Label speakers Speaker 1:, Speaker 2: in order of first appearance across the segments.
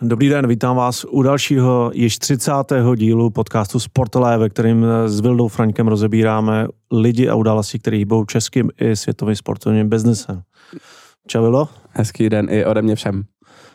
Speaker 1: Dobrý den, vítám vás u dalšího již 30. dílu podcastu Sportolé, ve kterým s Vildou Fraňkem rozebíráme lidi a události, které hýbou českým i světovým sportovním biznesem. Čau, Vildo.
Speaker 2: Hezký den i ode mě všem.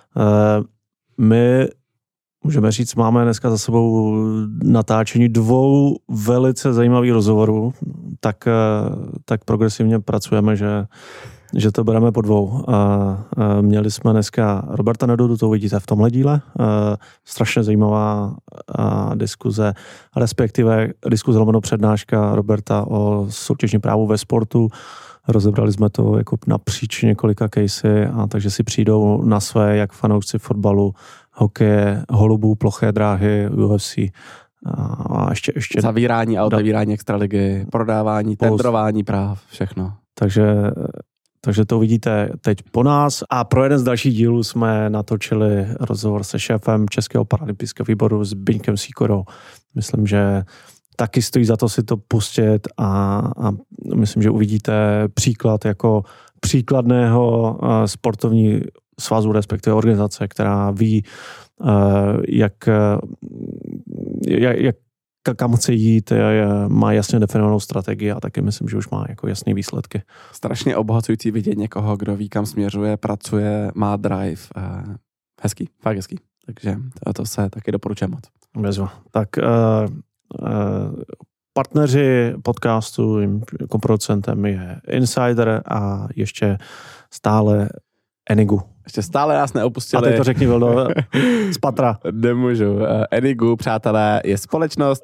Speaker 1: My, můžeme říct, máme dneska za sebou natáčení 2 velice zajímavých rozhovorů, tak progresivně pracujeme, že to bereme po 2. Měli jsme dneska Roberta Nedudu, to uvidíte v tomhle díle. Strašně zajímavá diskuze, respektive diskuze lomeno přednáška Roberta o soutěžním právu ve sportu. Rozebrali jsme to jako napříč několika casey, a takže si přijdou na své, jak fanoušci fotbalu, hokeje, holubů, ploché dráhy, UFC. A ještě
Speaker 2: zavírání a otevírání extraligy, prodávání, tendrování práv, všechno.
Speaker 1: Takže to vidíte teď po nás. A pro jeden z dalších dílů jsme natočili rozhovor se šéfem Českého paralympijského výboru s Zbyňkem Sýkorou. Myslím, že taky stojí za to si to pustit a myslím, že uvidíte příklad jako příkladného sportovní svazu, respektive organizace, která ví, jak kam chce jít, má jasně definovanou strategii a taky myslím, že už má jako jasné výsledky.
Speaker 2: Strašně obohacující vidět někoho, kdo ví, kam směřuje, pracuje, má drive. Hezký, fakt hezký. Takže to se taky doporučuji moc.
Speaker 1: Bezva. Tak partneři podcastu, jako producentem je Insider a ještě stále Enigu.
Speaker 2: Ještě stále nás neopustili.
Speaker 1: A teď to řekni, Vildo, z patra.
Speaker 2: Nemůžu. Enigu, přátelé, je společnost.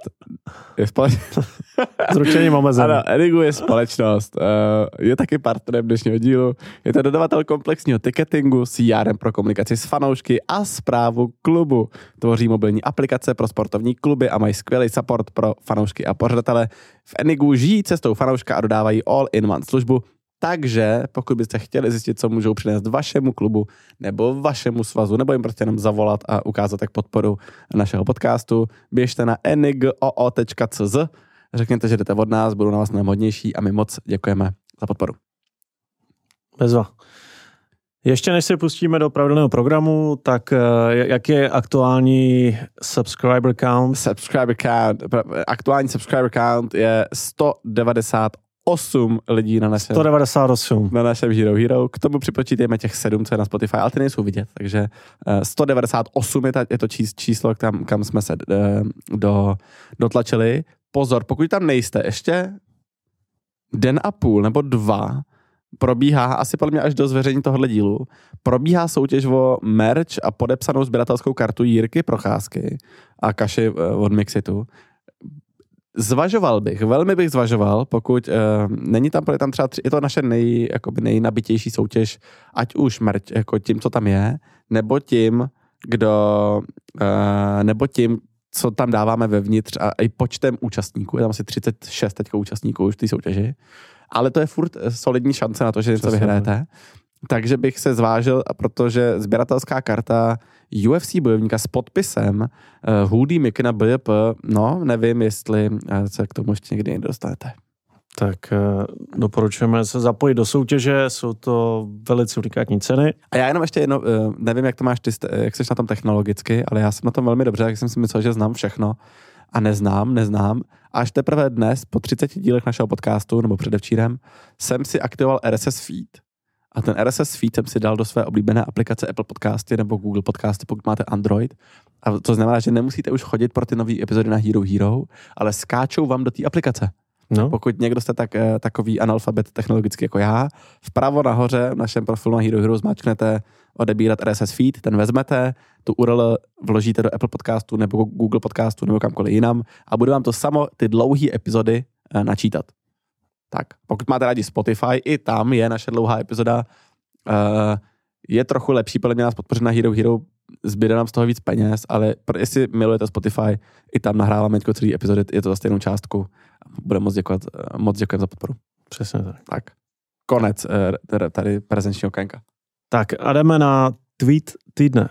Speaker 1: Zručením omezeným.
Speaker 2: Ano, Enigu je společnost. Je taky partnerem dnešního dílu. Je to dodavatel komplexního ticketingu, CRM pro komunikaci s fanoušky a správu klubu. Tvoří mobilní aplikace pro sportovní kluby a mají skvělý support pro fanoušky a pořadatele. V Enigu žijí cestou fanouška a dodávají all-in-one službu. Takže pokud byste chtěli zjistit, co můžou přinést vašemu klubu nebo vašemu svazu, nebo jim prostě jenom zavolat a ukázat tak podporu našeho podcastu, běžte na enigoo.cz, řekněte, že jdete od nás, budou na vás nejhodnější a my moc děkujeme za podporu.
Speaker 1: Bezva. Ještě než se pustíme do pravidelného programu, tak jak je aktuální subscriber count?
Speaker 2: Aktuální subscriber count je 198 lidí na našem
Speaker 1: 198.
Speaker 2: Na našem Hero. K tomu připočítejme těch 7, co je na Spotify, ale ty nejsou vidět, takže 198 je to číslo, kam jsme se dotlačili. Pozor, pokud tam nejste, ještě den a půl nebo 2 probíhá, asi podle mě až do zveřejnění tohohle dílu, probíhá soutěž o merch a podepsanou sběratelskou kartu Jirky Procházky a Kaši od Mixitu. Velmi bych zvažoval, pokud není tam třeba je to naše nejnabitější soutěž, ať už merch, jako tím, co tam je, nebo tím, co tam dáváme vevnitř a i počtem účastníků. Je tam asi 36 teďka účastníků už v té soutěži, ale to je furt solidní šance na to, že něco vyhrajete. Takže bych se zvážil, protože sběratelská karta UFC bojovníka s podpisem Hoodie Mikina BJP, no, nevím, jestli se k tomu ještě někdy dostanete.
Speaker 1: Tak doporučujeme se zapojit do soutěže, jsou to velice unikátní ceny.
Speaker 2: A já jenom ještě jedno, nevím, jak to máš ty, jak jsi na tom technologicky, ale já jsem na tom velmi dobře, jak jsem si myslel, že znám všechno a neznám. Až teprve dnes, po 30 dílech našeho podcastu, nebo předevčírem, jsem si aktivoval RSS feed. A ten RSS feed jsem si dal do své oblíbené aplikace Apple Podcasty nebo Google Podcasty, pokud máte Android. A to znamená, že nemusíte už chodit pro ty nové epizody na Hero, ale skáčou vám do té aplikace. No. Pokud někdo jste takový analfabet technologicky jako já, vpravo nahoře v našem profilu na Hero zmáčknete odebírat RSS feed, ten vezmete, tu URL vložíte do Apple Podcastu nebo Google Podcastu nebo kamkoliv jinam a bude vám to samo ty dlouhé epizody načítat. Tak, pokud máte rádi Spotify, i tam je naše dlouhá epizoda. Je trochu lepší podle mě nás podpořit na Hero, zbyde nám z toho víc peněz, ale jestli milujete Spotify, i tam nahráváme celý epizody, je to za stejnou částku. Budeme moc děkujeme za podporu.
Speaker 1: Přesně tak.
Speaker 2: Tak, konec tady prezenčního okénka.
Speaker 1: Tak a jdeme na tweet týdne.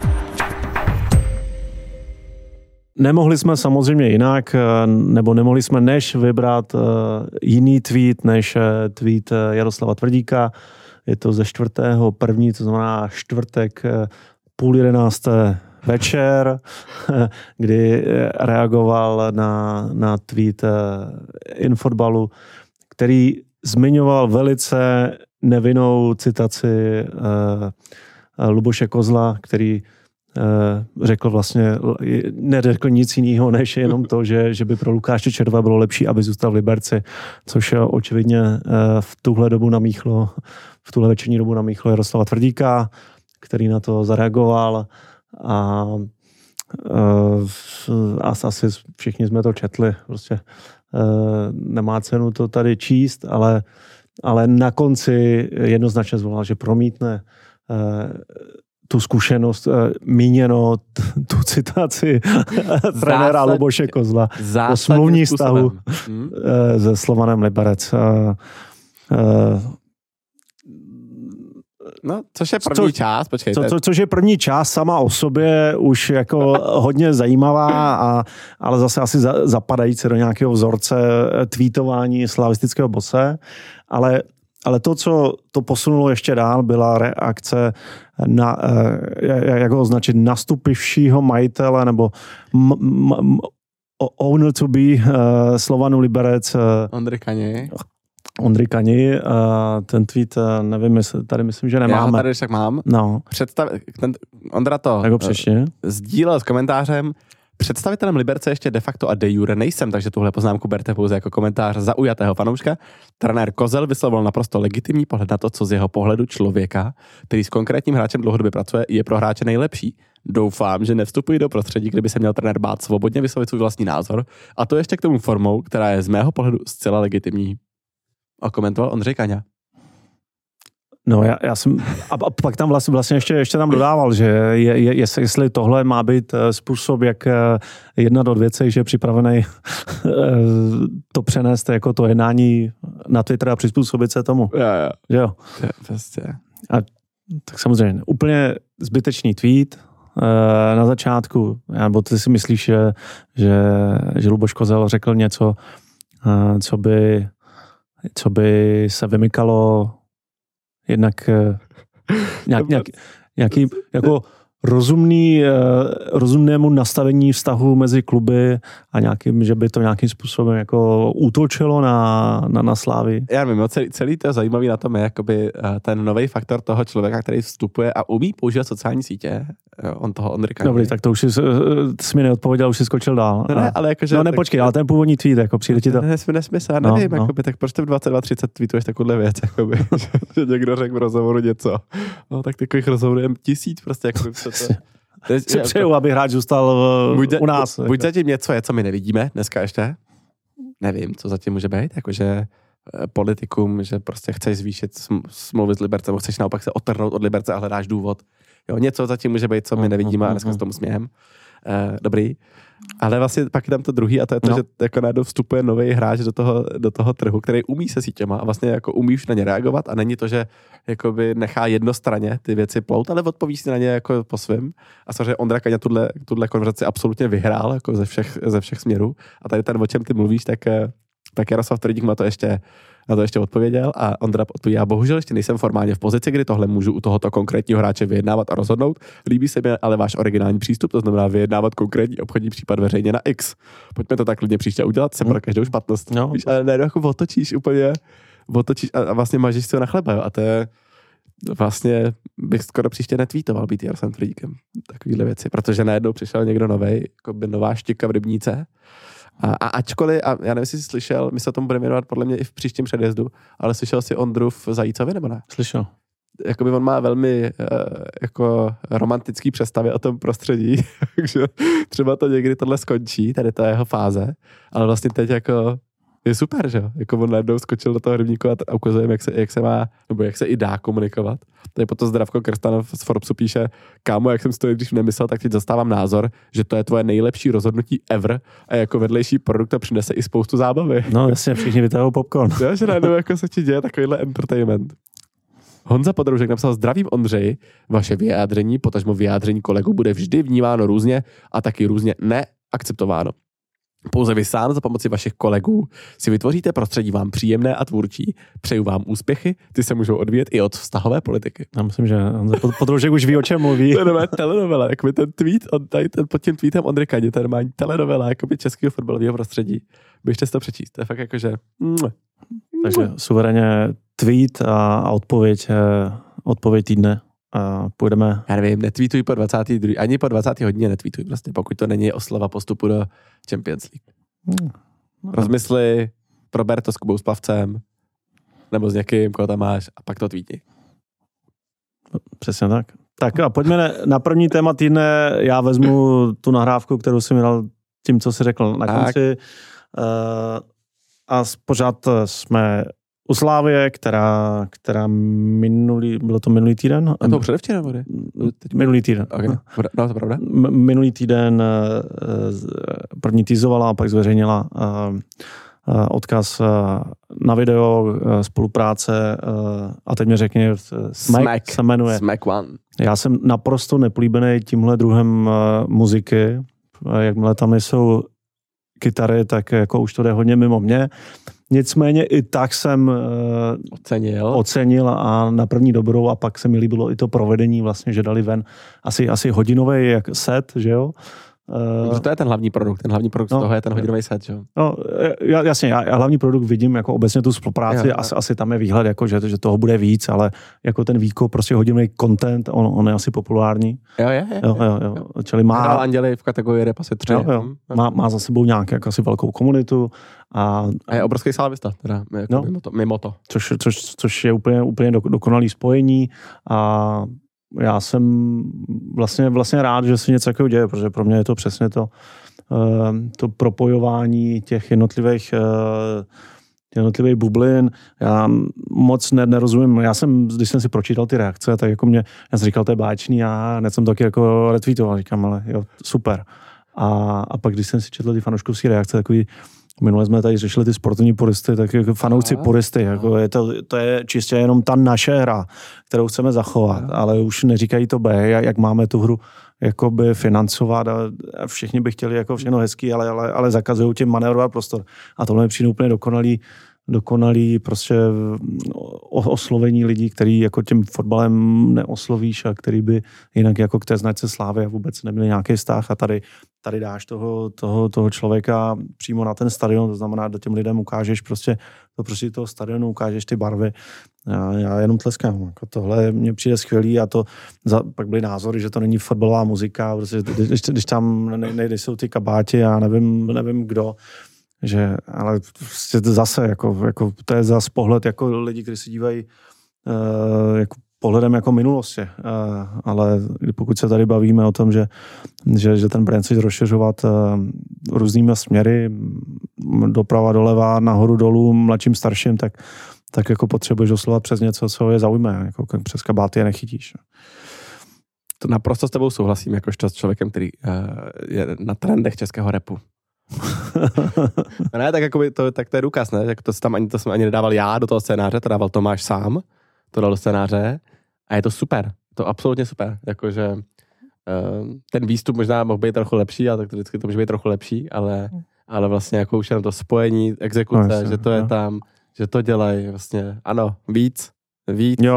Speaker 1: Nemohli jsme samozřejmě jinak, nebo nemohli jsme než vybrat jiný tweet, než tweet Jaroslava Tvrdíka. Je to ze 4.1., to znamená čtvrtek 10:30 večer, kdy reagoval na tweet Infotbalu, který zmiňoval velice nevinnou citaci Luboše Kozla, který řekl vlastně, neřekl nic jiného, než jenom to, že by pro Lukáše Červa bylo lepší, aby zůstal v Liberci, což očividně v tuhle večerní dobu namíchlo Jaroslava Tvrdíka, který na to zareagoval a asi všichni jsme to četli, prostě nemá cenu to tady číst, ale na konci jednoznačně zvolal, že promítne tu zkušenost, míněno tu citaci trenéra Luboše Kozla o smluvní vztahu se Slovanem Liberec.
Speaker 2: No, což je první část, počkejte.
Speaker 1: Což je první část sama o sobě už jako hodně zajímavá, ale zase asi zapadající do nějakého vzorce tweetování slavistického bose, ale to, co to posunulo ještě dál, byla reakce na, jak ho označit, nastupivšího majitele nebo owner to be Slovanu Liberec. Ondry Kani, ten tweet, nevím, tady myslím, že nemáme.
Speaker 2: Já tady však mám.
Speaker 1: No.
Speaker 2: Ondra to
Speaker 1: tak ho přečti.
Speaker 2: Sdílel s komentářem. Představitelem Liberce ještě de facto a de jure nejsem, takže tuhle poznámku berte pouze jako komentář zaujatého fanouška. Trenér Kozel vyslovil naprosto legitimní pohled na to, co z jeho pohledu člověka, který s konkrétním hráčem dlouhodobě pracuje, je pro hráče nejlepší. Doufám, že nevstupují do prostředí, kdyby se měl trenér bát svobodně vyslovit svůj vlastní názor, a to ještě k tomu formou, která je z mého pohledu zcela legitimní. A komentoval Ondřej Kaňa.
Speaker 1: No já jsem, a pak tam vlastně ještě tam dodával, že jestli tohle má být způsob, jak jednat od věcí, že je připravený to přenést jako to jednání na Twitter a přizpůsobit se tomu. Jo.
Speaker 2: Prostě.
Speaker 1: A tak samozřejmě úplně zbytečný tweet na začátku, nebo ty si myslíš, že Luboš Kozel řekl něco, co by se vymykalo jednak nějaký jako rozumnému nastavení vztahu mezi kluby a že by to nějakým způsobem jako útočilo na Slávy.
Speaker 2: Já nevím, celý to zajímavý na tom je jakoby ten nový faktor toho člověka, který vstupuje a umí používat sociální sítě. On toho Ondry Kani.
Speaker 1: Dobrý, tak to už jsi mi neodpověděl, už jsi skočil dál.
Speaker 2: Ne, ale jakože...
Speaker 1: No nepočkej, ale ten původní tweet, jako přijde ti to...
Speaker 2: Nesmysl, já nevím, jakoby, tak proč ty v 22:30 tweetuješ takovouhle věc, jakoby, že někdo řekl v rozhovoru něco. No tak takových rozhovorů je 1000, prostě jakoby
Speaker 1: si přeju, aby hráč zůstal u nás.
Speaker 2: Buď zatím něco je, co my nevidíme dneska ještě. Nevím, co zatím může být, jakože politikum, že prostě chceš zvýšit smlouvy s Libercem, chceš naopak se otrhnout od Liberce a hledáš důvod. Jo, něco zatím může být, co my nevidíme a dneska s tomu smějem. Dobrý. Ale vlastně pak je tam to druhý a to je to, že jako najednou vstupuje nový hráč do toho trhu, který umí se sítěma a vlastně jako umí na ně reagovat a není to, že jakoby nechá jednostranně ty věci plout, ale odpoví si na ně jako po svým. A samozřejmě Ondra Kaňa tuhle konverzaci absolutně vyhrál jako ze všech směrů. A tady ten, o čem ty mluvíš, tak Jaroslav Tvrdík na to ještě odpověděl a Ondra odpověděl, já bohužel ještě nejsem formálně v pozici, kdy tohle můžu u tohoto konkrétního hráče vyjednávat a rozhodnout. Líbí se mi ale váš originální přístup, to znamená vyjednávat konkrétní obchodní případ veřejně na X. Pojďme to tak klidně příště udělat, se pro každou špatnost. No. Víš, ale ne, jako otočíš a vlastně mažíš si ho na chleba, jo? A to je vlastně bych skoro příště netweetoval být Jaroslavem Tvrdíkem. Takovýhle věci, protože najednou přišel někdo novej, jako by nová štika v rybníce. A ačkoliv, a já nevím, jestli jsi slyšel, my se o tom budeme jmenovat podle mě i v příštím předjezdu, ale slyšel jsi Ondru v Zajícovi, nebo ne?
Speaker 1: Slyšel.
Speaker 2: Jakoby on má velmi jako romantický představy o tom prostředí, takže třeba to někdy tohle skončí, tady ta jeho fáze, ale vlastně teď jako je super, že jo? Jako on najednou skočil do toho rybníku a ukazuje, jak se má, nebo jak se i dá komunikovat. Tady potom Zdravko Krstanov z Forbesu píše, kámo, jak jsem si to když nemyslel, tak teď zastávám názor, že to je tvoje nejlepší rozhodnutí ever a jako vedlejší produkt to přinese i spoustu zábavy.
Speaker 1: No jasně, všichni vytáhnou popcorn.
Speaker 2: Jo, že najednou jako se ti děje takovýhle entertainment. Honza Podroužek napsal, zdravím Ondřej, vaše vyjádření, potažmo vyjádření kolegů bude vždy vnímáno různě a taky různě neakceptováno. Pouze vy sám za pomoci vašich kolegů si vytvoříte prostředí vám příjemné a tvůrčí. Přeju vám úspěchy, ty se můžou odvíjet i od vztahové politiky.
Speaker 1: Já myslím, že Podroužek už ví, o čem mluví.
Speaker 2: To je nová telenovela, jakoby ten tweet, pod tím tweetem Ondry Kani, to je normální telenovela, jakoby českého fotbalového prostředí. Běžte si to přečíst, to je fakt jakože...
Speaker 1: Takže suverénně tweet a odpověď týdne. A půjdeme...
Speaker 2: Já nevím, netweetuj po 22. Ani po 20. hodině netweetuj prostě, pokud to není oslava postupu do Champions League. Rozmysli, prober to s Kubou Splavcem, nebo s někým, koho tam máš, a pak to tweetni.
Speaker 1: Přesně tak. Tak a pojďme na první téma týdne. Já vezmu tu nahrávku, kterou jsem mi dal tím, co jsi řekl na konci. A pořád jsme u Slávie, která bylo to minulý týden?
Speaker 2: A to předevčera bude?
Speaker 1: Minulý týden.
Speaker 2: Okay. No, to pravda.
Speaker 1: Minulý týden první teasovala a pak zveřejnila odkaz na video, spolupráce a teď mi řekni, Smack se jmenuje.
Speaker 2: Smack One.
Speaker 1: Já jsem naprosto nepolíbený tímhle druhem muziky. Jakmile tam jsou kytary, tak jako už to jde hodně mimo mě. Nicméně i tak jsem ocenil a na první dobrou a pak se mi líbilo i to provedení vlastně, že dali ven asi hodinový set, že jo?
Speaker 2: To je ten hlavní produkt. Ten hlavní produkt z toho je ten hodinový set, že jo?
Speaker 1: No, jasně, já hlavní produkt vidím jako obecně tu spolupráci, asi tam je výhled, jako, že toho bude víc, ale jako ten výkop, prostě hodinový content, on je asi populární.
Speaker 2: Jo.
Speaker 1: Čili má...
Speaker 2: Anděli v kategorii rap asi 3.
Speaker 1: Má za sebou nějak jako asi velkou komunitu. A
Speaker 2: je obrovský slávista, teda jako mimo to.
Speaker 1: Což je úplně dokonalý spojení a já jsem vlastně rád, že se něco takového děje, protože pro mě je to přesně to propojování těch jednotlivých bublin. Já moc nerozumím. Když jsem si pročítal ty reakce, tak jako já jsem říkal, to je báječný a hned jsem to taky jako retweetoval. Říkám, ale jo, super. A pak, když jsem si četl ty fanouškovské reakce, takový minule jsme tady řešili ty sportovní puristy, tak jako fanoušci puristy, jako to je čistě jenom ta naše hra, kterou chceme zachovat, ale už neříkají to B, jak máme tu hru jakoby financovat a všichni by chtěli jako všechno hezký, ale zakazují tím manévrovat prostor. A tohle mi přijde úplně dokonalý prostě oslovení lidí, který jako tím fotbalem neoslovíš a který by jinak jako k té značce Slávy a vůbec neměli nějaký vztah a tady dáš toho člověka přímo na ten stadion, to znamená, do těm lidem ukážeš prostě toho stadionu, ukážeš ty barvy. Já jenom tleskám. Jako tohle mně přijde skvělý a pak byly názory, že to není fotbalová muzika, prostě, když tam nejsou ty kabáti a nevím kdo, ale prostě zase, jako to je zase pohled jako lidi, kteří se dívají jako pohledem jako minulosti, ale pokud se tady bavíme o tom, že ten brand se rozšiřovat různými směry, doprava, doleva, nahoru, dolů, mladším, starším, tak jako potřebuješ oslovat přes něco, co je zaujme, jako přes kabáty je nechytíš.
Speaker 2: To naprosto s tebou souhlasím, jakožto s člověkem, který je na trendech českého rapu. Ne, tak jako tak to je důkaz, ne? To jsem ani nedával já do toho scénáře, to dával Tomáš sám, to dal do scénáře a je to super, to absolutně super, jakože ten výstup možná mohl být trochu lepší, ale tak vždycky to může být trochu lepší, ale vlastně jako už jenom to spojení, exekuce, že to je tam, že to dělají vlastně, ano, víc.
Speaker 1: Jo.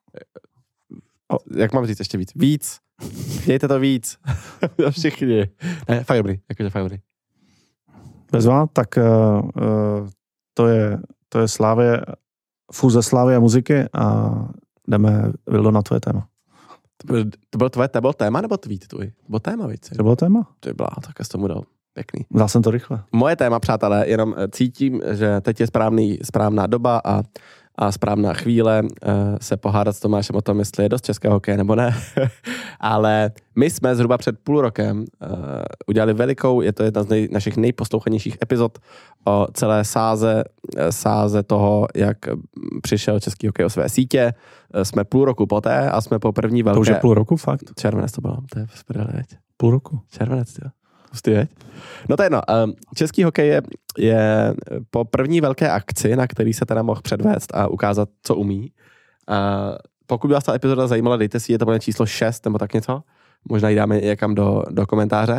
Speaker 2: Jak mám říct ještě víc? Víc. Chtějte to víc. Všichni. Ne, fakt dobrý, jakože fakt dobrý.
Speaker 1: Bezva, tak to je Slávie, fúze Slávie a muziky a jdeme, Vildo, na tvoje téma.
Speaker 2: To bylo téma nebo tweet tvůj? To bylo téma, víc.
Speaker 1: To bylo téma?
Speaker 2: To byla, tak já jsem tomu dal. Pěkný.
Speaker 1: Dal jsem to rychle.
Speaker 2: Moje téma, přátelé, jenom cítím, že teď je správná doba a správná chvíle se pohádat s Tomášem o tom, jestli je dost českého hokeje nebo ne. Ale my jsme zhruba před půl rokem udělali velikou, je to jedna z našich nejposlouchanějších epizod o celé sáze toho, jak přišel český hokej o své sítě. Jsme půl roku poté a jsme po první velké...
Speaker 1: To už je půl roku, fakt?
Speaker 2: Červenec to bylo, to je veď.
Speaker 1: Půl roku.
Speaker 2: Červenec, jo. Veď. No to je jedno. Český hokej je po první velké akci, na který se teda mohl předvést a ukázat, co umí. Pokud by vás ta epizoda zajímala, dejte si, je to číslo 6 nebo tak něco. Možná ji dáme někam do komentáře.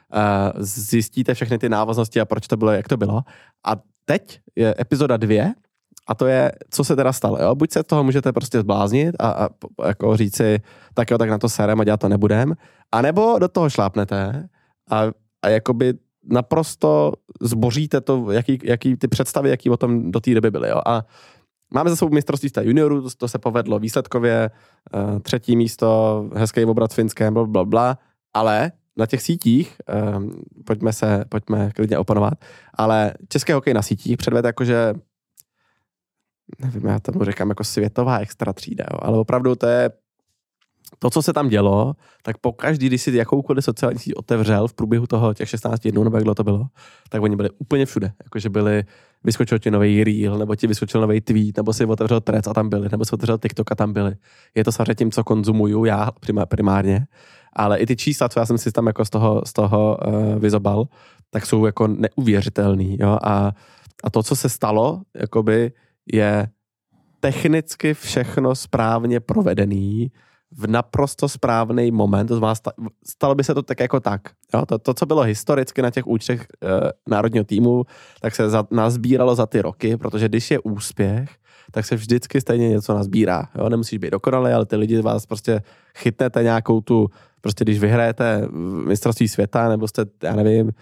Speaker 2: zjistíte všechny ty návaznosti a proč to bylo, jak to bylo. A teď je epizoda 2 a to je, co se teda stalo. Jo? Buď se toho můžete prostě zbláznit a jako říci, tak jo, tak na to serem a dělat to nebudem, anebo do toho šlápnete a jakoby naprosto zboříte to, jaký ty představy, jaký o tom do té doby byly. Jo? A máme za sebou mistrovství juniorů, to se povedlo výsledkově, 3. místo, hezký obrat Finském, blablabla, ale na těch sítích, pojďme klidně oponovat, ale český hokej na sítích předvede jakože, nevím, já tomu říkám jako světová extra třída, jo, ale opravdu to je to, co se tam dělo, tak pokaždý, když si jakoukoliv sociální síť otevřel v průběhu toho těch 16 dnů, nebo jak dlouho to bylo, tak oni byli úplně všude. Jakože vyskočil ti nový reel, nebo ti vyskočil nový tweet, nebo si otevřel Threads a tam byli, nebo si otevřel TikTok a tam byli. Je to samozřejmě tím, co konzumuju já primárně, ale i ty čísla, co já jsem si tam jako z toho vyzobal, tak jsou jako neuvěřitelný. Jo? A to, co se stalo, jakoby je technicky všechno správně provedený, v naprosto správný moment, to znamená, stalo by se to tak jako tak. Jo? To, co bylo historicky na těch účtech národního týmu, tak se nazbíralo za ty roky, protože když je úspěch, tak se vždycky stejně něco nazbírá. Jo? Nemusíš být dokonalý, ale ty lidi vás prostě chytnete nějakou tu, prostě když vyhrajete mistrovství světa, nebo jste, já nevím,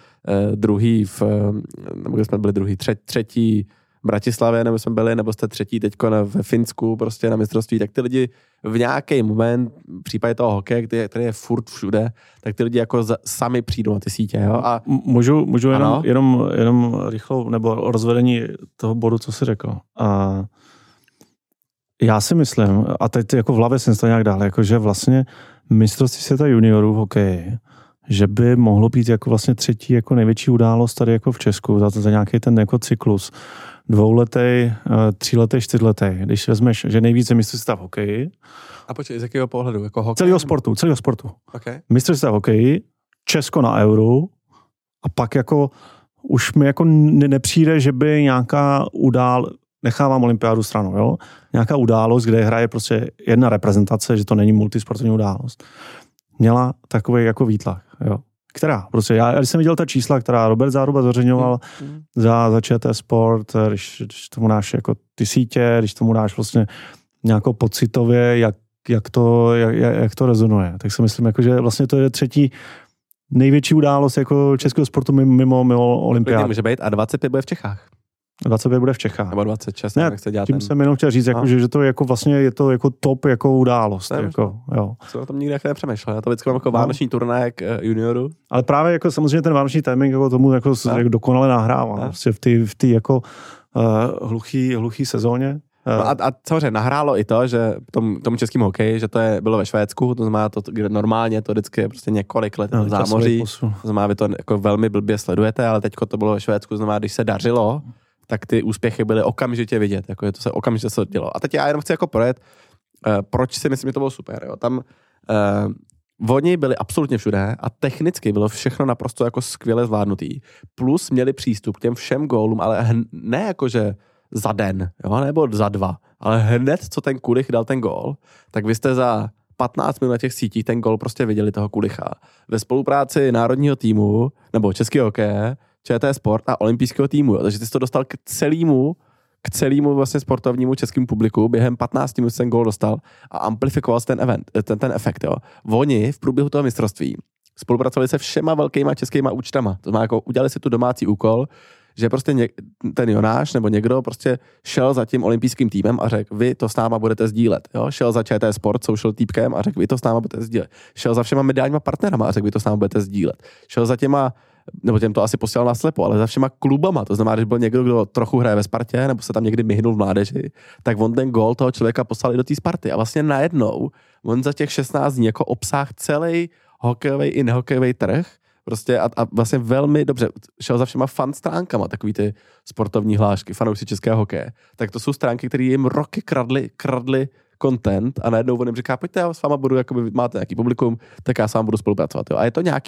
Speaker 2: nebo jsme byli třetí v Bratislavě, nebo jsme byli, nebo jste třetí teďko ve Finsku, prostě na mistrovství, tak ty lidi v nějaký moment, v případě toho hokeje, který je furt všude, tak ty lidi jako sami přijdou na ty sítě. Jo? A
Speaker 1: můžu jenom rychlou, nebo rozvedení toho bodu, co jsi řekl. A já si myslím, a teď jako v hlavě jsem to nějak dál, jako že vlastně mistrovství světa juniorů v hokeji, že by mohlo být jako vlastně třetí jako největší událost tady jako v Česku za nějaký ten jako cyklus 2letý, 3letý, 4letý. Když vezmeš, že nejvíce mistrovství světa v hokeji.
Speaker 2: A počkej, z jakého pohledu? Jako hokej?
Speaker 1: Celého sportu.
Speaker 2: Okay.
Speaker 1: Mistrovství světa v hokeji, Česko na Euro a pak jako už mi jako nepřijde, že by nějaká nechávám olympiádu stranou, jo? Nějaká událost, kde hraje prostě jedna reprezentace, že to není multisportovní událost. Měla takový jako výtlak, jo. Která? Prostě já když jsem viděl ta čísla, která Robert Záruba zveřejňoval za ČT Sport, když tomu dáš jako ty sítě, když tomu dáš vlastně nějakou pocitově, jak to rezonuje. Tak si myslím, jako, že vlastně to je třetí největší událost jako českého sportu mimo olympiády.
Speaker 2: Může být a 25 bude v Čechách.
Speaker 1: 25 bude v Čechách.
Speaker 2: Nebo 26,
Speaker 1: ne, tím jsem jenom chtěl říct, jako, že to je jako vlastně je to jako top jako událost. Jako, jo.
Speaker 2: Jsem o tom nikdy nepřemýšlel. Já to vždycky mám jako vánoční turnaj junioru.
Speaker 1: Ale právě jako samozřejmě ten vánoční timing jako tomu jako dokonale nahrává. Prostě v té jako hluchý sezóně.
Speaker 2: No a samozřejmě nahrálo i to, že tomu českému hokeji, že to bylo ve Švédsku, to znamená, kde normálně to vždycky je prostě několik let v zámoří. To znamená, vy to jako velmi blbě sledujete, ale teďko to bylo ve Švédsku, to znamená, když se dařilo, tak ty úspěchy byly okamžitě vidět, jako to se okamžitě dělo. A teď já jenom chci jako projet, proč si myslím, že to bylo super. Jo? Tam oni byli absolutně všude a technicky bylo všechno naprosto jako skvěle zvládnutý. Plus měli přístup k těm všem gólům, ale ne jakože za den, jo? Nebo za 2, ale hned, co ten Kulich dal ten gól, tak vy jste za 15 minut na těch sítích ten gól prostě viděli toho Kulicha. Ve spolupráci národního týmu, nebo českého hokeje, ČT Sport a olympijského týmu. Jo. Takže ty jsi to dostal k celému vlastně sportovnímu českému publiku. Během 15 minut ten gól dostal a amplifikoval ten efekt. Jo. Oni v průběhu toho mistrovství spolupracovali se všema velkýma českýma účtama. To znamená, jako udělali si tu domácí úkol, že prostě ten Jonáš nebo někdo prostě šel za tím olympijským týmem a řekl, vy to s náma budete sdílet. Jo? Šel za ČT Sport, social týpkem a řekl, vy to s náma budete sdílet. Šel za všema mediálníma partnerama a řekl, vy to s náma budete sdílet. Šel za těma, nebo těm to asi posílal naslepo, ale za všema klubama. To znamená, když byl někdo, kdo trochu hraje ve Spartě, nebo se tam někdy myhnul v mládeži, tak on ten gól toho člověka poslal i do té Sparty. A vlastně najednou on za těch 16 dní jako obsáhl celý hokejový i nehokejový trh. Prostě a vlastně velmi dobře šel za všema fan stránkama, takový ty sportovní hlášky, fanoušci českého hokeje. Tak to jsou stránky, které jim roky kradly content a najednou on jim říká, pojďte, já s váma budu, jakoby máte nějaký publikum, tak já s váma budu spolupracovat. Jo. A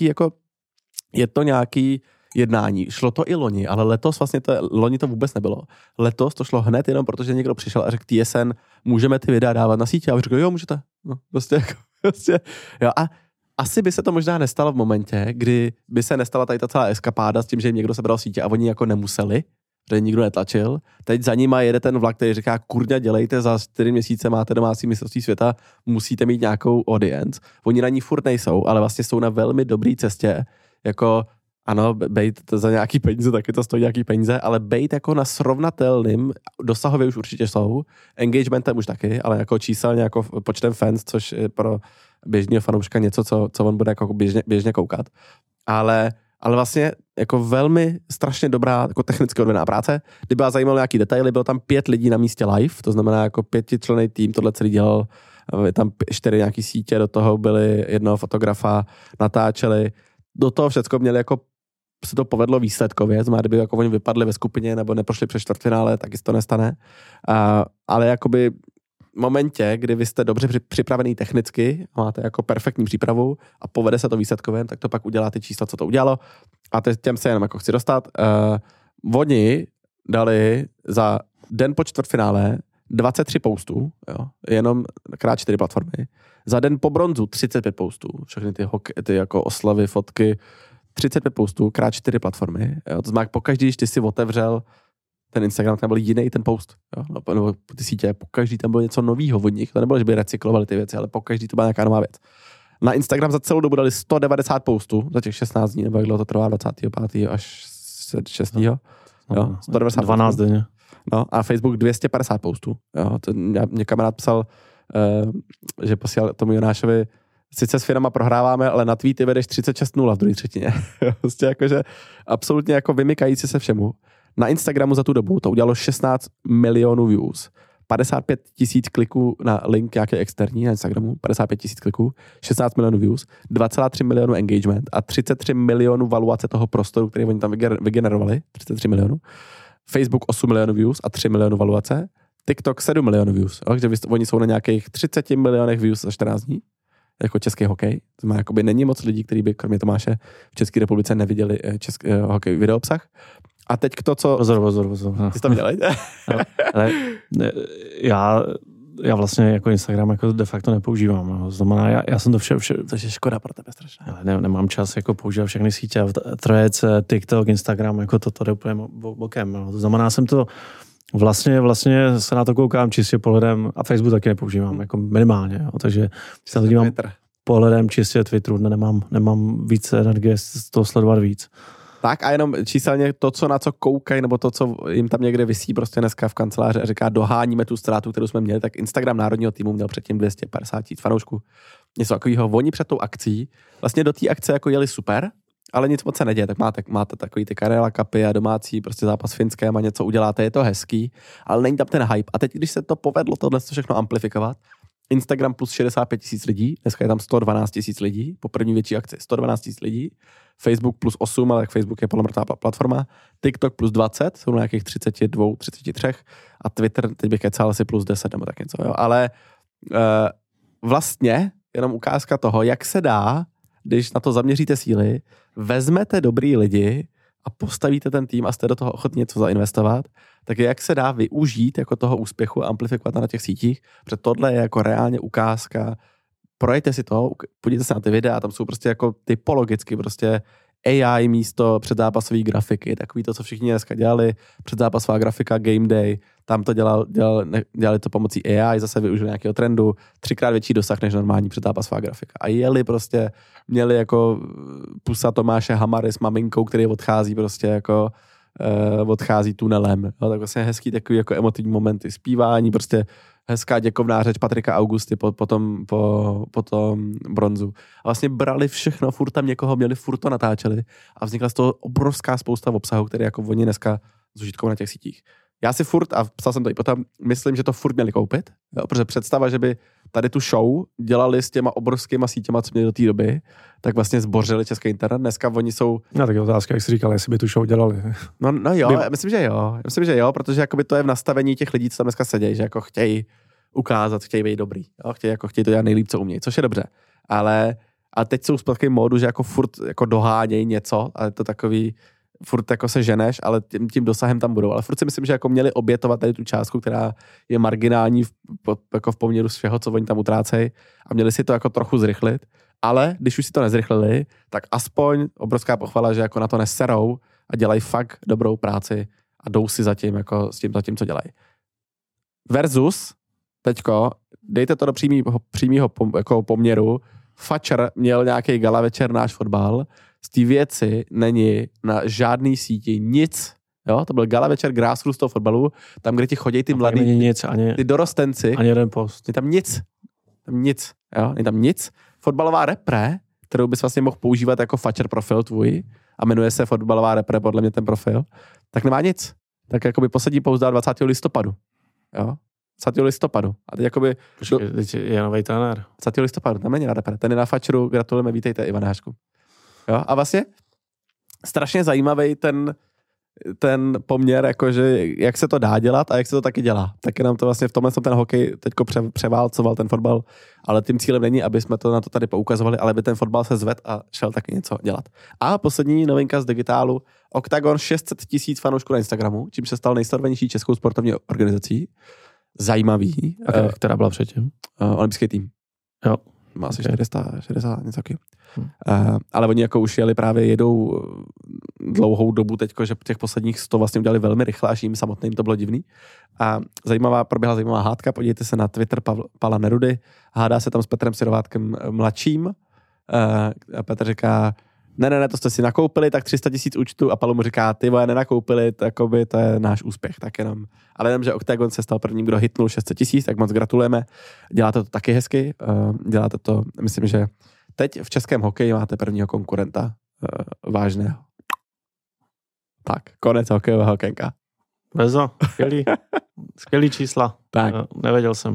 Speaker 2: je to nějaký jednání. Šlo to i loni, ale letos vlastně loni to vůbec nebylo. Letos to šlo hned jenom protože někdo přišel a řekl, TSN, můžeme ty videa dávat na sítě? A řekl, jo, můžete. No, prostě, jo. A asi by se to možná nestalo v momentě, kdy by se nestala tady ta celá eskapáda s tím, že jim někdo sebral sítě a oni jako nemuseli, protože nikdo netlačil. Teď za nima jede ten vlak, který říká, kurňa, dělejte, za 4 měsíce máte domácí mistrovství světa, musíte mít nějakou audience. Oni na ní furt nejsou, ale vlastně jsou na velmi dobré cestě, jako ano, bejt za nějaký peníze, taky to stojí nějaký peníze, ale bejt jako na srovnatelným, dosahově už určitě jsou, engagementem už taky, ale jako číselně, jako počtem fans, což je pro běžného fanouška něco, co on bude jako běžně koukat. Ale vlastně jako velmi strašně dobrá jako technicky odvedená práce. Kdyby byla zajímavá nějaký detaily, bylo tam 5 lidí na místě live, to znamená jako 5členný tým, tohle celý dělal, tam 4 nějaký sítě, do toho byli jednoho fotografa, natáčeli, do toho všecko měli jako se to povedlo výsledkově, znamená, kdyby jako oni vypadli ve skupině nebo neprošli přes čtvrtfinále, taky se to nestane. Ale jakoby v momentě, kdy vy jste dobře připravený technicky, máte jako perfektní přípravu a povede se to výsledkově, tak to pak udělá ty čísla, co to udělalo. A těm se jenom jako chci dostat. Oni dali za den po čtvrtfinále 23 postů, jo, jenom krát 4 platformy. Za den po bronzu 35 postů, všechny ty jako oslavy, fotky, 35 postů krát 4 platformy. Jo. To znamená, pokaždý, když ty si otevřel ten Instagram, tam byl jiný ten post. Jo. Nebo ty sítě, pokaždý tam bylo něco novýho od nich. To nebylo, že by recyklovali ty věci, ale pokaždý to byla nějaká nová věc. Na Instagram za celou dobu dali 190 postů za těch 16 dní, nebo jak dlouho to trvá, 25. až 6. Jo. 190
Speaker 1: 12 denně.
Speaker 2: No, a Facebook 250 postů. Jo. To mě kamarád psal, že posílal tomu Jonášovi, sice s firma prohráváme, ale na tweety vedeš 36-0 v druhé třetině. Prostě jakože absolutně jako vymykající se všemu. Na Instagramu za tu dobu to udělalo 16 milionů views, 55 000 kliků na link nějaký externí na Instagramu, 55 000 kliků, 16 milionů views, 2,3 milionů engagement a 33 milionů valuace toho prostoru, který oni tam vygenerovali, 33 milionů. Facebook 8 milionů views a 3 milionů valuace. TikTok 7 milionů views, takže oni jsou na nějakých 30 milionech views za 14 dní. Jako český hokej. To má jakoby není moc lidí, kteří by kromě Tomáše v České republice neviděli český hokej videoobsah. A teď to, co...
Speaker 1: Pozor.
Speaker 2: Ty jsi tam dělej?
Speaker 1: Ale já vlastně jako Instagram jako de facto nepoužívám. No. Znamená, já jsem to vše...
Speaker 2: Což je škoda pro tebe strašně.
Speaker 1: Nemám čas jako používat všechny sítě. Threads, TikTok, Instagram, jako to jde úplně bokem. No. To znamená, jsem to... Vlastně se na to koukám čistě pohledem a Facebook taky nepoužívám, jako minimálně. Jo. Takže se na to dívám pohledem čistě Twitteru. Nemám víc energie z toho sledovat víc.
Speaker 2: Tak a jenom číselně to, co na co koukají, nebo to, co jim tam někde visí prostě dneska v kanceláři a říká, doháníme tu ztrátu, kterou jsme měli, tak Instagram národního týmu měl předtím 250 000 fanoušků. Něco takového. Oni před tou akcí, vlastně do té akce jako jeli super, ale nic moc se neděje, tak máte takový ty Karela Cupy a domácí prostě zápas Finském a něco uděláte, je to hezký, ale není tam ten hype. A teď, když se to povedlo tohle všechno amplifikovat, Instagram plus 65 000 lidí, dneska je tam 112 000 lidí, po první větší akci 112 000 lidí, Facebook plus 8, ale tak Facebook je polomrtvá platforma, TikTok plus 20, jsou na nějakých 32, 33 a Twitter, teď bych kecal asi plus 10 nebo tak něco, jo. Ale vlastně jenom ukázka toho, jak se dá, když na to zaměříte síly, vezmete dobrý lidi a postavíte ten tým a jste do toho ochotní něco zainvestovat, tak jak se dá využít jako toho úspěchu a amplifikovat na těch sítích, protože tohle je jako reálně ukázka, projďte si to, podívejte se na ty videa, tam jsou prostě jako typologicky prostě AI místo předzápasové grafiky, takový to, co všichni dneska dělali, předzápasová grafika, game day, tam to dělali to pomocí AI, zase využili nějakého trendu, 3x větší dosah než normální předzápasová grafika. A jeli prostě, měli jako pusa Tomáše Hamary s maminkou, který odchází prostě jako odchází tunelem. No, tak vlastně hezký takový jako emotivní momenty, zpívání, prostě hezká děkovná řeč Patrika Augusty po tom bronzu. A vlastně brali všechno, furt tam někoho měli, furt to natáčeli a vznikla z toho obrovská spousta obsahu, který jako oni dneska zužitkou na těch sítích. Já si furt, a psal jsem to i potom, myslím, že to furt měli koupit, jo, protože představa, že by tady tu show dělali s těma obrovskýma sítěma, co měli do té doby, tak vlastně zbořili český internet. Dneska oni jsou...
Speaker 1: No tak je otázka, jak jsi říkal, jestli by tu show dělali.
Speaker 2: No jo, myslím, že jo, protože jakoby to je v nastavení těch lidí, co tam dneska sedějí, že jako chtějí ukázat, chtějí být dobrý, jo, chtějí to dělat nejlíp, co umějí, což je dobře. Ale teď jsou v takovém módu, že jako furt jako dohánějí něco, ale to takový furt jako se ženeš, ale tím dosahem tam budou. Ale furt si myslím, že jako měli obětovat tady tu částku, která je marginální jako v poměru z všeho, co oni tam utrácejí, a měli si to jako trochu zrychlit Ale když už si to nezrychlili, tak aspoň obrovská pochvala, že jako na to neserou a dělají fakt dobrou práci a jdou si zatím, jako s tím zatím, co dělají. Versus, teďko, dejte to do přímého jako poměru, Fatscher měl nějaký gala večer náš fotbal, z té věci není na žádný síti nic, jo, to byl gala večer grassroots toho fotbalu, tam, kde ti chodí ty mladí,
Speaker 1: nic, ani,
Speaker 2: ty dorostenci,
Speaker 1: ani jeden post.
Speaker 2: není tam nic, jo, není tam nic. Fotbalová repre, kterou bys vlastně mohl používat jako Fatscher profil tvůj a jmenuje se fotbalová repre, podle mě ten profil, tak nemá nic. Tak jakoby posadí pouzdá 20. listopadu, jo. 20. listopadu. A teď jakoby...
Speaker 1: Teď je nový trenér.
Speaker 2: 20. listopadu, tam není na repre. Ten je na Fatscheru, gratulujeme, vítejte, Ivane Hašku. Jo, a vlastně strašně zajímavý ten poměr, jakože jak se to dá dělat a jak se to taky dělá. Tak nám to vlastně v tomhle ten hokej teďko převálcoval ten fotbal, ale tím cílem není, aby jsme to na to tady poukazovali, ale aby ten fotbal se zvedl a šel taky něco dělat. A poslední novinka z digitálu, Octagon 600 000 fanoušků na Instagramu, čím se stal nejsledovanější českou sportovní organizací. Zajímavý.
Speaker 1: Která byla předtím?
Speaker 2: Olympijský tým.
Speaker 1: Jo.
Speaker 2: Má asi 60 něco taky. Ale oni jako už jedou dlouhou dobu teďko, že těch posledních 100 vlastně udělali velmi rychle, až jim samotným to bylo divný. A proběhla zajímavá hádka, podívejte se na Twitter Pavla Nerudy, hádá se tam s Petrem Sirovátkem mladším. A Petr říká, ne, to jste si nakoupili, tak 300 000 účtů a Pavel mu říká, ty vole, nenakoupili, to je náš úspěch, tak jenom. Ale jenom, že Octagon se stal prvním, kdo hitnul 600 000, tak moc gratulujeme. Děláte to taky hezky, děláte to, myslím, že teď v českém hokeji máte prvního konkurenta vážného. Tak, konec hokejového okénka.
Speaker 1: Bezo, skvělý čísla.
Speaker 2: Tak.
Speaker 1: Nevěděl jsem.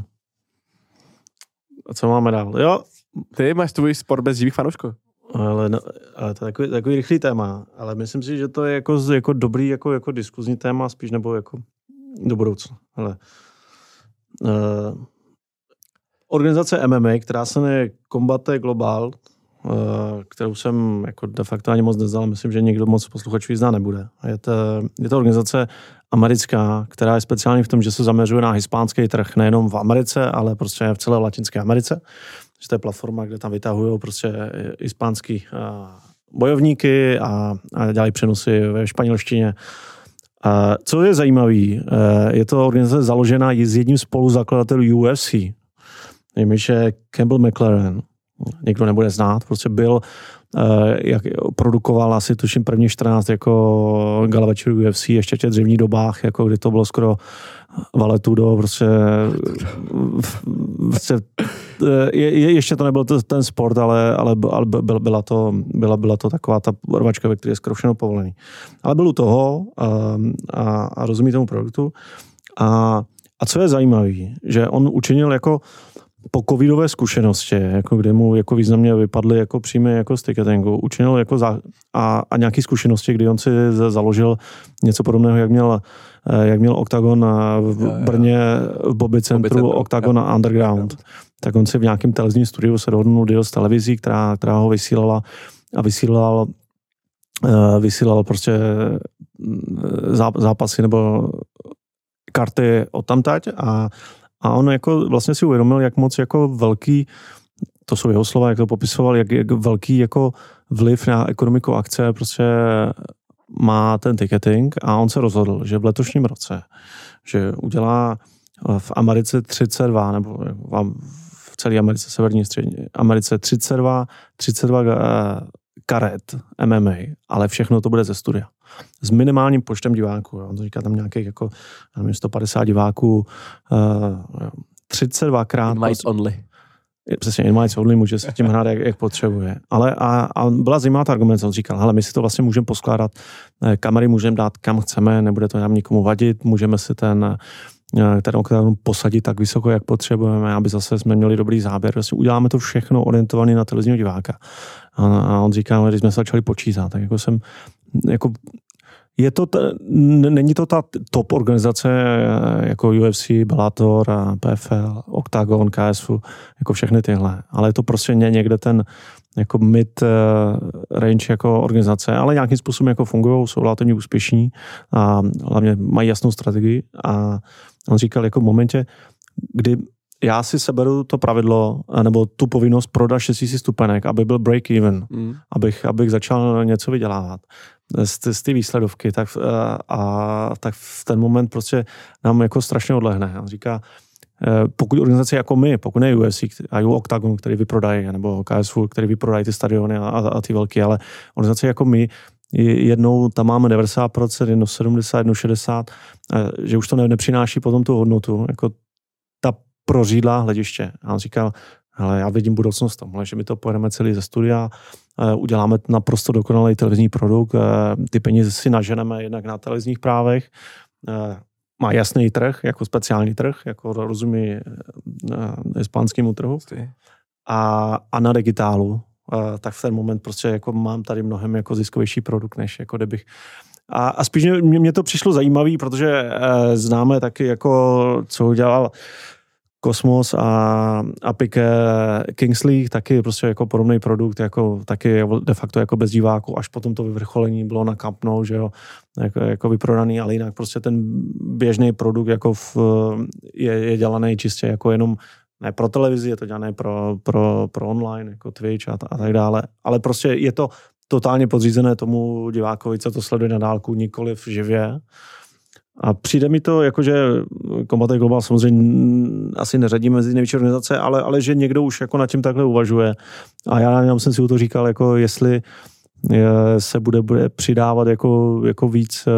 Speaker 1: A co máme dál? Jo.
Speaker 2: Ty máš tvůj sport bez živých fanoušků.
Speaker 1: Ale to je takový rychlý téma, ale myslím si, že to je jako dobrý jako diskuzní téma, spíš nebo jako do budoucna. Hele. Organizace MMA, která se jmenuje Combate Global, kterou jsem jako de facto ani moc neznal, myslím, že někdo moc posluchačů zná nebude. Je to organizace americká, která je speciální v tom, že se zaměřuje na hispánský trh, nejenom v Americe, ale prostě v celé Latinské Americe. To je platforma, kde tam vytahují prostě hispánský bojovníky a dělají přenosy ve španělštině. Co je zajímavý, je to organizace založená s jedním spoluzakladatelů UFC, jimž je Campbell McLaren. Někdo nebude znát, prostě byl, jak produkoval asi tuším první 14 jako gala večerů UFC, ještě v těch dřevních dobách, jako kdy to bylo skoro valetudo, prostě ještě to nebyl ten sport, ale byla to taková ta rvačka, ve které je skoro všechno povolený. Ale byl u toho a rozumí tomu produktu. A co je zajímavý, že on učinil jako po covidové zkušenosti, jako kde mu jako významně vypadly jako příjmy jako z ticketingu, učinil jako a nějaké zkušenosti, kdy on si založil něco podobného, jak měl Octagon v Brně v Bobby Centru, Octagon Underground. Tak on si v nějakém televizním studiu se dohodnul deal s televizí, která ho vysílala a vysílala prostě zápasy nebo karty odtamtať a on jako vlastně si uvědomil, jak moc jako velký, to jsou jeho slova, jak to popisoval, jak velký jako vliv na ekonomiku akce prostě má ten ticketing a on se rozhodl, že v letošním roce, že udělá v Americe 32, nebo v celé Americe, severní střední Americe 32 karet MMA, ale všechno to bude ze studia. S minimálním počtem diváků. On to říká tam nějakých jako 150 diváků, 32 krát.
Speaker 2: Invites only.
Speaker 1: Přesně, invites only, může se tím hrát, jak potřebuje. Ale a byla zajímavá ta argument, on říkal, hele, my si to vlastně můžeme poskládat, kamery můžeme dát kam chceme, nebude to nám nikomu vadit, můžeme si ten Octagon posadit tak vysoko, jak potřebujeme, aby zase jsme měli dobrý záběr. Vlastně uděláme to všechno orientované na televizního diváka. A on říká, když jsme se začali počítat, tak jako jsem, jako není to ta top organizace jako UFC, Bellator, PFL, Octagon, KSV, jako všechny tyhle, ale je to prostě někde ten jako mid-range jako organizace, ale nějakým způsobem jako fungují, jsou relativně úspěšní a hlavně mají jasnou strategii a on říkal jako v momentě, kdy já si seberu to pravidlo, nebo tu povinnost prodat 6000 stupenek, aby byl break-even, abych začal něco vydělávat z ty výsledovky, tak v ten moment prostě nám jako strašně odlehne. On říká, pokud organizace jako my, pokud ne UFC a Octagon, který vyprodají, nebo KSV, který vyprodají ty stadiony a ty velké, ale organizace jako my, jednou tam máme 90%, jednou 70%, jednou 60%, že už to nepřináší potom tu hodnotu, jako ta prořídlá hlediště. A on říkal, hele, já vidím budoucnost tomhle, že my to pojedeme celý ze studia, uděláme naprosto dokonalý televizní produkt, ty peníze si naženeme jednak na televizních právech, má jasný trh, jako speciální trh, jako rozumí hispánskému trhu a na digitálu, tak v ten moment prostě jako mám tady mnohem jako ziskovější produkt, než jako kdybych. A spíš mě to přišlo zajímavý, protože známe taky jako, co udělal Kosmos a Piqué Kingsley, taky prostě jako podobný produkt, jako taky de facto jako bez diváků, až potom to vyvrcholení bylo na Camp Nou, že jo, jako vyprodaný, ale jinak prostě ten běžný produkt jako je dělaný čistě jako jenom ne pro televizi, je to dělané pro online, jako Twitch a tak dále, ale prostě je to totálně podřízené tomu divákovi, co to sleduje na dálku, nikoliv živě. A přijde mi to, jakože Combat Global samozřejmě asi neřadí mezi největší organizace, ale že někdo už jako nad tím takhle uvažuje. A já jsem si u to říkal, jako jestli se bude přidávat jako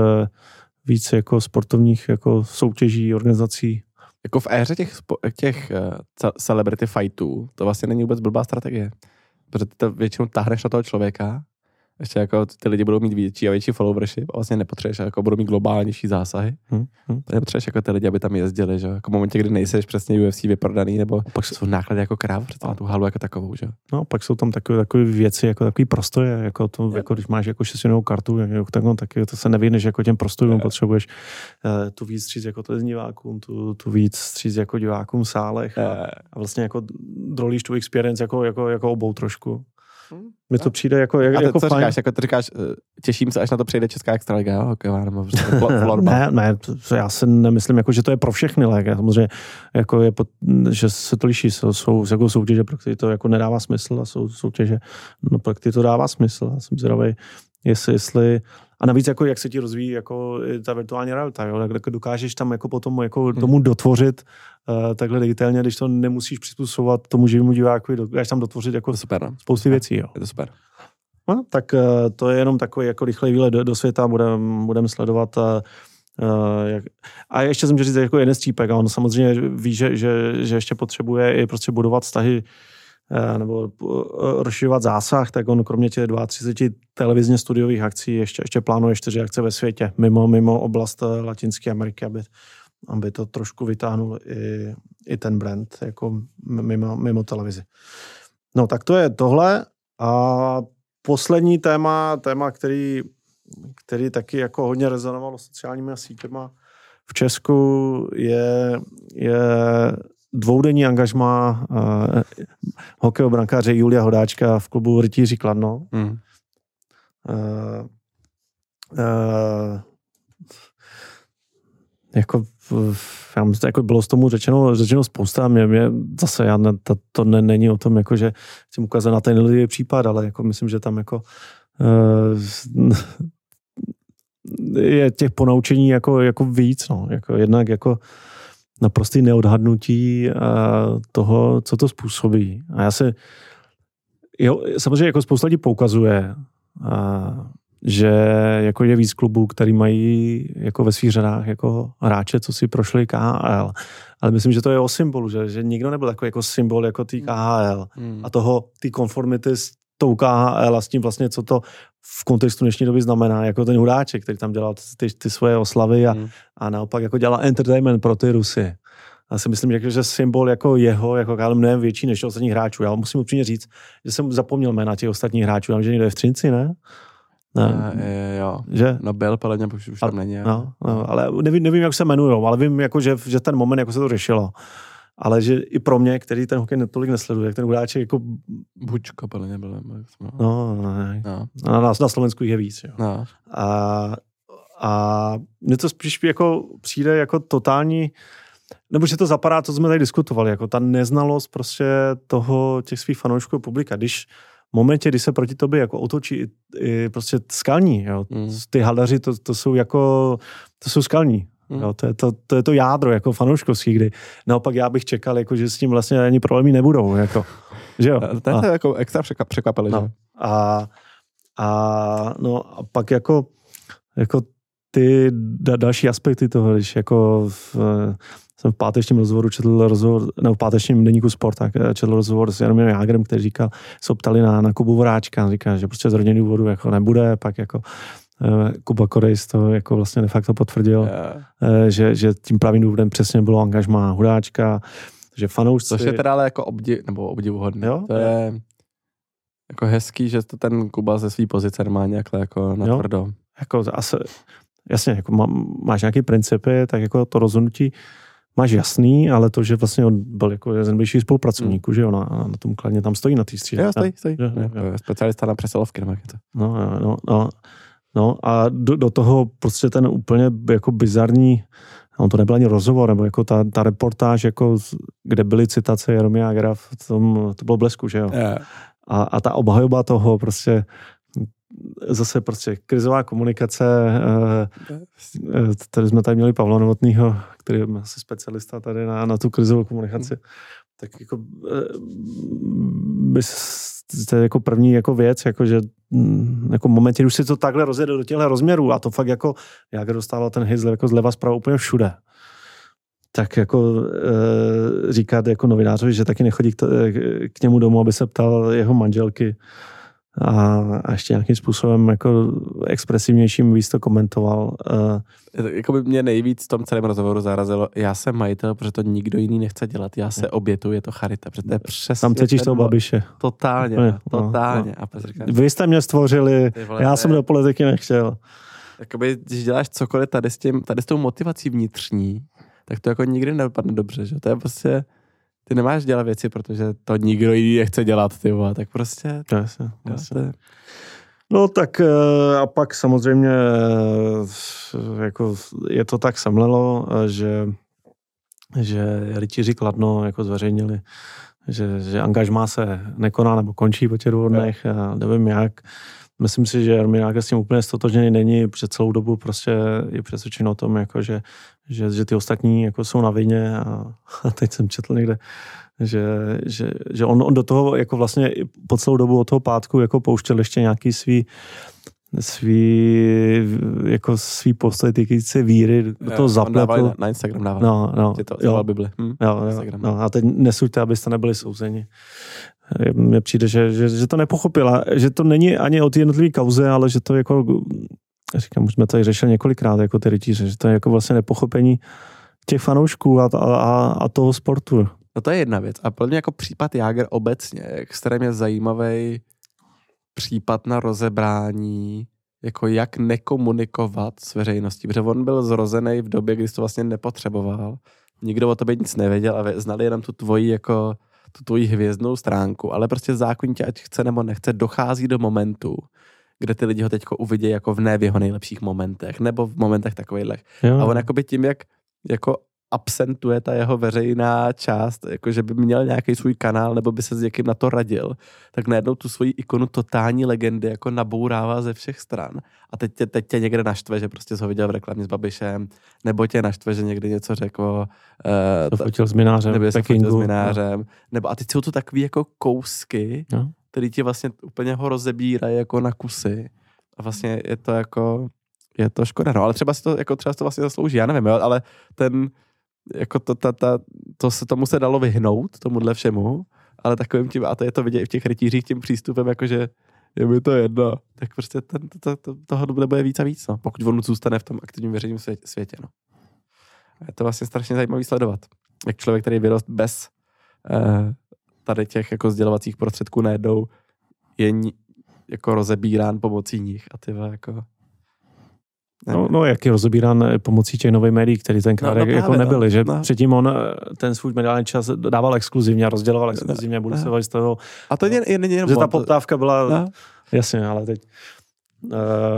Speaker 1: víc jako sportovních jako soutěží, organizací.
Speaker 2: Jako v éře těch celebrity fightů, to vlastně není vůbec blbá strategie. Protože ty to většinou táhneš na toho člověka, ještě jako ty lidi budou mít větší a větší followership a vlastně nepotřebuješ, jako budou mít globálnější zásahy. Nepotřebuješ jako ty lidi, aby tam jezdili, že? Jako v momentě, kdy nejseš přesně UFC vyprodaný, nebo pak jsou náklady jako kráva na tu halu jako takovou, že?
Speaker 1: No, pak jsou tam takové věci, jako takový prostoje, jako to, jako když máš jako 600 kartu, tak to se nevyhneš jako těm prostorům, potřebuješ tu víc stříc jako divákům, tu víc stříc jako divákům v sálech a vlastně jako drolíš tu experience jako obou trošku. Mně to přijde jako
Speaker 2: co fajn. Říkáš? Jako ty říkáš, těším se, až na to přijde Česká extraliga, hokejová, nebo
Speaker 1: ne, já si nemyslím, jako, že to je pro všechny léky. Samozřejmě, jako že se to liší. Jsou jako soutěže, pro které to jako nedává smysl a jsou soutěže, no, pro které to dává smysl. Já jsem zvědavý, jestli a navíc, jako, jak se ti rozvíjí jako ta virtuální realita, jo? Jak dokážeš tam jako potom jako tomu dotvořit takhle digitálně, když to nemusíš přizpůsobovat tomu živému diváku, dokážeš tam dotvořit jako
Speaker 2: super,
Speaker 1: spousty věcí. Jo?
Speaker 2: Je to super.
Speaker 1: No, tak to je jenom takový jako rychlej výlet do světa, budeme sledovat. A ještě jsem říct jako jeden střípek a on samozřejmě ví, že ještě potřebuje i prostě budovat vztahy nebo rozšiřovat zásah, tak on kromě těch 32 televizně studiových akcí ještě plánuje 4 akce ve světě, mimo oblast Latinské Ameriky, aby to trošku vytáhnul i ten brand, jako mimo televizi. No tak to je tohle a poslední téma, který taky jako hodně rezonovalo sociálními sítěma v Česku je dvoudenní angažmá hokejového brankáře Julia Hodáčka v klubu Rytíři Kladno. Jako bylo z tomu řečeno spousta. Mě zase to není o tom, jako, že chci ukázat na ten lidový případ, ale jako myslím, že tam jako je těch ponaučení jako víc. No. Jako jednak jako naprostý neodhadnutí toho, co to způsobí. A já samozřejmě jako spousta lidí poukazuje, že jako je víc klubů, který mají jako ve svých řadách jako hráče, co si prošli KHL. Ale myslím, že to je o symbolu, že nikdo nebyl jako symbol jako tý KHL a ty konformity s tou KHL a s tím vlastně, co to v kontextu dnešní doby znamená, jako ten Hudáček, který tam dělal ty svoje oslavy a naopak jako dělal entertainment pro ty Rusy. Já si myslím, že symbol jako jeho, jako KHL mnohem větší než ostatních hráčů. Já musím upřímně říct, že jsem zapomněl jména těch ostatních hráčů. Tam, že někdo je v Třinci, ne?
Speaker 2: Jo.
Speaker 1: Že?
Speaker 2: No byl, ale už tam není.
Speaker 1: No, ale nevím, jak se jmenujou, ale vím, jako, že ten moment jako se to řešilo. Ale že i pro mě, který ten hokej tolik nesleduje, ten Hudáček jako...
Speaker 2: Bučko, podle mě byl.
Speaker 1: Na Slovensku jich je víc. Jo.
Speaker 2: No.
Speaker 1: A mně to spíš jako přijde jako totální nebo že to zapadá, co jsme tady diskutovali, jako ta neznalost prostě těch svých fanoušků publika. Když v momentě, kdy se proti tobě jako otočí i prostě skalní, jo, ty hadaři, to jsou skalní. Jo, to je to jádro jako fanouškovský, kdy naopak já bych čekal, jako, že s tím vlastně ani problémy nebudou. Jako, že jo?
Speaker 2: To je jako extra překvapili.
Speaker 1: No. A pak jako ty další aspekty toho, když jako jsem v pátečním rozhovoru četl v pátečním deníku Sport, tak četl rozhovor s Jaromírem Jágrem, který říkal, se ptali na Kubu Voráčka, říká, že prostě z rodinných důvodů jako nebude, pak jako Kuba Korejs to jako vlastně de facto potvrdil, že tím pravým důvodem přesně bylo angažmá Hudáčka, že fanoušci...
Speaker 2: Což je teda ale jako obdivuhodné. Jo? To je jako hezký, že to ten Kuba ze svý pozice má nějakhle jako natvrdo.
Speaker 1: Jako jasně, jako máš nějaký principy, tak jako to rozhodnutí máš jasný, ale to, že vlastně on byl jako jeden z nejbližších spolupracovníků, že jo, na tom Kladně tam stojí na té stříže.
Speaker 2: Jo, stojí. Specialista na přesilovky, nebo jak je to.
Speaker 1: No a do toho prostě ten úplně jako bizarní, on to nebyl ani rozhovor, nebo jako ta reportáž, jako, kde byly citace Jaromíra Jágra, to bylo blesku, že jo.
Speaker 2: Yeah.
Speaker 1: A ta obhajoba toho prostě zase prostě krizová komunikace, tady jsme tady měli Pavla Novotnýho, který je asi specialista tady na tu krizovou komunikaci, tak jako to je jako první jako věc, jako že jako v momentě, když si to takhle rozjede do těchto rozměrů a to fakt jako, jak dostával ten hejzl jako zleva zprava úplně všude, tak jako říkat jako novinářovi, že taky nechodí k němu domů, aby se ptal jeho manželky a ještě nějakým způsobem jako expresivnějším víc to komentoval.
Speaker 2: Jako by mě nejvíc v tom celém rozhovoru zarazilo, já jsem majitel, protože to nikdo jiný nechce dělat, já se obětuju, je to charita, protože to je přesně...
Speaker 1: Tam cítíš toho Babiše.
Speaker 2: Totálně. A říkám,
Speaker 1: vy jste mě stvořili, já jsem do politiky nechtěl.
Speaker 2: Jakoby, když děláš cokoliv tady s tou motivací vnitřní, tak to jako nikdy nedopadne dobře, že? To je prostě... Ty nemáš dělat věci, protože to nikdo jiný nechce dělat, ty vole, tak prostě...
Speaker 1: Jasně. No tak a pak samozřejmě jako je to tak semlelo, že rytíři Kladno jako zveřejnili, že angažmá se nekoná nebo končí po těch 2 dnech a nevím jak. Myslím si, že Jaromír Jágr s tím úplně stotožněný není, protože celou dobu prostě je přesvědčen o tom, jako že ty ostatní jako jsou na vině a teď jsem četl někde, že on do toho jako vlastně po celou dobu od toho pátku jako pouštěl ještě nějaký svý postoj týkající víry, do toho zapletl.
Speaker 2: Na Instagram dával.
Speaker 1: No.
Speaker 2: Jo. Bibli.
Speaker 1: No, a teď nesuďte, abyste nebyli souzeni. Mně přijde, že to nepochopila, že to není ani o té jednotlivé kauze, ale že to jako, říkám, už jsme to řešili několikrát, jako ty rytíře, že to je jako vlastně nepochopení těch fanoušků a toho sportu.
Speaker 2: No to je jedna věc. A pro mě jako případ Jágr obecně je extrémně zajímavý případ na rozebrání, jako jak nekomunikovat s veřejností, protože on byl zrozený v době, kdy jsi to vlastně nepotřeboval. Nikdo o tobě nic nevěděl a znali jenom tu tvoji hvězdnou stránku, ale prostě zákonitě, ať chce nebo nechce, dochází do momentu, kde ty lidi ho teďko uvidí jako v jeho nejlepších momentech, nebo v momentech takových. A on jakoby tím, jak jako absentuje ta jeho veřejná část, jako že by měl nějaký svůj kanál, nebo by se s někým na to radil, tak najednou tu svoji ikonu totální legendy jako nabourává ze všech stran. A teď tě někde naštve, že prostě jsi ho viděl v reklamě s Babišem, nebo tě naštve, že někdy něco řekl.
Speaker 1: Fotil s Minářem.
Speaker 2: Nebo se fotil s Minářem. Nebo a teď jsou to takový jako kousky, který ti vlastně úplně ho rozebírají jako na kusy. A vlastně je to škoda. No, ale třeba to vlastně zaslouží, já nevím, jo, ale jako tomu se dalo vyhnout, tomuhle všemu, ale takovým tím, a to je to vidět i v těch rytířích tím přístupem, jakože je mi to jedno, tak prostě toho bude víc a víc, no, pokud on zůstane v tom aktivním veřejném světě, no. Je to vlastně strašně zajímavý sledovat, jak člověk, který vyrost bez tady těch jako sdělovacích prostředků najednou je jako rozebírán pomocí nich a ty jako...
Speaker 1: No, jak je rozebírán pomocí těch nových médií, který tenkrát jako nebyly, že předtím on ten svůj mediální čas dával exkluzivně a rozděloval exkluzivně, bude se z toho.
Speaker 2: A to není jenom
Speaker 1: že ta poptávka byla, jasně, ale teď.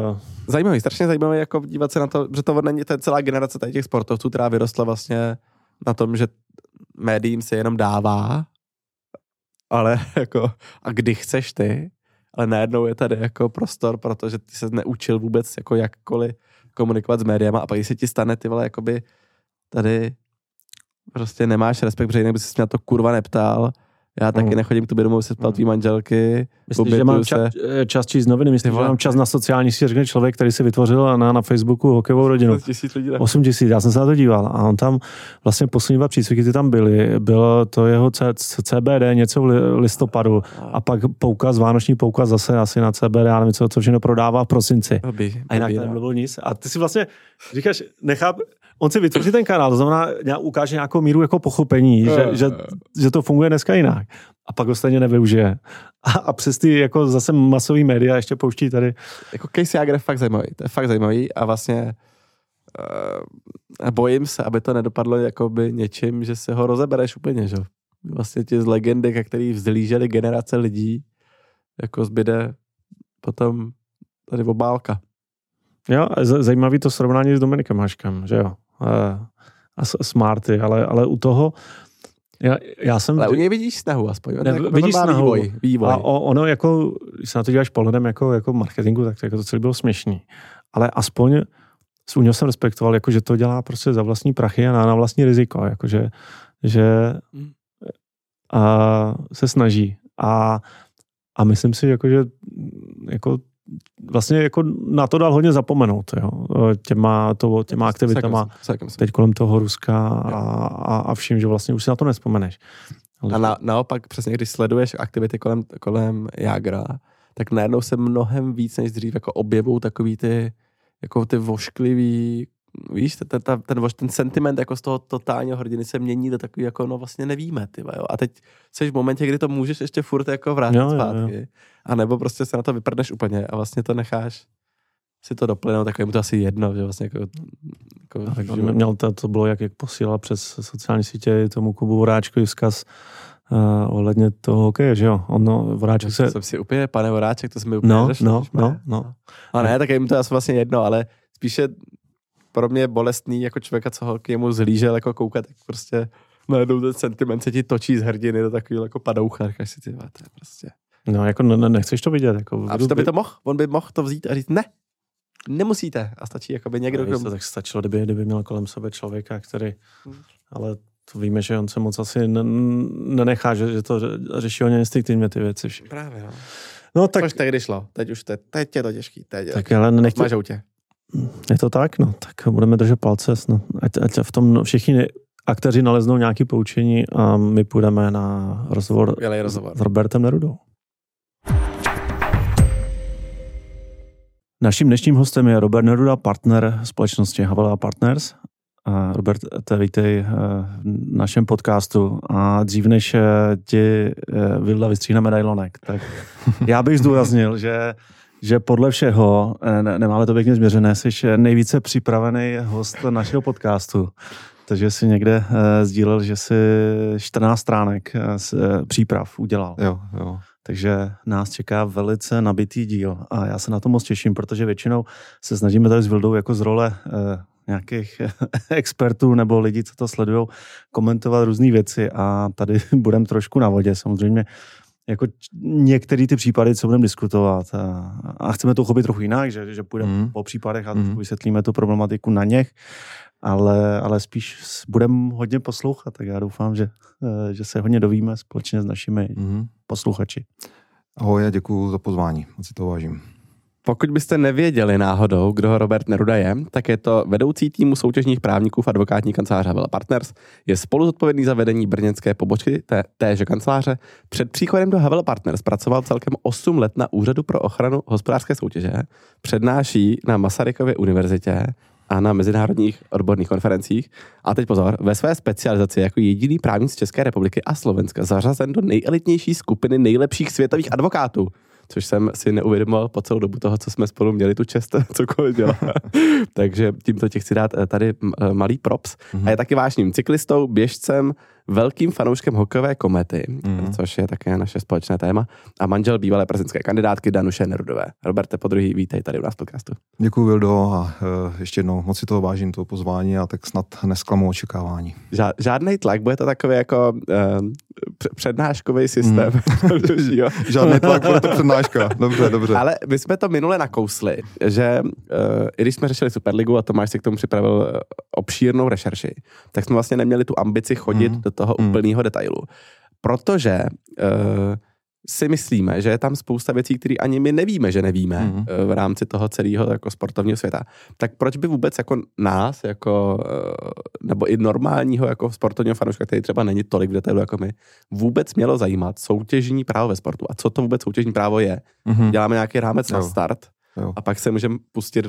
Speaker 2: Zajímavý, strašně zajímavý, jako dívat se na to, že to není celá generace těch sportovců, která vyrostla vlastně na tom, že médiím se jenom dává, ale jako, a kdy chceš ty, ale najednou je tady jako prostor, protože ty se neučil vůbec jako jakkoliv komunikovat s médiama a pak když se ti stane ty vole, jakoby tady prostě nemáš respekt, protože jinak by se na to kurva neptal. Já taky nechodím k tobě domů se spát tvý manželky.
Speaker 1: Myslíš, že mám čas číst noviny? Myslíš, že mám čas na sociální síť? Řekne člověk, který si vytvořil na Facebooku hokejovou rodinu. 8 000, já jsem se na to díval. A on tam vlastně poslední 2 přícviky, ty tam byly. Bylo to jeho CBD něco v listopadu a pak vánoční poukaz zase asi na CBD, já nevím, co všechno prodává v prosinci. A jinak tam nebylo nic. A ty si vlastně říkáš, on si vytvoří ten kanál, to znamená, ukáže nějakou míru jako pochopení, že to funguje dneska jinak. A pak ho stejně nevyužije. A přes ty jako zase masový média ještě pouští tady.
Speaker 2: Jako Casey Jager je fakt zajímavý. To je fakt zajímavý a vlastně bojím se, aby to nedopadlo jakoby něčím, že se ho rozebereš úplně, že? Vlastně ti z legendy, který vzlíželi generace lidí, jako zbyde potom tady obálka.
Speaker 1: Jo, zajímavý to srovnání s Dominikem Haškem, že jo. A Smarty, ale u toho já jsem...
Speaker 2: Ale u něj vidíš snahu aspoň.
Speaker 1: Vidíš snahu.
Speaker 2: Vývoj.
Speaker 1: A ono jako, když se na to díváš pohledem jako marketingu, tak jako to celé bylo směšný. Ale aspoň u něho jsem respektoval, jako, že to dělá prostě za vlastní prachy a na vlastní riziko. Jako, že se snaží. A myslím si, jako, že jako vlastně jako na to dal hodně zapomenout, jo. Těma aktivitama teď kolem toho Ruska a vším, že vlastně už si na to nespomeneš.
Speaker 2: A naopak přesně, když sleduješ aktivity kolem Jágra, tak najednou se mnohem víc než dřív jako objevou takový ty jako ty vošklivý, víš, ten sentiment jako z toho totálního hrdiny se mění do takový jako, no vlastně nevíme, tyva, jo. A teď jsi v momentě, kdy to můžeš ještě furt jako vrátit zpátky. Jo. A nebo prostě se na to vyprdneš úplně a vlastně to necháš si to doplynout, tak je mu to asi jedno, že vlastně jako
Speaker 1: měl to bylo, jak posílal přes sociální sítě tomu Kubu Voráčkovi vzkaz ohledně toho hokeje, že jo? Voráček se...
Speaker 2: Jsem si úplně, pane Voráček, to jsme úplně
Speaker 1: No.
Speaker 2: A ne, tak je mu to asi vlastně jedno, ale spíše pro mě bolestný jako člověka, co ho k němu zhlížel, jako koukat, tak prostě najednou ten sentiment se ti točí z hrdiny do takového jako padoucha, říkáš si, ty to je prostě...
Speaker 1: No, jako nechceš to vidět. Jako,
Speaker 2: a to by to mohl? On by mohl to vzít a říct, ne, nemusíte. A stačí jakoby někdo,
Speaker 1: kdo... Tak stačilo, kdyby měl kolem sebe člověka, který... Ale to víme, že on se moc asi nenechá, že to řeší hodně instinktivně ty věci.
Speaker 2: Právě, no.
Speaker 1: No tak...
Speaker 2: Což tehdy šlo. Teď je to těžký.
Speaker 1: Tak ale
Speaker 2: Mažou tě.
Speaker 1: Je to tak? No, tak budeme držet palce. No. Ať v tom všichni aktéři naleznou nějaké poučení a my půjdeme na rozhovor s Robertem Nerudou. Naším dnešním hostem je Robert Neruda, partner společnosti Havel & Partners. Robert, vítej v našem podcastu a dřív než ti Vilda vystříhne medailonek, tak já bych zdůraznil, že podle všeho, nemáme to pěkně změřené, jsi nejvíce připravený host našeho podcastu. Takže jsi někde sdílel, že jsi 14 stránek příprav udělal.
Speaker 3: Jo.
Speaker 1: Takže nás čeká velice nabitý díl a já se na to moc těším, protože většinou se snažíme tady s Vildou jako z role nějakých expertů nebo lidí, co to sledujou, komentovat různé věci a tady budeme trošku na vodě. Samozřejmě jako některé ty případy, co budeme diskutovat a chceme to uchopit trochu jinak, že půjdeme po případech a vysvětlíme tu problematiku na něch, ale spíš budeme hodně poslouchat, tak já doufám, že se hodně dovíme společně s našimi posluchači.
Speaker 3: Ahoj, já děkuju za pozvání, moc si to vážím.
Speaker 2: Pokud byste nevěděli náhodou, kdo Robert Neruda je, tak je to vedoucí týmu soutěžních právníků v advokátní kanceláře Havel & Partners, je spoluzodpovědný za vedení brněnské pobočky téže kanceláře. Před příchodem do Havel & Partners pracoval celkem 8 let na Úřadu pro ochranu hospodářské soutěže, přednáší na Masarykově univerzitě a na mezinárodních odborných konferencích. A teď pozor, ve své specializaci jako jediný právník z České republiky a Slovenska zařazen do nejelitnější skupiny nejlepších světových advokátů. což jsem si neuvědomoval po celou dobu toho, co jsme spolu měli tu čest cokoliv dělat. Takže tímto ti chci dát tady malý props. A je taky vážným cyklistou, běžcem, velkým fanouškem hokejové komety, což je také naše společné téma, a manžel bývalé prezidentské kandidátky Danuše Nerudové. Roberte, podruhý, vítej tady u nás v podcastu.
Speaker 3: Děkuji, Vildo, a ještě jednou moc si toho vážím, toho pozvání, a tak snad nesklamu očekávání.
Speaker 2: Žádný tlak, bude to takový jako přednáškový systém.
Speaker 3: Žádný tlak, bude to přednáška. Dobře.
Speaker 2: Ale my jsme to minule nakousli, že i když jsme řešili Superligu a Tomáš si k tomu připravil obšírnou rešerši, tak jsme vlastně neměli tu ambici chodit do toho úplného detailu. Protože si myslíme, že je tam spousta věcí, které ani my nevíme, že nevíme v rámci toho celého jako sportovního světa. Tak proč by vůbec jako nás, jako, nebo i normálního jako sportovního fanouška, který třeba není tolik v detailu jako my, vůbec mělo zajímat soutěžní právo ve sportu? A co to vůbec soutěžní právo je? Děláme nějaký rámec na start a pak se můžeme pustit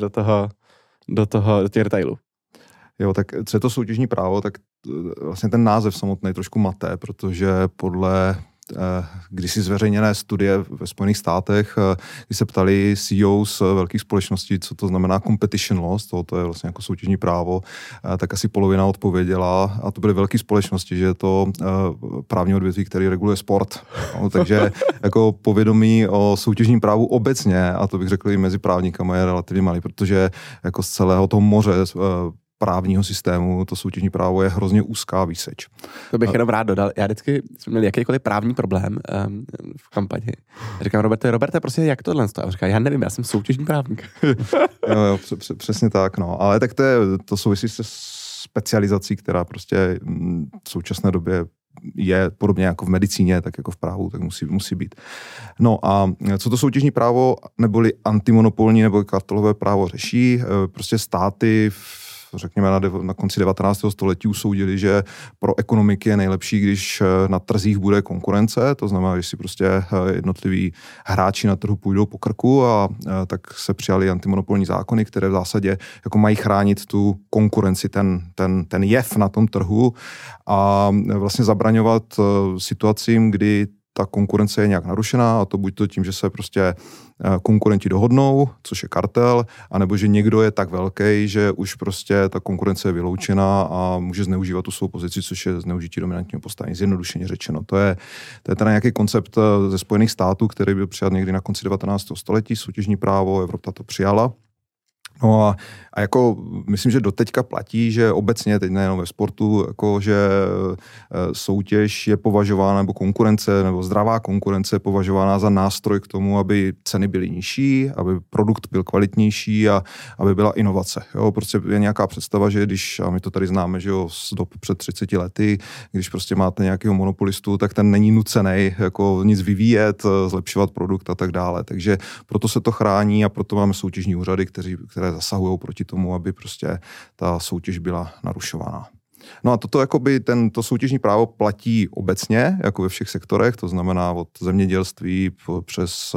Speaker 2: do těch detailů.
Speaker 3: Jo, tak co je to soutěžní právo, tak vlastně ten název samotný trošku mate, protože podle kdysi zveřejněné studie ve Spojených státech, kdy se ptali CEOs velkých společností, co to znamená competition law, to je vlastně jako soutěžní právo, tak asi polovina odpověděla, a to byly velké společnosti, že je to právní odvětví, který reguluje sport. No, takže jako povědomí o soutěžním právu obecně, a to bych řekl i mezi právníkama, je relativně malý, protože jako z celého toho moře právního systému to soutěžní právo je hrozně úzká výseč.
Speaker 2: To bych jenom rád dodal. Já vždycky jsme měli jakýkoliv právní problém v kampani. Říkám, Roberte, prostě jak tohle? A říká, já nevím, já jsem soutěžní právník.
Speaker 3: jo, přesně tak, no. Ale tak to souvisí se specializací, která prostě v současné době je podobně jako v medicíně, tak jako v právu, tak musí být. No a co to soutěžní právo neboli antimonopolní nebo kartelové právo řeší? Prostě státy řekněme na konci 19. století usoudili, že pro ekonomiky je nejlepší, když na trzích bude konkurence, to znamená, když si prostě jednotliví hráči na trhu půjdou po krku, a tak se přijali antimonopolní zákony, které v zásadě jako mají chránit tu konkurenci, ten jev na tom trhu, a vlastně zabraňovat situacím, kdy ta konkurence je nějak narušená, a to buď to tím, že se prostě konkurenti dohodnou, což je kartel, anebo že někdo je tak velký, že už prostě ta konkurence je vyloučená a může zneužívat tu svou pozici, což je zneužití dominantního postavení, zjednodušeně řečeno. To je teda nějaký koncept ze Spojených států, který byl přijat někdy na konci 19. století, soutěžní právo, Evropa to přijala. No a jako myslím, že doteďka platí, že obecně, teď nejenom ve sportu, jako že soutěž je považována, nebo konkurence, nebo zdravá konkurence je považována za nástroj k tomu, aby ceny byly nižší, aby produkt byl kvalitnější a aby byla inovace. Jo, prostě je nějaká představa, že když, a my to tady známe, že jo, z dob před 30 lety, když prostě máte nějakého monopolistu, tak ten není nucený jako nic vyvíjet, zlepšovat produkt a tak dále. Takže proto se to chrání a proto máme soutěžní úřady, které zasahují proti tomu, aby prostě ta soutěž byla narušovaná. No a toto jakoby to soutěžní právo platí obecně, jako ve všech sektorech, to znamená od zemědělství přes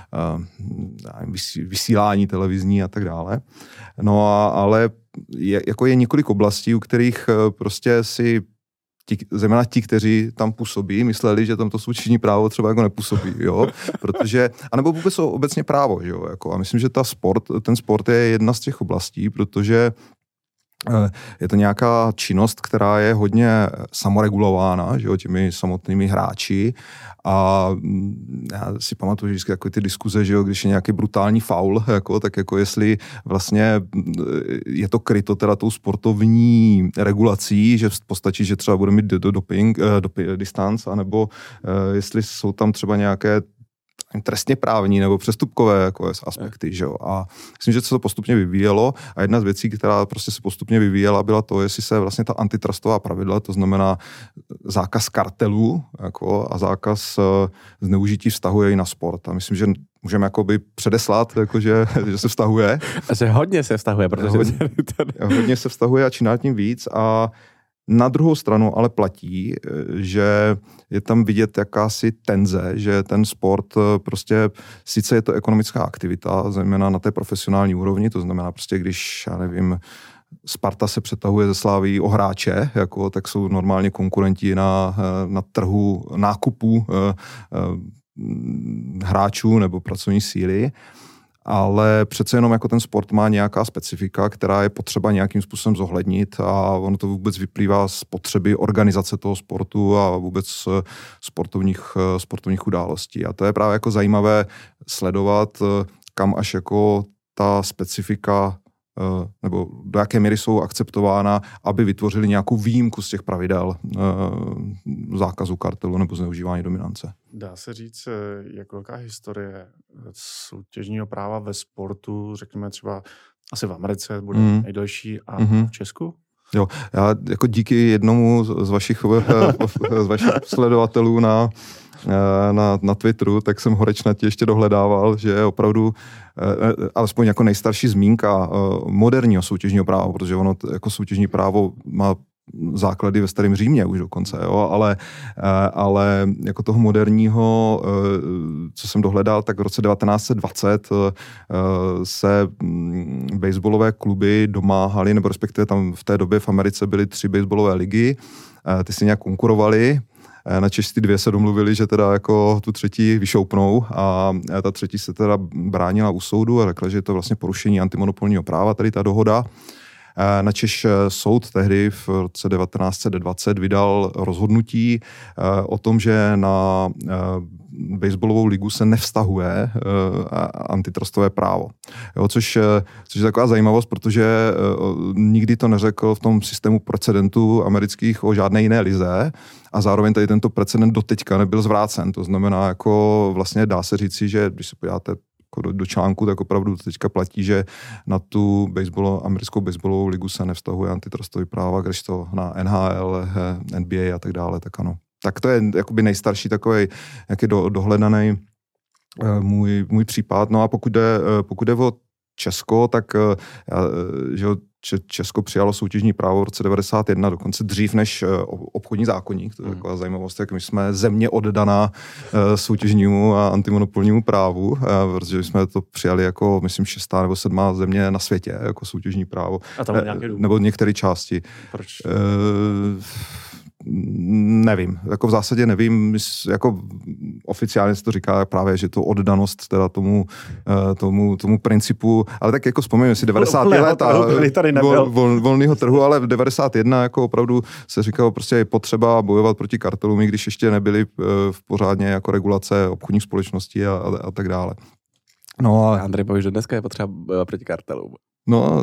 Speaker 3: vysílání televizní a tak dále. No ale je několik oblastí, u kterých prostě si zejména ti, kteří tam působí, mysleli, že tam to soutěžní právo třeba jako nepůsobí, jo, protože, anebo vůbec obecně právo, jo, jako, a myslím, že ten sport je jedna z těch oblastí, protože je to nějaká činnost, která je hodně samoregulována, že jo, těmi samotnými hráči, a já si pamatuju vždycky takové ty diskuze, že jo, když je nějaký brutální faul, jako, tak jako jestli vlastně je to kryto teda tou sportovní regulací, že postačí, že třeba bude mít doping distanc, anebo jestli jsou tam třeba nějaké trestně právní nebo přestupkové jako aspekty, že jo. A myslím, že se to postupně vyvíjelo, a jedna z věcí, která prostě se postupně vyvíjela, byla to, jestli se vlastně ta antitrustová pravidla, to znamená zákaz kartelů jako, a zákaz zneužití vztahuje i na sport. A myslím, že můžeme jakoby předeslat, jako, že se vztahuje.
Speaker 2: A že hodně se vztahuje, protože
Speaker 3: hodně se vztahuje a čím dál tím víc. A na druhou stranu ale platí, že je tam vidět jakási tenze, že ten sport prostě, sice je to ekonomická aktivita, zejména na té profesionální úrovni, to znamená prostě, když, já nevím, Sparta se přetahuje ze Sláví o hráče, jako, tak jsou normálně konkurenti na trhu nákupů hráčů nebo pracovní síly, ale přece jenom jako ten sport má nějaká specifika, která je potřeba nějakým způsobem zohlednit a ono to vůbec vyplývá z potřeby organizace toho sportu a vůbec sportovních událostí. A to je právě jako zajímavé sledovat, kam až jako ta specifika nebo do jaké míry jsou akceptována, aby vytvořili nějakou výjimku z těch pravidel zákazu kartelu nebo zneužívání dominance.
Speaker 1: Dá se říct, jak velká historie soutěžního práva ve sportu, řekněme třeba asi v Americe bude nejdelší a v Česku?
Speaker 3: Jo, já jako díky jednomu z vašich sledovatelů na Twitteru, tak jsem horečnatě ještě dohledával, že je opravdu alespoň jako nejstarší zmínka moderního soutěžního práva, protože ono jako soutěžní právo má základy ve Starém Římě už dokonce, jo, ale jako toho moderního, co jsem dohledal, tak v roce 1920 se baseballové kluby domáhaly, nebo respektive tam v té době v Americe byly 3 baseballové ligy, ty si nějak konkurovaly. Načež ty 2 se domluvili, že teda jako tu třetí vyšoupnou a ta třetí se teda bránila u soudu a řekla, že je to vlastně porušení antimonopolního práva, tady ta dohoda. Načež soud tehdy v roce 1920 vydal rozhodnutí o tom, že na baseballovou ligu se nevztahuje antitrustové právo. Jo, což je taková zajímavost, protože nikdy to neřekl v tom systému precedentů amerických o žádné jiné lize a zároveň tady tento precedent doteďka nebyl zvrácen. To znamená, jako vlastně dá se říci, že když se podíváte do článku, tak opravdu teďka platí, že na tu americkou baseballovou ligu se nevztahuje antitrustový práva, když to na NHL, NBA a tak dále, tak ano. Tak to je jakoby nejstarší takový jaký dohledaný můj případ. No a pokud jde o Česko, tak že Česko přijalo soutěžní právo v roce 1991, dokonce dřív než obchodní zákoník. To je taková zajímavost, jak my jsme země oddaná soutěžnímu a antimonopolnímu právu, protože jsme to přijali jako, myslím, 6. nebo 7. země na světě, jako soutěžní právo.
Speaker 1: A tam nějaké důvod?
Speaker 3: Nebo některé části.
Speaker 1: Proč?
Speaker 3: Nevím, jako v zásadě nevím, jako oficiálně se to říká právě, že to oddanost teda tomu principu, ale tak jako vzpomínám si 90. let a volného trhu, ale v 91 jako opravdu se říkalo prostě je potřeba bojovat proti kartelům, i když ještě nebyly v pořádně jako regulace obchodních společností a tak dále. No a
Speaker 2: Andrej poví, že dneska je potřeba bojovat proti kartelům.
Speaker 3: No,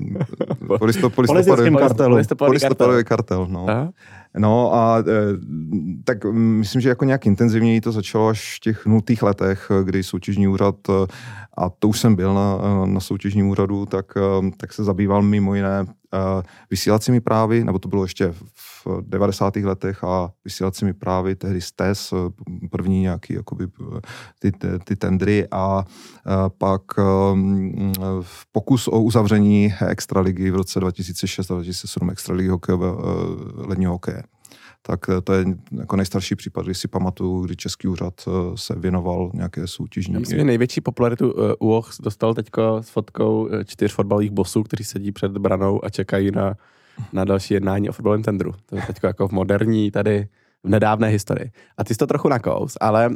Speaker 3: polistopadový kartel, no. No a tak myslím, že jako nějak intenzivněji to začalo až v těch 0. letech, kdy soutěžní úřad, a to už jsem byl na soutěžním úřadu, tak se zabýval mimo jiné vysílacími právy, nebo to bylo ještě v 90. letech a vysílacími právy, tehdy STES, první nějaký jakoby ty tendry a pak pokus o uzavření extraligy v roce 2006 a 2007 extraligy ledního hokeje. Tak to je jako nejstarší případ, když si pamatuju, kdy Český úřad se věnoval nějaké soutěžní.
Speaker 2: Já myslím, že největší popularitu ÚOH dostal teďko s fotkou 4 fotbalových bossů, kteří sedí před branou a čekají na další jednání o fotbalovém tendru. To je teďko jako v moderní, tady v nedávné historii. A ty jsi to trochu nakous, ale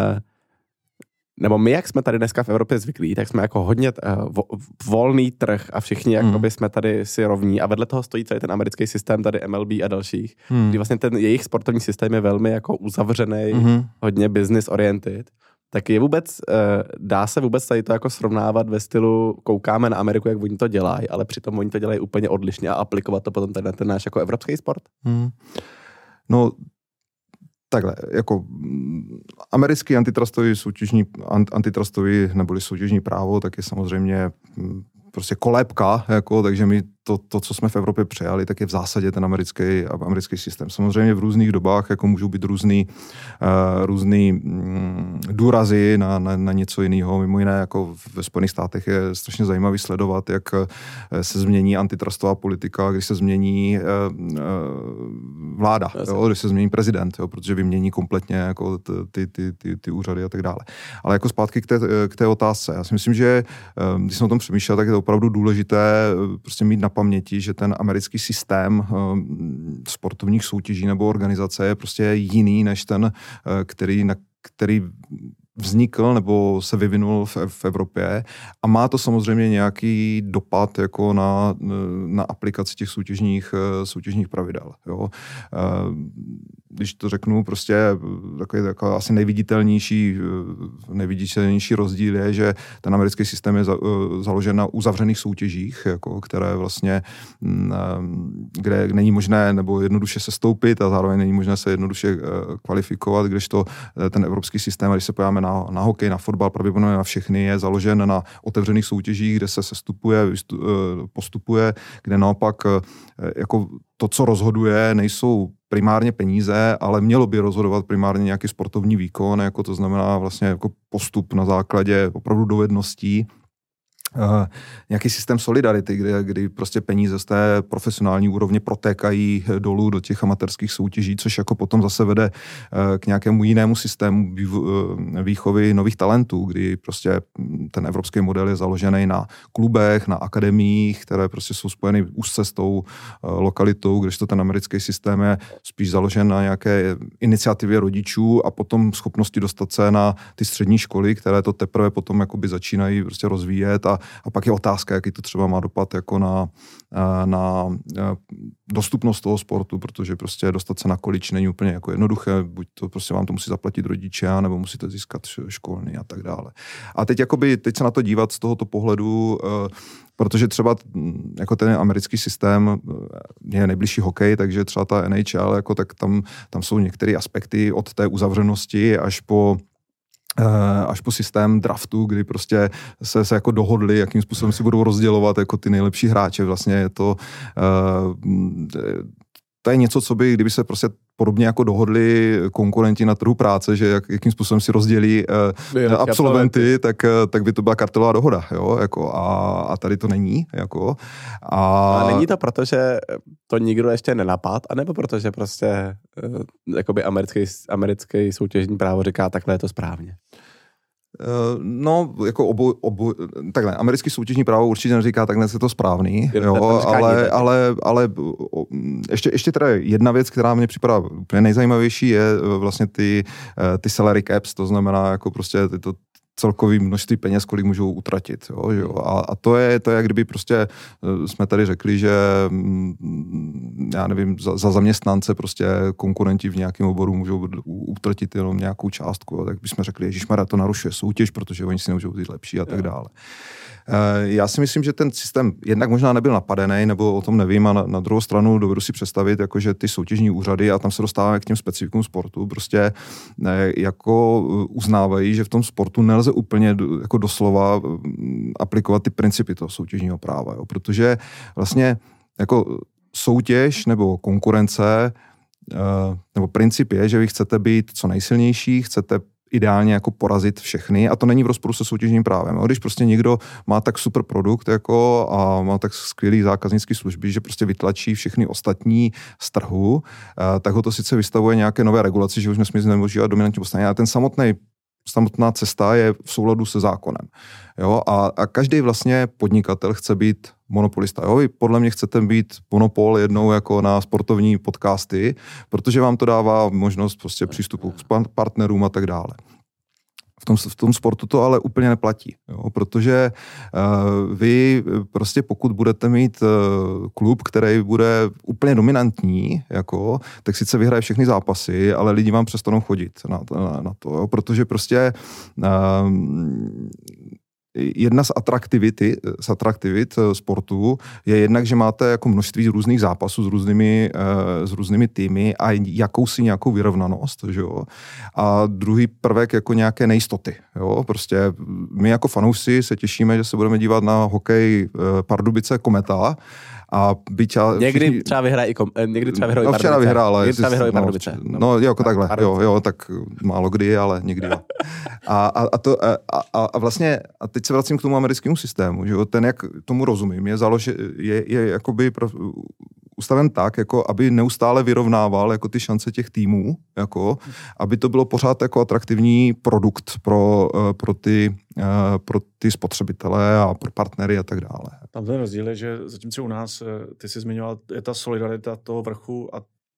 Speaker 2: nebo my, jak jsme tady dneska v Evropě zvyklí, tak jsme jako hodně volný trh a všichni jakoby jsme tady si rovní a vedle toho stojí celý ten americký systém, tady MLB a dalších, kdy vlastně ten jejich sportovní systém je velmi jako uzavřený, hodně business oriented. Tak je vůbec, dá se vůbec tady to jako srovnávat ve stylu, koukáme na Ameriku, jak oni to dělají, ale přitom oni to dělají úplně odlišně a aplikovat to potom na ten náš jako evropský sport?
Speaker 3: No, takhle, jako americký antitrustový neboli soutěžní právo, tak je samozřejmě prostě kolébka, jako, takže my to, co jsme v Evropě přijali, tak je v zásadě ten americký systém. Samozřejmě v různých dobách jako můžou být různý důrazy na něco jiného. Mimo jiné, jako ve Spojených státech je strašně zajímavý sledovat, jak se změní antitrustová politika, když se změní vláda, jo, když se změní prezident, jo, protože vymění kompletně jako ty úřady a tak dále. Ale jako zpátky k té otázce. Já si myslím, že když jsem o tom přemýšlel, tak je to opravdu důležité prostě mít na paměti, že ten americký systém sportovních soutěží nebo organizace je prostě jiný než ten, který vznikl nebo se vyvinul v Evropě a má to samozřejmě nějaký dopad jako na aplikaci těch soutěžních pravidel. Jo. Když to řeknu, prostě takový asi nejviditelnější rozdíl je, že ten americký systém je založen na uzavřených soutěžích, jako, které vlastně, kde není možné nebo jednoduše se stoupit a zároveň není možné se jednoduše kvalifikovat, kdežto ten evropský systém, když se podíváme na hokej, na fotbal, pravděpodobně na všechny, je založen na otevřených soutěžích, kde se sestupuje, postupuje, kde naopak jako to, co rozhoduje, nejsou primárně peníze, ale mělo by rozhodovat primárně nějaký sportovní výkon, jako to znamená vlastně jako postup na základě opravdu dovedností. Nějaký systém solidarity, kdy prostě peníze z té profesionální úrovně protékají dolů do těch amatérských soutěží, což jako potom zase vede k nějakému jinému systému výchovy nových talentů, kdy prostě ten evropský model je založený na klubech, na akademiích, které prostě jsou spojeny úzce s tou lokalitou, kdežto ten americký systém je spíš založen na nějaké iniciativě rodičů a potom schopnosti dostat se na ty střední školy, které to teprve potom jakoby začínají prostě rozvíjet a pak je otázka, jaký to třeba má dopad jako na dostupnost toho sportu, protože prostě dostat se na količ není úplně jako jednoduché, buď to prostě vám to musí zaplatit rodiče, nebo musíte získat školný a tak dále. A teď se na to dívat z tohoto pohledu, protože třeba jako ten americký systém je nejbližší hokej, takže třeba ta NHL, jako tak tam jsou některé aspekty od té uzavřenosti až po systém draftu, kdy prostě se jako dohodli, jakým způsobem si budou rozdělovat jako ty nejlepší hráče. Vlastně je to je něco, co by, kdyby se prostě podobně jako dohodli konkurenti na trhu práce, že jakým způsobem si rozdělí absolventy, tak by to byla kartelová dohoda. Jo? Jako, a tady to není. Jako,
Speaker 2: a není to proto, že to nikdo ještě nenapad, anebo protože prostě jakoby americký soutěžní právo říká, takhle je to správně?
Speaker 3: No, jako takhle, americký soutěžní právo určitě neříká, takhle je to správný, jo, ale ještě teda jedna věc, která mě připadá úplně nejzajímavější, je vlastně ty salary caps, to znamená jako prostě tyto celkový množství peněz, kolik můžou utratit. Jo. A to je, jak kdyby prostě jsme tady řekli, že já nevím, za zaměstnance prostě konkurenti v nějakém oboru můžou utratit jenom nějakou částku. Jo. Tak bychom řekli, ježišmarja, to narušuje soutěž, protože oni si nemůžou být lepší a tak dále. Já si myslím, že ten systém jednak možná nebyl napadený, nebo o tom nevím, a na druhou stranu dovedu si představit, jakože ty soutěžní úřady, a tam se dostáváme k těm specifikům sportu, prostě jako uznávají, že v tom sportu nelze úplně jako doslova aplikovat ty principy toho soutěžního práva, jo? Protože vlastně jako soutěž nebo konkurence nebo princip je, že vy chcete být co nejsilnější, chcete ideálně jako porazit všechny a to není v rozporu se soutěžním právem. Když prostě někdo má tak super produkt jako a má tak skvělý zákaznický služby, že prostě vytlačí všechny ostatní z trhu, tak ho to sice vystavuje nějaké nové regulaci, že už nesmí zneužívat dominantní postavení, ale ten samotná cesta je v souladu se zákonem. Jo? A každý vlastně podnikatel chce být monopolista. Jo? Vy podle mě chcete být monopol jednou jako na sportovní podcasty, protože vám to dává možnost prostě přístupu k partnerům a tak dále. V tom sportu to ale úplně neplatí, jo? Protože vy prostě pokud budete mít klub, který bude úplně dominantní, jako, tak sice vyhraje všechny zápasy, ale lidi vám přestanou chodit na to, jo? Protože prostě jedna z atraktivit sportu je jednak, že máte jako množství různých zápasů s různými týmy a jakousi nějakou vyrovnanost, že jo. A druhý prvek jako nějaké nejistoty, jo. Prostě my jako fanoušci se těšíme, že se budeme dívat na hokej Pardubice Kometa a
Speaker 2: někdy třeba vyhraje někdy třeba vyhrají
Speaker 3: Pardubice. Včera vyhrála.
Speaker 2: Někdy třeba vyhrají Pardubice.
Speaker 3: No, jako takhle. Jo, tak málo kdy, ale někdy jo. A vlastně, a teď se vracím k tomu americkému systému, že jo, ten, jak tomu rozumím, je jakoby ustaven tak, jako aby neustále vyrovnával jako ty šance těch týmů, jako, aby to bylo pořád jako atraktivní produkt pro ty spotřebitele a pro partnery a tak dále.
Speaker 1: Tam ten rozdíl je, že zatímco u nás, ty jsi zmiňoval, je ta solidarita toho vrchu a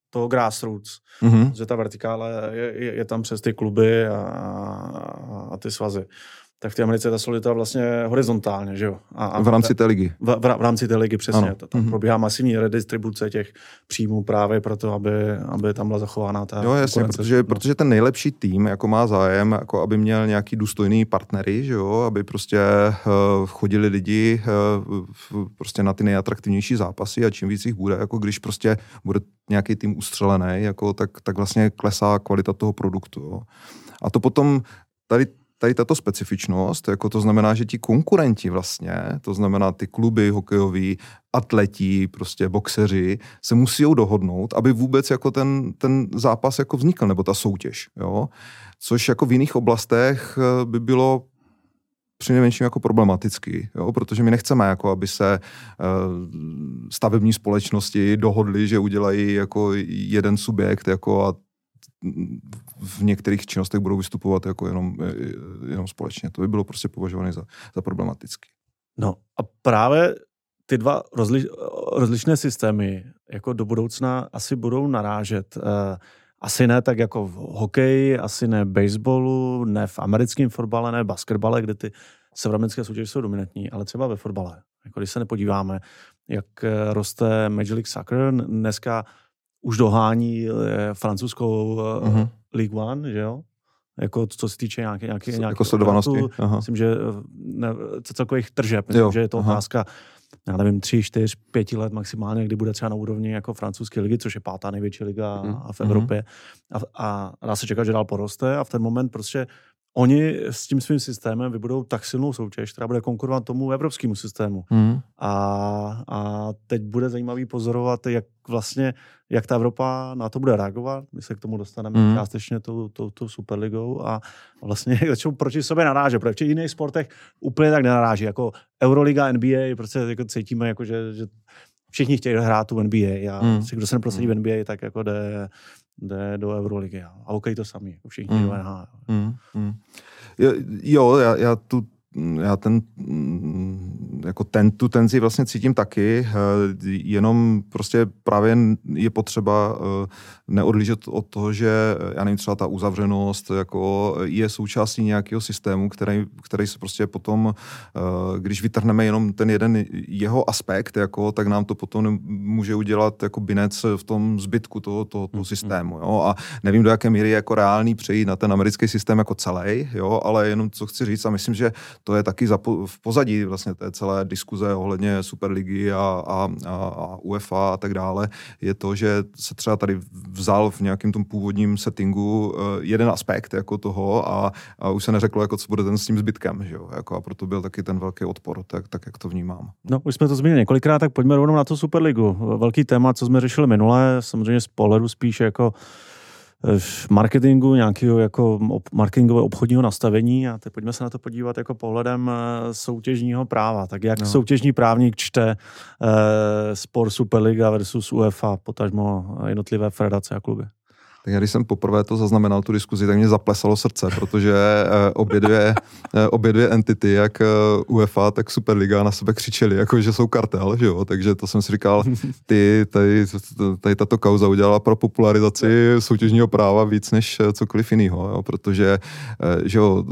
Speaker 1: toho grassroots, že ta vertikála je tam přes ty kluby a ty svazy. Tak v té Americe ta solidarita vlastně horizontálně, že jo?
Speaker 3: V rámci té ligy.
Speaker 1: V rámci té ligy, přesně.
Speaker 3: Ano.
Speaker 1: Tam probíhá masivní redistribuce těch příjmů právě proto, aby tam byla zachována ta
Speaker 3: jo, jasně, protože ten nejlepší tým jako má zájem, jako aby měl nějaký důstojný partnery, že jo? Aby prostě chodili lidi prostě na ty nejatraktivnější zápasy a čím víc jich bude, jako když prostě bude nějaký tým ustřelený, jako tak vlastně klesá kvalita toho produktu. Jo? A to potom tady tato specifičnost, jako to znamená, že ti konkurenti vlastně, to znamená ty kluby hokejoví, atleti, prostě boxeři, se musí dohodnout, aby vůbec jako ten zápas jako vznikl, nebo ta soutěž, jo. Což jako v jiných oblastech by bylo přinejmenším jako problematický, jo? Protože my nechceme, jako aby se stavební společnosti dohodly, že udělají jako jeden subjekt jako a v některých činnostech budou vystupovat jako jenom společně. To by bylo prostě považované za problematický.
Speaker 1: No a právě ty dva rozličné systémy jako do budoucna asi budou narážet. Asi ne tak jako v hokeji, asi ne v baseballu, ne v americkém fotbale, ne v basketbale, kde ty severoamerické soutěže jsou dominantní, ale třeba ve fotbale. Jako když se nepodíváme, jak roste Major League Soccer, dneska už dohání francouzskou Ligue 1, že jo? Jako co se týče nějaké
Speaker 3: jako sledovanosti.
Speaker 1: Myslím, že celkových tržeb. Myslím, že je to otázka, já nevím, 3, 4, 5 let maximálně, kdy bude třeba na úrovni jako francouzské ligy, což je 5. největší liga v Evropě. A dá se čekat, že dál poroste a v ten moment prostě oni s tím svým systémem vybudou tak silnou soutěž, která bude konkurovat tomu evropskému systému. A teď bude zajímavý pozorovat, jak ta Evropa na to bude reagovat. My se k tomu dostaneme částečně tou Superligou a vlastně začnou proti sobě narážet, protože v jiných sportech úplně tak nenaráží. Jako Euroliga, NBA, prostě jako cítíme, jako že všichni chtějí hrát tu NBA a kdo se neprosadí v NBA, tak jako jde do Euroligy. A hokej to samý, jako všichni do NHL.
Speaker 3: Jo, já tu tenzi vlastně cítím taky, jenom prostě právě je potřeba neodlížet od toho, že já nevím, třeba ta uzavřenost jako je součástí nějakého systému, který se prostě potom, když vytrhneme jenom ten jeden jeho aspekt, jako, tak nám to potom může udělat jako binec v tom zbytku toho systému. Jo? A nevím, do jaké míry je jako reálný přejít na ten americký systém jako celý, jo? Ale jenom co chci říct a myslím, že to je taky v pozadí vlastně té celé diskuze ohledně Superligy a UEFA a tak dále, je to, že se třeba tady vzal v nějakém tom původním settingu jeden aspekt jako toho a už se neřeklo, jako co bude ten s tím zbytkem, že jo? Jako, a proto byl taky ten velký odpor, tak jak to vnímám.
Speaker 1: No, už jsme to zmínili několikrát, tak pojďme rovnou na tu Superligu. Velký téma, co jsme řešili minule, samozřejmě z pohledu spíš jako marketingu, nějakého jako marketingového obchodního nastavení a teď pojďme se na to podívat jako pohledem soutěžního práva. Tak jak soutěžní právník čte spor Superliga versus UEFA, potažmo jednotlivé federace a kluby?
Speaker 3: Tak když jsem poprvé to zaznamenal, tu diskuzi, tak mě zaplesalo srdce, protože obě dvě entity, jak UEFA, tak Superliga na sebe křičeli, jako že jsou kartel, že jo? Takže to jsem si říkal, tady tato kauza udělala pro popularizaci soutěžního práva víc než cokoliv jiného, jo? Protože že jo,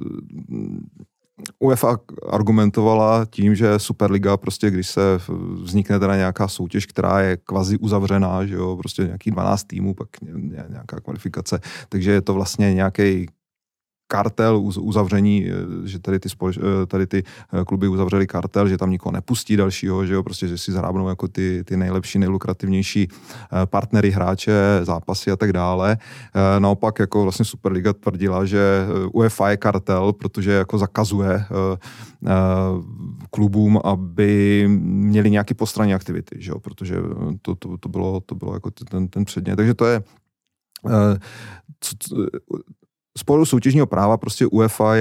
Speaker 3: UEFA argumentovala tím, že Superliga prostě, když se vznikne teda nějaká soutěž, která je kvazi uzavřená, že jo, prostě nějaký 12 týmů, pak nějaká kvalifikace, takže je to vlastně nějaký kartel uzavření, že tady ty kluby uzavřeli kartel, že tam nikoho nepustí dalšího, že jo, prostě, že si zhrábnou jako ty nejlepší, nejlukrativnější partnery, hráče, zápasy a tak dále. Naopak jako vlastně Superliga tvrdila, že UEFA je kartel, protože jako zakazuje klubům, aby měli nějaké postranní aktivity, že jo, protože to bylo jako ten předmět. Takže to je z pohledu soutěžního práva prostě UEFA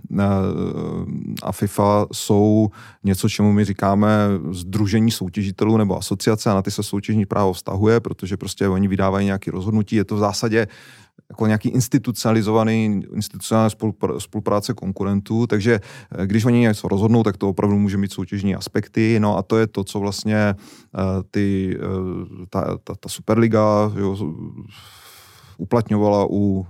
Speaker 3: a FIFA jsou něco, čemu my říkáme sdružení soutěžitelů nebo asociace a na ty se soutěžní právo vztahuje, protože prostě oni vydávají nějaké rozhodnutí. Je to v zásadě jako nějaký institucionální spolupráce konkurentů, takže když oni něco rozhodnou, tak to opravdu může mít soutěžní aspekty, no a to je to, co vlastně ta Superliga uplatňovala u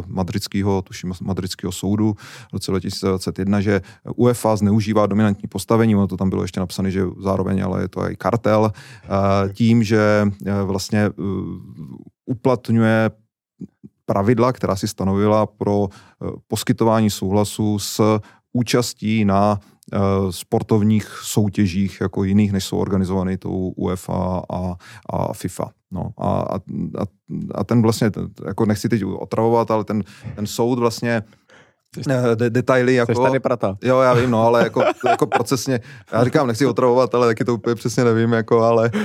Speaker 3: madridského soudu v roce 2021, že UEFA zneužívá dominantní postavení, ono to tam bylo ještě napsané, že zároveň, ale je to i kartel, tím, že vlastně uplatňuje pravidla, která si stanovila pro poskytování souhlasu s účastí na sportovních soutěžích jako jiných, než jsou organizovaný tou UEFA a FIFA. No, a ten vlastně, jako nechci teď otravovat, ale ten soud vlastně detaily jako...
Speaker 2: Jsi tady prata.
Speaker 3: Jo, já vím, no, ale jako procesně, já říkám, nechci otravovat, ale taky to úplně přesně nevím, jako,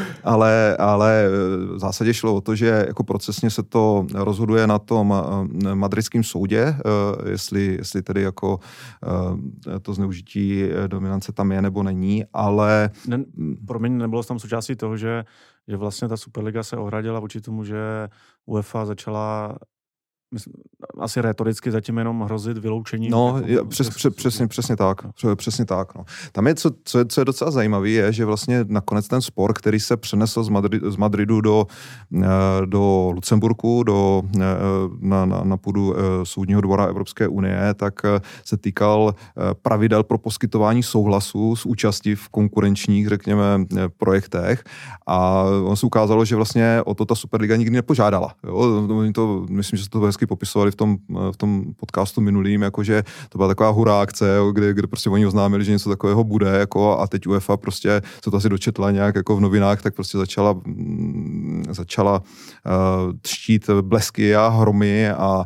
Speaker 3: ale v zásadě šlo o to, že jako procesně se to rozhoduje na tom madridském soudě, jestli tedy jako to zneužití dominance tam je nebo není, ale...
Speaker 1: Promiň, nebylo tam součástí toho, že vlastně ta Superliga se ohradila vůči tomu, že UEFA začala asi retoricky zatím jenom hrozit vyloučení.
Speaker 3: No, přesně tak. No. Tam je, co je docela zajímavé, je, že vlastně nakonec ten spor, který se přenesl z Madridu do Lucemburku, na půdu Soudního dvora Evropské unie, tak se týkal pravidel pro poskytování souhlasu s účastí v konkurenčních, řekněme, projektech. A on se ukázalo, že vlastně o to ta Superliga nikdy nepožádala. Jo? Myslím, že se to hezky popisovali v tom podcastu minulým, jakože to byla taková hurá akce, kde prostě oni oznámili, že něco takového bude, jako, a teď UEFA prostě se to asi dočetla nějak jako v novinách, tak prostě začala třtít blesky a hromy a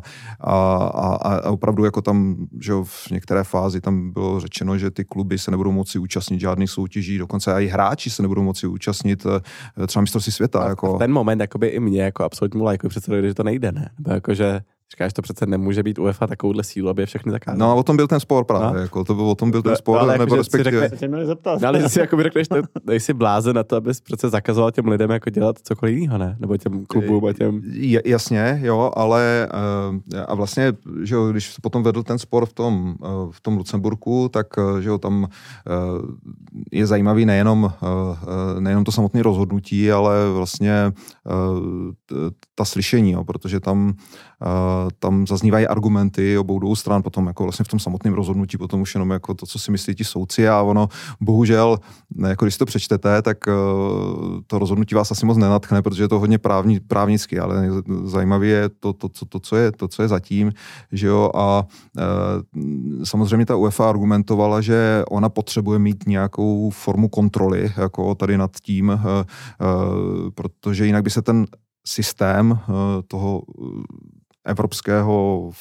Speaker 3: opravdu jako tam, že v některé fázi tam bylo řečeno, že ty kluby se nebudou moci účastnit žádných soutěží, dokonce i hráči se nebudou moci účastnit třeba mistrovství světa.
Speaker 2: A
Speaker 3: jako.
Speaker 2: v ten moment jakoby i mě jako absolutnímu lajkovi představili, že to nejde, ne? Nebo jakože říkáš, to přece nemůže být UEFA takovouhle sílu, aby je všechny zakázal.
Speaker 3: No a o tom byl ten spor právě, jako, o tom byl ten spor,
Speaker 2: ale
Speaker 3: nebo respektive...
Speaker 1: Se tě měli zeptat.
Speaker 2: No, ale si jakoby řekneš, nejsi blázen na to, abys přece zakazoval těm lidem jako dělat cokoliv jiného, ne? Nebo těm klubům a těm...
Speaker 3: Jasně, jo, ale a vlastně, že jo, když potom vedl ten spor v tom Lucemburku, tak, že jo, tam je zajímavý nejenom to samotné rozhodnutí, ale vlastně ta slyšení, jo, protože tam zaznívají argumenty obou dvou stran, potom jako vlastně v tom samotném rozhodnutí, potom už jenom jako to, co si myslí ti soudci, a ono bohužel, jako když to přečtete, tak to rozhodnutí vás asi moc nenadchne, protože je to hodně právnicky, ale zajímavé je to, co je zatím, že jo, a samozřejmě ta UEFA argumentovala, že ona potřebuje mít nějakou formu kontroly, jako tady nad tím, protože jinak by se ten systém toho evropského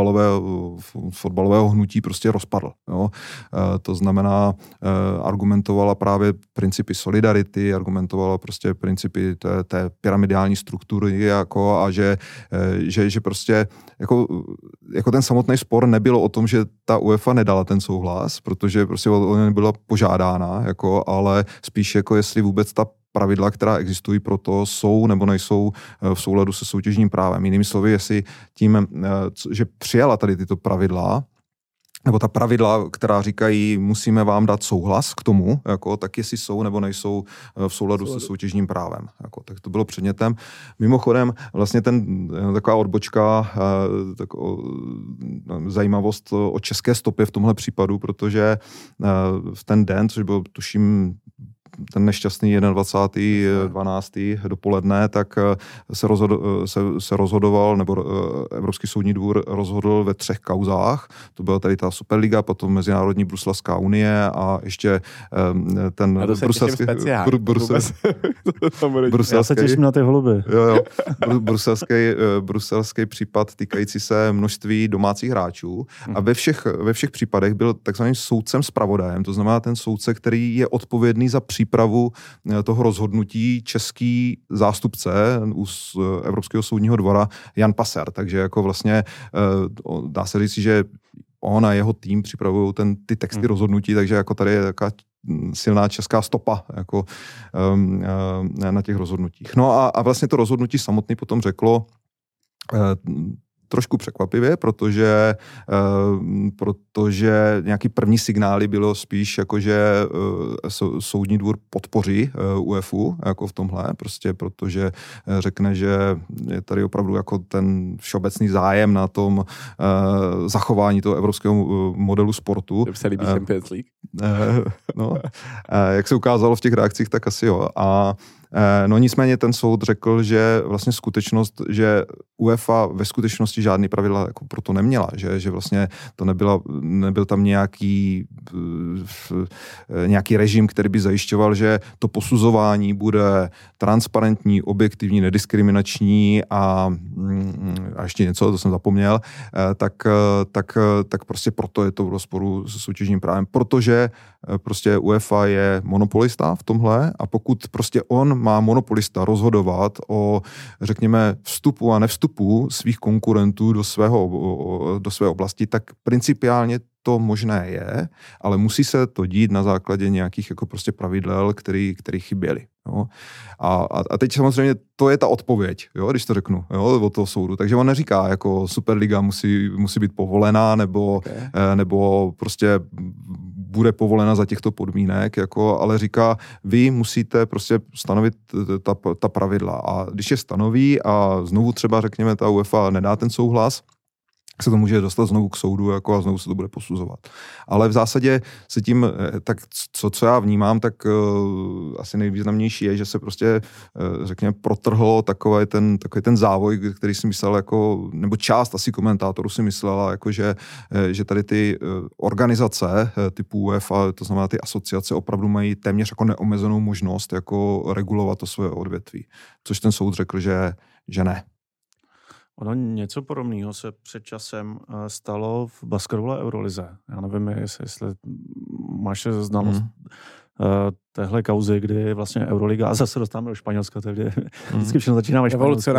Speaker 3: fotbalového hnutí prostě rozpadl. Jo. To znamená, argumentovala právě principy solidarity, argumentovala prostě principy té pyramidální struktury, jako, a že prostě jako ten samotný spor nebylo o tom, že ta UEFA nedala ten souhlas, protože prostě ona byla požádána, jako, ale spíš jako jestli vůbec ta pravidla, která existují pro to, jsou nebo nejsou v souladu se soutěžním právem. Jinými slovy, jestli tím, že přijala tady tyto pravidla, nebo ta pravidla, která říkají, musíme vám dát souhlas k tomu, jako, tak jestli jsou nebo nejsou v souladu se soutěžním právem. Jako, tak to bylo předmětem. Mimochodem, vlastně taková odbočka, zajímavost o české stopě v tomhle případu, protože v ten den, což byl, tuším, ten nešťastný 21.12. dopoledne, tak se rozhodoval, nebo Evropský soudní dvůr rozhodl ve 3 kauzách. To byla tady ta Superliga, potom Mezinárodní Bruselská unie a ještě ten
Speaker 1: Já se těším na ty holuby.
Speaker 3: Jo, bruselský případ týkající se množství domácích hráčů. A ve všech případech byl takzvaným soudcem zpravodajem, to znamená ten soudce, který je odpovědný za přípravu toho rozhodnutí český zástupce u Evropského soudního dvora Jan Passer, takže jako vlastně dá se říct, že on a jeho tým připravují ty texty rozhodnutí, takže jako tady je taková silná česká stopa jako, na těch rozhodnutích. No a vlastně to rozhodnutí samotný potom řeklo trošku překvapivě, protože nějaký první signály bylo spíš jako, že soudní dvůr podpoří UEFu jako v tomhle, prostě protože řekne, že je tady opravdu jako ten všeobecný zájem na tom zachování toho evropského modelu sportu.
Speaker 2: To se líbí Champions League.
Speaker 3: No, jak se ukázalo v těch reakcích, tak asi jo. No nicméně ten soud řekl, že vlastně skutečnost, že UEFA ve skutečnosti žádný pravidla jako proto neměla, že vlastně to nebyl tam nějaký režim, který by zajišťoval, že to posuzování bude transparentní, objektivní, nediskriminační a ještě něco, to jsem zapomněl, tak prostě proto je to v rozporu s soutěžním právem, protože prostě UEFA je monopolista v tomhle a pokud prostě on má monopolista rozhodovat o, řekněme, vstupu a nevstupu svých konkurentů do své oblasti, tak principiálně to možné je, ale musí se to dít na základě nějakých jako prostě pravidel, které chyběly. Jo. A teď samozřejmě to je ta odpověď, jo, když to řeknu, jo, od toho soudu. Takže on neříká, jako Superliga musí být povolená, nebo prostě bude povolena za těchto podmínek, jako, ale říká, vy musíte prostě stanovit ta pravidla. A když je stanoví a znovu třeba, řekněme, ta UEFA nedá ten souhlas, se to může dostat znovu k soudu jako a znovu se to bude posuzovat. Ale v zásadě se tím, tak co já vnímám, tak asi nejvýznamnější je, že se prostě, řekněme, protrhlo takový ten závoj, který si myslel, jako, nebo část asi komentátorů si myslela, jako, že tady ty organizace typu UEFA, to znamená ty asociace, opravdu mají téměř jako neomezenou možnost jako regulovat to své odvětví. Což ten soud řekl, že ne.
Speaker 1: Ono něco podobného se před časem stalo v basketbalové Eurolize. Já nevím, jestli máš znalost téhle kauzy, kdy vlastně Euroliga, a zase dostáváme do Španělska, takže vždycky všechno začíná ve Španělsku.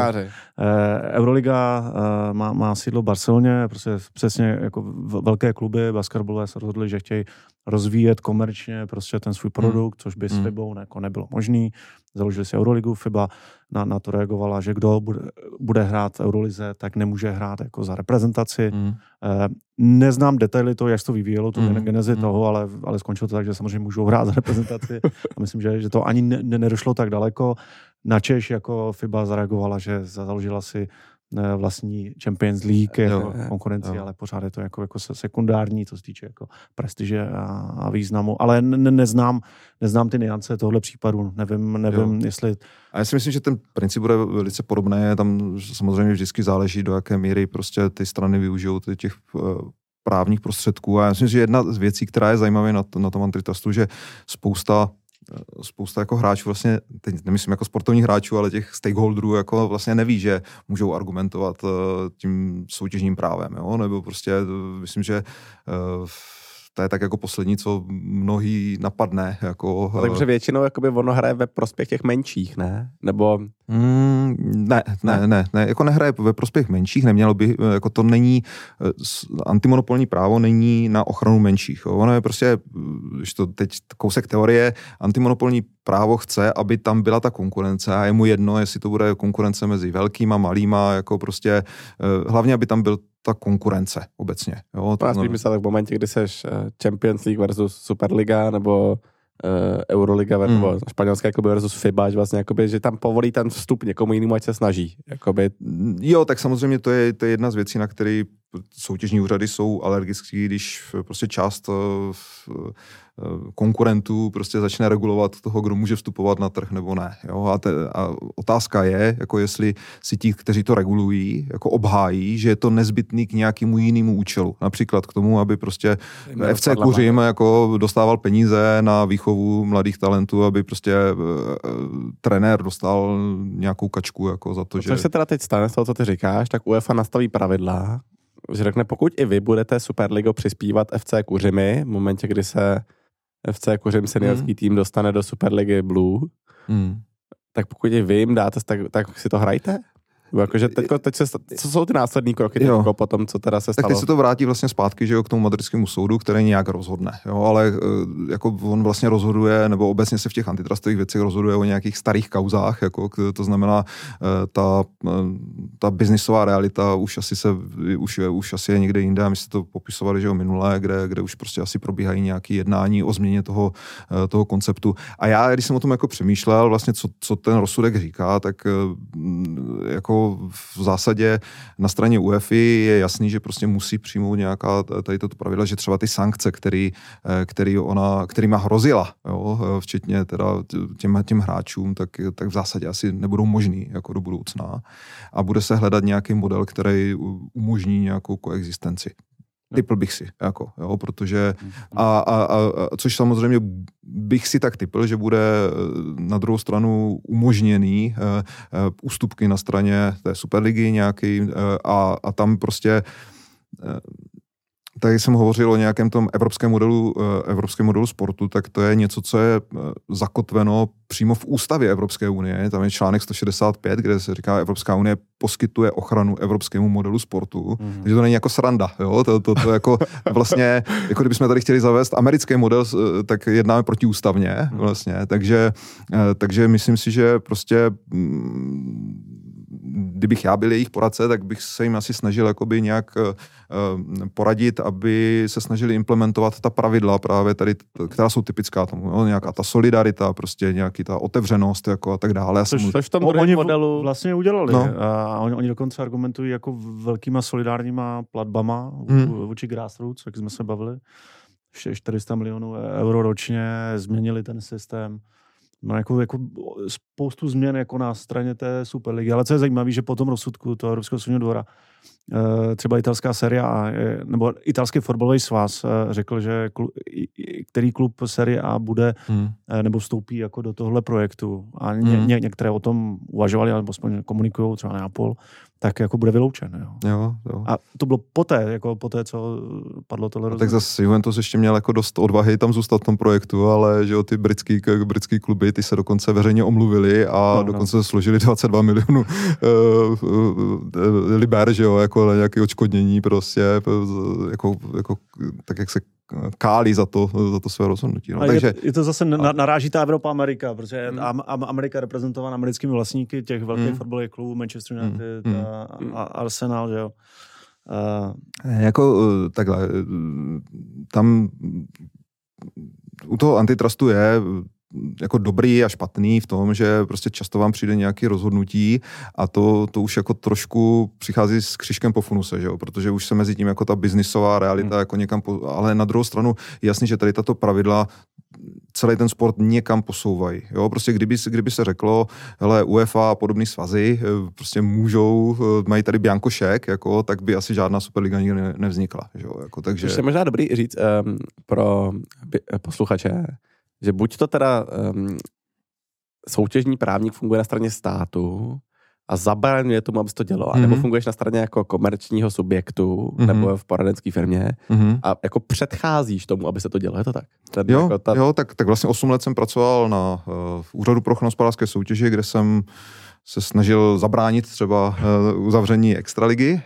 Speaker 1: Euroliga má sídlo v Barceloně, prostě přesně jako velké kluby basketbalové se rozhodly, že chtějí rozvíjet komerčně prostě ten svůj produkt, což by s FIBou jako nebylo možný. Založili si Euroligu, FIBA na to reagovala, že kdo bude hrát v Eurolize, tak nemůže hrát jako za reprezentaci. Neznám detaily toho, jak se to vyvíjelo, tu genezi toho, ale skončilo to tak, že samozřejmě můžou hrát za reprezentaci. A myslím, že to ani nedošlo tak daleko. Načež jako FIBA zareagovala, že založila si vlastní Champions League jako konkurenci, ale pořád je to jako sekundární, co se týče jako prestiže a významu. Ale neznám ty nuance tohohle případu. Nevím, jestli...
Speaker 3: A já si myslím, že ten princip bude velice podobný. Tam samozřejmě vždycky záleží, do jaké míry prostě ty strany využijou těch právních prostředků. A já myslím, že jedna z věcí, která je zajímavá na tom antitrustu, že spousta jako hráčů vlastně, teď nemyslím jako sportovních hráčů, ale těch stakeholderů jako vlastně neví, že můžou argumentovat tím soutěžním právem, jo? Nebo prostě myslím, že to je tak jako poslední, co mnohý napadne. Jako,
Speaker 2: takže většinou jakoby ono hraje ve prospěch těch menších, ne? Nebo...
Speaker 3: Ne, jako nehraje ve prospěch menších, nemělo by, jako to není, antimonopolní právo není na ochranu menších. Jo. Ono je prostě, když to teď kousek teorie, antimonopolní právo chce, aby tam byla ta konkurence a je mu jedno, jestli to bude konkurence mezi velkýma, malýma, jako prostě, hlavně, aby tam byl ta konkurence obecně. Jo.
Speaker 2: Já spíš myslel v momentě, kdy seš Champions League versus Superliga, nebo Euroliga nebo španělské kluby versus FIBA, že vlastně jakoby, že tam povolí ten vstup někomu jinému, ať se snaží. Jakoby...
Speaker 3: Jo, tak samozřejmě to je jedna z věcí, na které soutěžní úřady jsou alergický, když prostě část konkurentů prostě začne regulovat toho, kdo může vstupovat na trh nebo ne. Jo? A otázka je, jako jestli si ti, kteří to regulují, jako obhájí, že je to nezbytný k nějakému jinému účelu. Například k tomu, aby prostě FC Kuřim jako dostával peníze na výchovu mladých talentů, aby prostě trenér dostal nějakou kačku jako za to, že...
Speaker 2: Což se teda teď stane z toho, co ty říkáš, tak UEFA nastaví pravidla, že řekne, pokud i vy budete Superligo přispívat FC Kuřimi v momentě, kdy se FC Kořim seniorský tým dostane do Superligy Blue, tak pokud vy jim dáte, tak si to hrajte? Jakože co jsou ty následní kroky teďko po tom, co teda se stalo?
Speaker 3: Tak teď se to vrátí vlastně zpátky, že jo, k tomu madridskému soudu, který nějak rozhodne, jo, ale jako on vlastně rozhoduje, nebo obecně se v těch antitrustových věcech rozhoduje o nějakých starých kauzách, jako to znamená ta biznisová realita už asi je někde jinde, a my jsme to popisovali, že jo, minule, kde už prostě asi probíhají nějaké jednání o změně toho konceptu. A já, když jsem o tom jako přemýšlel, vlastně co ten rozsudek říká, tak jako v zásadě na straně UEFA je jasný, že prostě musí přijmout nějaká tady toto pravidla, že třeba ty sankce, kterýma hrozila, jo, včetně teda těm hráčům, tak v zásadě asi nebudou možný jako do budoucna. A bude se hledat nějaký model, který umožní nějakou koexistenci. Typl bych si, jako, jo, protože což samozřejmě bych si tak typl, že bude na druhou stranu umožněný ústupky na straně té Superligy nějaký a tam prostě tak jsem hovořil o nějakém tom evropském modelu sportu, tak to je něco, co je zakotveno přímo v ústavě Evropské unie. Tam je článek 165, kde se říká, Evropská unie poskytuje ochranu evropskému modelu sportu. Takže to není jako sranda. Jo? To jako vlastně, jako kdybychom tady chtěli zavést americký model, tak jednáme protiústavně. Vlastně. Takže myslím si, že prostě kdybych já byl jejich poradce, tak bych se jim asi snažil jakoby nějak poradit, aby se snažili implementovat ta pravidla právě tady, která jsou typická tomu, jo? Nějaká ta solidarita, prostě nějaký ta otevřenost jako a tak dále.
Speaker 2: Což v tom druhém modelu
Speaker 1: vlastně udělali. No. A oni dokonce argumentují jako velkýma solidárníma platbama vůči grassroots, jak jsme se bavili. 400 milionů euro ročně, změnili ten systém. No jako spoustu změn jako na straně té Superligy, ale co je zajímavé, že po tom rozsudku toho Evropského soudního dvora třeba italská Serie A nebo italský fotbalový svaz řekl, že který klub Serie A bude nebo vstoupí jako do tohle projektu a některé o tom uvažovali, alebo aspoň komunikují, třeba Neapol, tak jako bude vyloučen.
Speaker 3: Jo.
Speaker 1: A to bylo poté, co padlo tohle rozhodnutí.
Speaker 3: Tak zase Juventus ještě měl jako dost odvahy tam zůstat v tom projektu, ale že jo, ty britský kluby, ty se dokonce veřejně omluvili a dokonce složili 22 milionů liber, že jo, jako nějaké odškodnění prostě, jako tak jak se kálí za to své rozhodnutí. No.
Speaker 1: Takže je to zase naráží ta Evropa-Amerika, protože Amerika je reprezentovaná americkými vlastníky těch velkých fotbalových klubů, Manchester United a Arsenal, že jo.
Speaker 3: Jako takhle, tam u toho antitrustu je jako dobrý a špatný v tom, že prostě často vám přijde nějaké rozhodnutí a to už jako trošku přichází s křížkem po funuse, že jo? Protože už se mezi tím jako ta biznisová realita jako někam, ale na druhou stranu je jasný, že tady tato pravidla celý ten sport někam posouvají. Jo? Prostě kdyby se řeklo, hele, UEFA a podobné svazy prostě mají tady bianko šek, jako, tak by asi žádná Superliga nikdy nevznikla. Že jo? Jako, takže...
Speaker 2: Což je možná dobrý říct pro posluchače, že buď to teda soutěžní právník funguje na straně státu a zabraňuje tomu, aby se to dělo, nebo funguješ na straně jako komerčního subjektu nebo v poradenské firmě a jako předcházíš tomu, aby se to dělo, je to tak?
Speaker 3: Jo, tak vlastně 8 let jsem pracoval v Úřadu pro ochranu hospodářské soutěže, kde jsem se snažil zabránit třeba uzavření extraligy.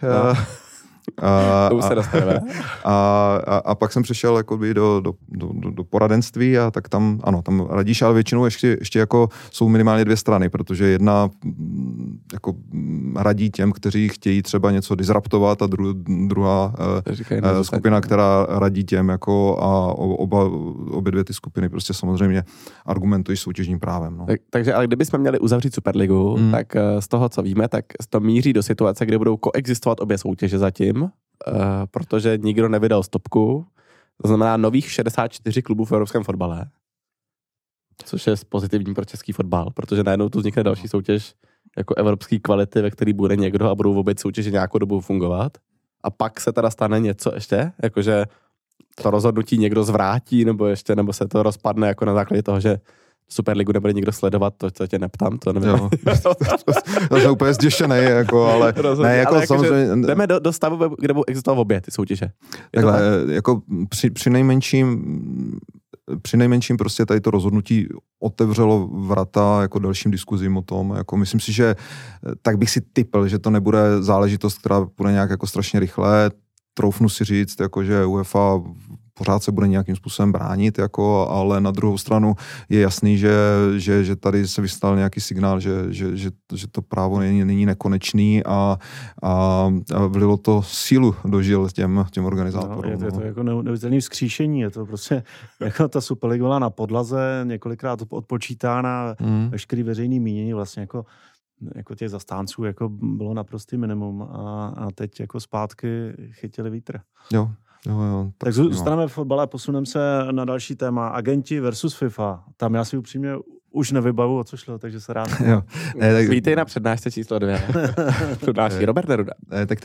Speaker 3: A pak jsem přišel jakoby do poradenství a tak tam radíš, ale většinou ještě jako jsou minimálně 2 strany, protože jedna jako radí těm, kteří chtějí třeba něco disruptovat a druhá skupina, která radí těm jako a obě 2 ty skupiny prostě samozřejmě argumentují soutěžním právem. No.
Speaker 2: Takže ale kdybychom měli uzavřít Superligu, tak z toho, co víme, tak to míří do situace, kde budou koexistovat obě soutěže zatím, protože nikdo nevydal stopku. To znamená nových 64 klubů v evropském fotbale, což je pozitivní pro český fotbal, protože najednou tu vznikne další soutěž jako evropský kvality, ve který bude někdo a budou v obě soutěži nějakou dobu fungovat. A pak se teda stane něco ještě, jakože to rozhodnutí někdo zvrátí, nebo se to rozpadne jako na základě toho, že Superligu nebude nikdo sledovat, to tě neptám, to nevím. Jo,
Speaker 3: to je úplně zděšený, jako, ale ne, jako
Speaker 2: ale
Speaker 3: samozřejmě...
Speaker 2: Jdeme do stavu, kde budou existovat obě ty soutěže.
Speaker 3: Takhle, jako při nejmenším přinejmenším prostě tady to rozhodnutí otevřelo vrata jako dalším diskuzím o tom. Jako myslím si, že tak bych si tipl, že to nebude záležitost, která bude nějak jako strašně rychle. Troufnu si říct, jako, že UEFA pořád se bude nějakým způsobem bránit, jako, ale na druhou stranu je jasný, že tady se vystal nějaký signál, že to právo není nekonečný a vlilo to sílu do žil těm organizátorům.
Speaker 1: No, je to jako neuvěřitelné vzkříšení, je to prostě jako ta Superliga byla na podlaze, několikrát odpočítána, veškerý veřejný mínění vlastně jako těch zastánců jako bylo naprostý minimum a teď jako zpátky chytili vítr.
Speaker 3: Jo.
Speaker 1: Tak zůstaneme v fotbale a posuneme se na další téma. Agenti versus FIFA. Tam já si upřímně už nevybavu, o co šlo, takže se rád.
Speaker 2: Tak... Vítej na přednášce číslo 2. Přednáší Robert Neruda.
Speaker 3: Tak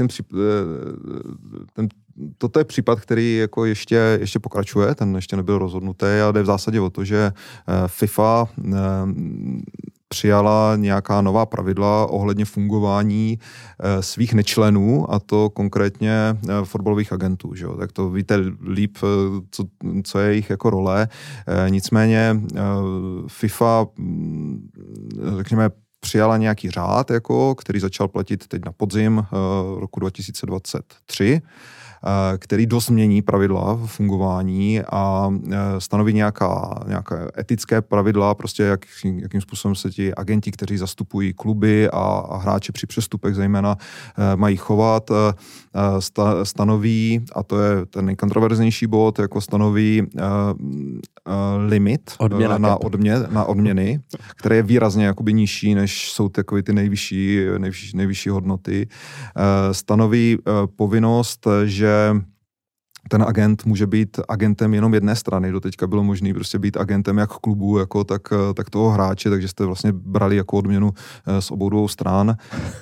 Speaker 3: toto je případ, který jako ještě pokračuje, ten ještě nebyl rozhodnutý, ale jde v zásadě o to, že FIFA přijala nějaká nová pravidla ohledně fungování svých nečlenů, a to konkrétně fotbalových agentů. Že jo? Tak to víte líp, co je jejich jako role. Nicméně FIFA, řekněme, přijala nějaký řád, jako, který začal platit teď na podzim roku 2023, který dost mění pravidla fungování a stanoví nějaká etické pravidla, prostě jakým způsobem se ti agenti, kteří zastupují kluby a hráče při přestupech zejména, mají chovat. Stanoví, a to je ten nejkontroverznější bod, jako stanoví limit na odměny, které je výrazně jakoby nižší, než jsou takové ty nejvyšší hodnoty. Stanoví povinnost, že ten agent může být agentem jenom jedné strany. Doteďka bylo možné prostě být agentem jak klubu, jako tak toho hráče, takže jste vlastně brali jako odměnu z obou dvou stran.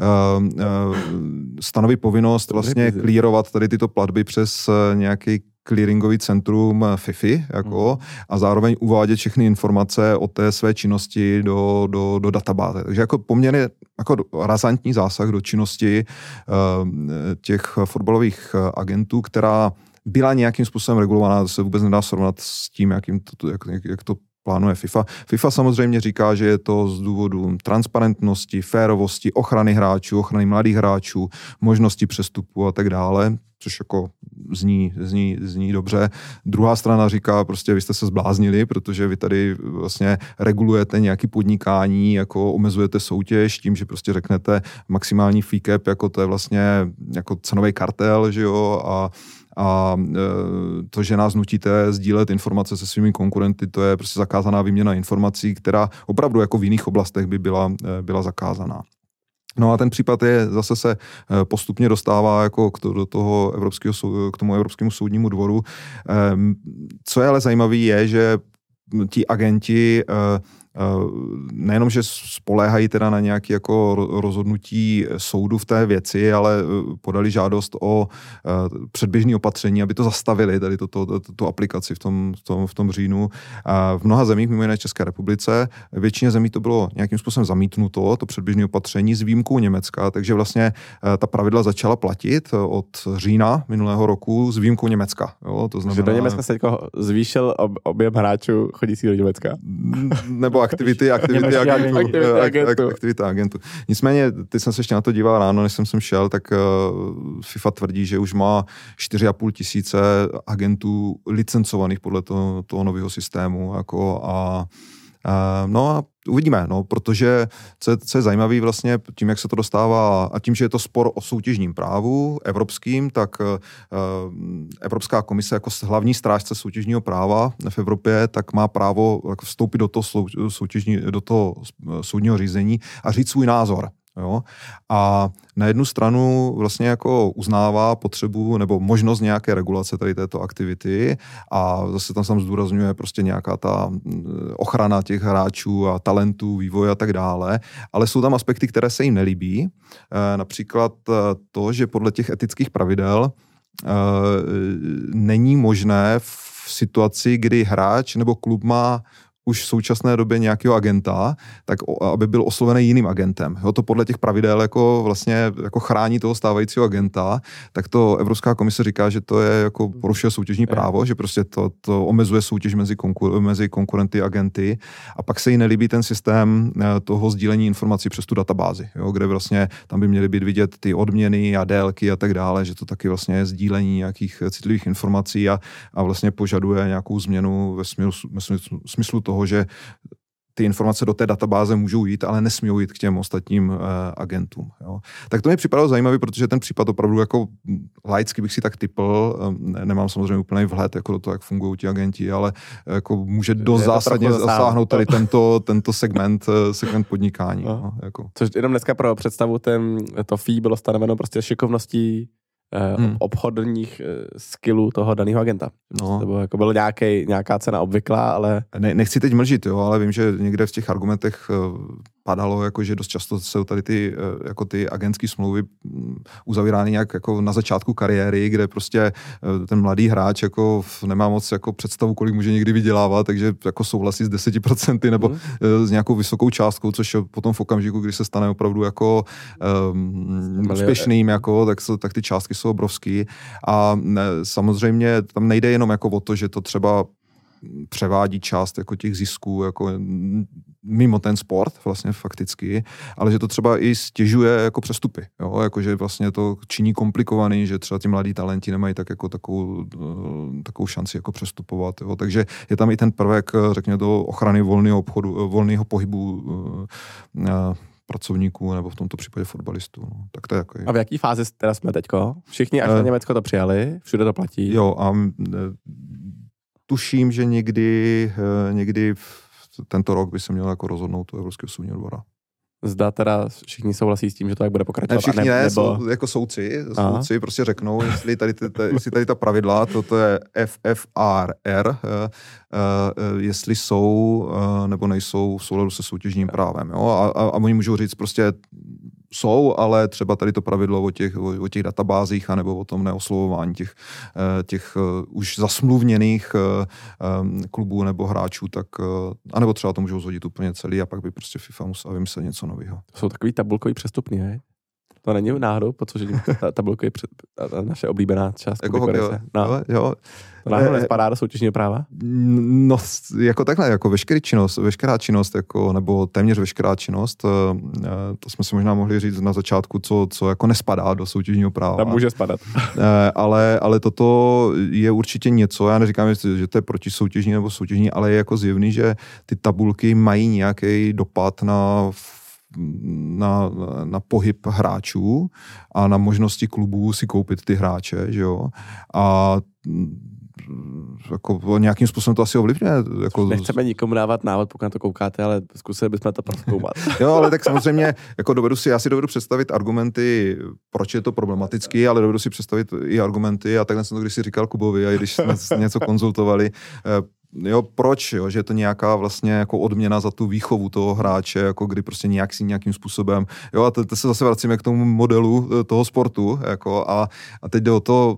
Speaker 3: Stanoví povinnost vlastně klírovat tady tyto platby přes nějaký clearingový centrum FIFA, jako, a zároveň uvádět všechny informace o té své činnosti do databáze. Takže jako poměrně jako razantní zásah do činnosti těch fotbalových agentů, která byla nějakým způsobem regulovaná, to se vůbec nedá srovnat s tím, jak to plánuje FIFA. FIFA samozřejmě říká, že je to z důvodu transparentnosti, férovosti, ochrany hráčů, ochrany mladých hráčů, možnosti přestupu a tak dále, což jako zní dobře. Druhá strana říká, prostě vy jste se zbláznili, protože vy tady vlastně regulujete nějaký podnikání, jako omezujete soutěž tím, že prostě řeknete maximální fee cap, jako to je vlastně jako cenový kartel, že jo, a to, že nás nutíte sdílet informace se svými konkurenty, to je prostě zakázaná výměna informací, která opravdu jako v jiných oblastech by byla zakázaná. No a ten případ zase se postupně dostává jako k tomu Evropskému soudnímu dvoru. Co je ale zajímavé je, že ti agenti nejenom, že spoléhají teda na nějaké jako rozhodnutí soudu v té věci, ale podali žádost o předběžné opatření, aby to zastavili, tady tu aplikaci v tom říjnu. V mnoha zemích, mimo jiné České republice, většině zemí to bylo nějakým způsobem zamítnuto, to předběžné opatření s výjimkou Německa, takže vlastně ta pravidla začala platit od října minulého roku s výjimkou Německa. Jo? To znamená,
Speaker 2: že do Německa se zvýšil objem hráčů chodících do Německa.
Speaker 3: Nebo aktivity agentů. Nicméně, teď jsem se ještě na to díval ráno, než jsem sem šel, tak FIFA tvrdí, že už má 4,5 tisíce agentů licencovaných podle toho nového systému. Jako no a uvidíme, protože co je zajímavé vlastně tím, jak se to dostává a tím, že je to spor o soutěžním právu evropským, tak Evropská komise jako hlavní strážce soutěžního práva v Evropě, tak má právo vstoupit do toho soudního řízení a říct svůj názor. Jo? A na jednu stranu vlastně jako uznává potřebu nebo možnost nějaké regulace tady této aktivity a zase tam zdůrazňuje prostě nějaká ta ochrana těch hráčů a talentů, vývoje a tak dále, ale jsou tam aspekty, které se jim nelíbí. Například to, že podle těch etických pravidel není možné v situaci, kdy hráč nebo klub má už v současné době nějakého agenta, tak aby byl oslovený jiným agentem. Jo, to podle těch pravidel jako vlastně jako chrání toho stávajícího agenta, tak to Evropská komise říká, že to je jako porušuje soutěžní právo, že prostě to omezuje soutěž mezi konkurenty a agenty, a pak se jí nelíbí ten systém toho sdílení informací přes tu databázi, jo, kde vlastně tam by měly být vidět ty odměny a délky a tak dále, že to taky vlastně je sdílení nějakých citlivých informací a vlastně požaduje nějakou změnu ve smyslu toho, že ty informace do té databáze můžou jít, ale nesmí jít k těm ostatním agentům. Jo. Tak to mi připadalo zajímavý, protože ten případ opravdu jako laicky bych si tak tipl, nemám samozřejmě úplný vhled jako do toho, jak fungují ti agenti, ale jako může dost zásadně zasáhnout tady tento segment podnikání. No, jako.
Speaker 2: Což jenom dneska pro představu, to fee bylo stanoveno prostě šikovností obchodních skillů toho daného agenta.
Speaker 3: No.
Speaker 2: To jako bylo nějaká cena obvyklá, ale...
Speaker 3: Nechci teď mlžit, jo, ale vím, že někde v těch argumentech padalo, jako, že dost často jsou tady ty agentské smlouvy uzavírány nějak jako na začátku kariéry, kde prostě ten mladý hráč jako nemá moc jako představu, kolik může někdy vydělávat, takže jako souhlasí s 10% nebo s nějakou vysokou částkou, což potom v okamžiku, kdy se stane opravdu jako úspěšným, jako, tak ty částky jsou obrovský. A samozřejmě tam nejde jenom jako o to, že to třeba převádí část jako těch zisků jako mimo ten sport vlastně fakticky, ale že to třeba i stěžuje jako přestupy, jo? Jako, že vlastně to činí komplikovaný, že třeba ti mladí talenti nemají tak jako takovou šanci jako přestupovat, jo? Takže je tam i ten prvek, řekněme, do ochrany volného pohybu pracovníků, nebo v tomto případě fotbalistů. No. Tak to je jako...
Speaker 2: A v jaký fázi teda jsme teďko? Všichni až na Německo to přijali, všude to platí.
Speaker 3: Jo, a tuším, že někdy tento rok by se měl jako rozhodnout u Evropského soudního dvora.
Speaker 2: Zda všichni souhlasí s tím, že to tak bude pokračovat?
Speaker 3: Ne, všichni ne, nebo... jako soudci prostě řeknou, jestli tady ta pravidla, toto je FFRR, jestli jsou nebo nejsou v souladu se soutěžním právem. Jo? A oni můžou říct prostě jsou, ale třeba tady to pravidlo o těch databázích anebo o tom neoslovování těch už zasmluvněných klubů nebo hráčů, tak anebo třeba to můžou zhodit úplně celý a pak by prostě FIFA musela vymyslet něco nového.
Speaker 2: To jsou takový tabulkový přestupný, ne? To není náhodou, protože tabulkový naše oblíbená část.
Speaker 3: Jako hokej, jo.
Speaker 2: To náhodou nespadá do soutěžního práva?
Speaker 3: No, jako takhle, jako veškerá činnost, jako, nebo téměř veškerá činnost, to jsme si možná mohli říct na začátku, co jako nespadá do soutěžního práva.
Speaker 2: Tam může spadat.
Speaker 3: Ale toto je určitě něco, já neříkám, že to je protisoutěžní nebo soutěžní, ale je jako zjevný, že ty tabulky mají nějaký dopad na pohyb hráčů a na možnosti klubů si koupit ty hráče, že jo. A jako nějakým způsobem to asi ovlivňuje. Jako...
Speaker 2: Nechceme nikomu dávat návod, pokud na to koukáte, ale zkusili bychom to prozkoumat.
Speaker 3: Jo, ale tak samozřejmě jako já si dovedu představit argumenty, proč je to problematický, ale dovedu si představit i argumenty, a takhle jsem to když si říkal Kubovi, a když jsme něco konzultovali, jo, proč, jo, že je to nějaká vlastně jako odměna za tu výchovu toho hráče, jako kdy prostě nějakým způsobem, jo, a teď se zase vracíme k tomu modelu toho sportu, jako a teď jde o to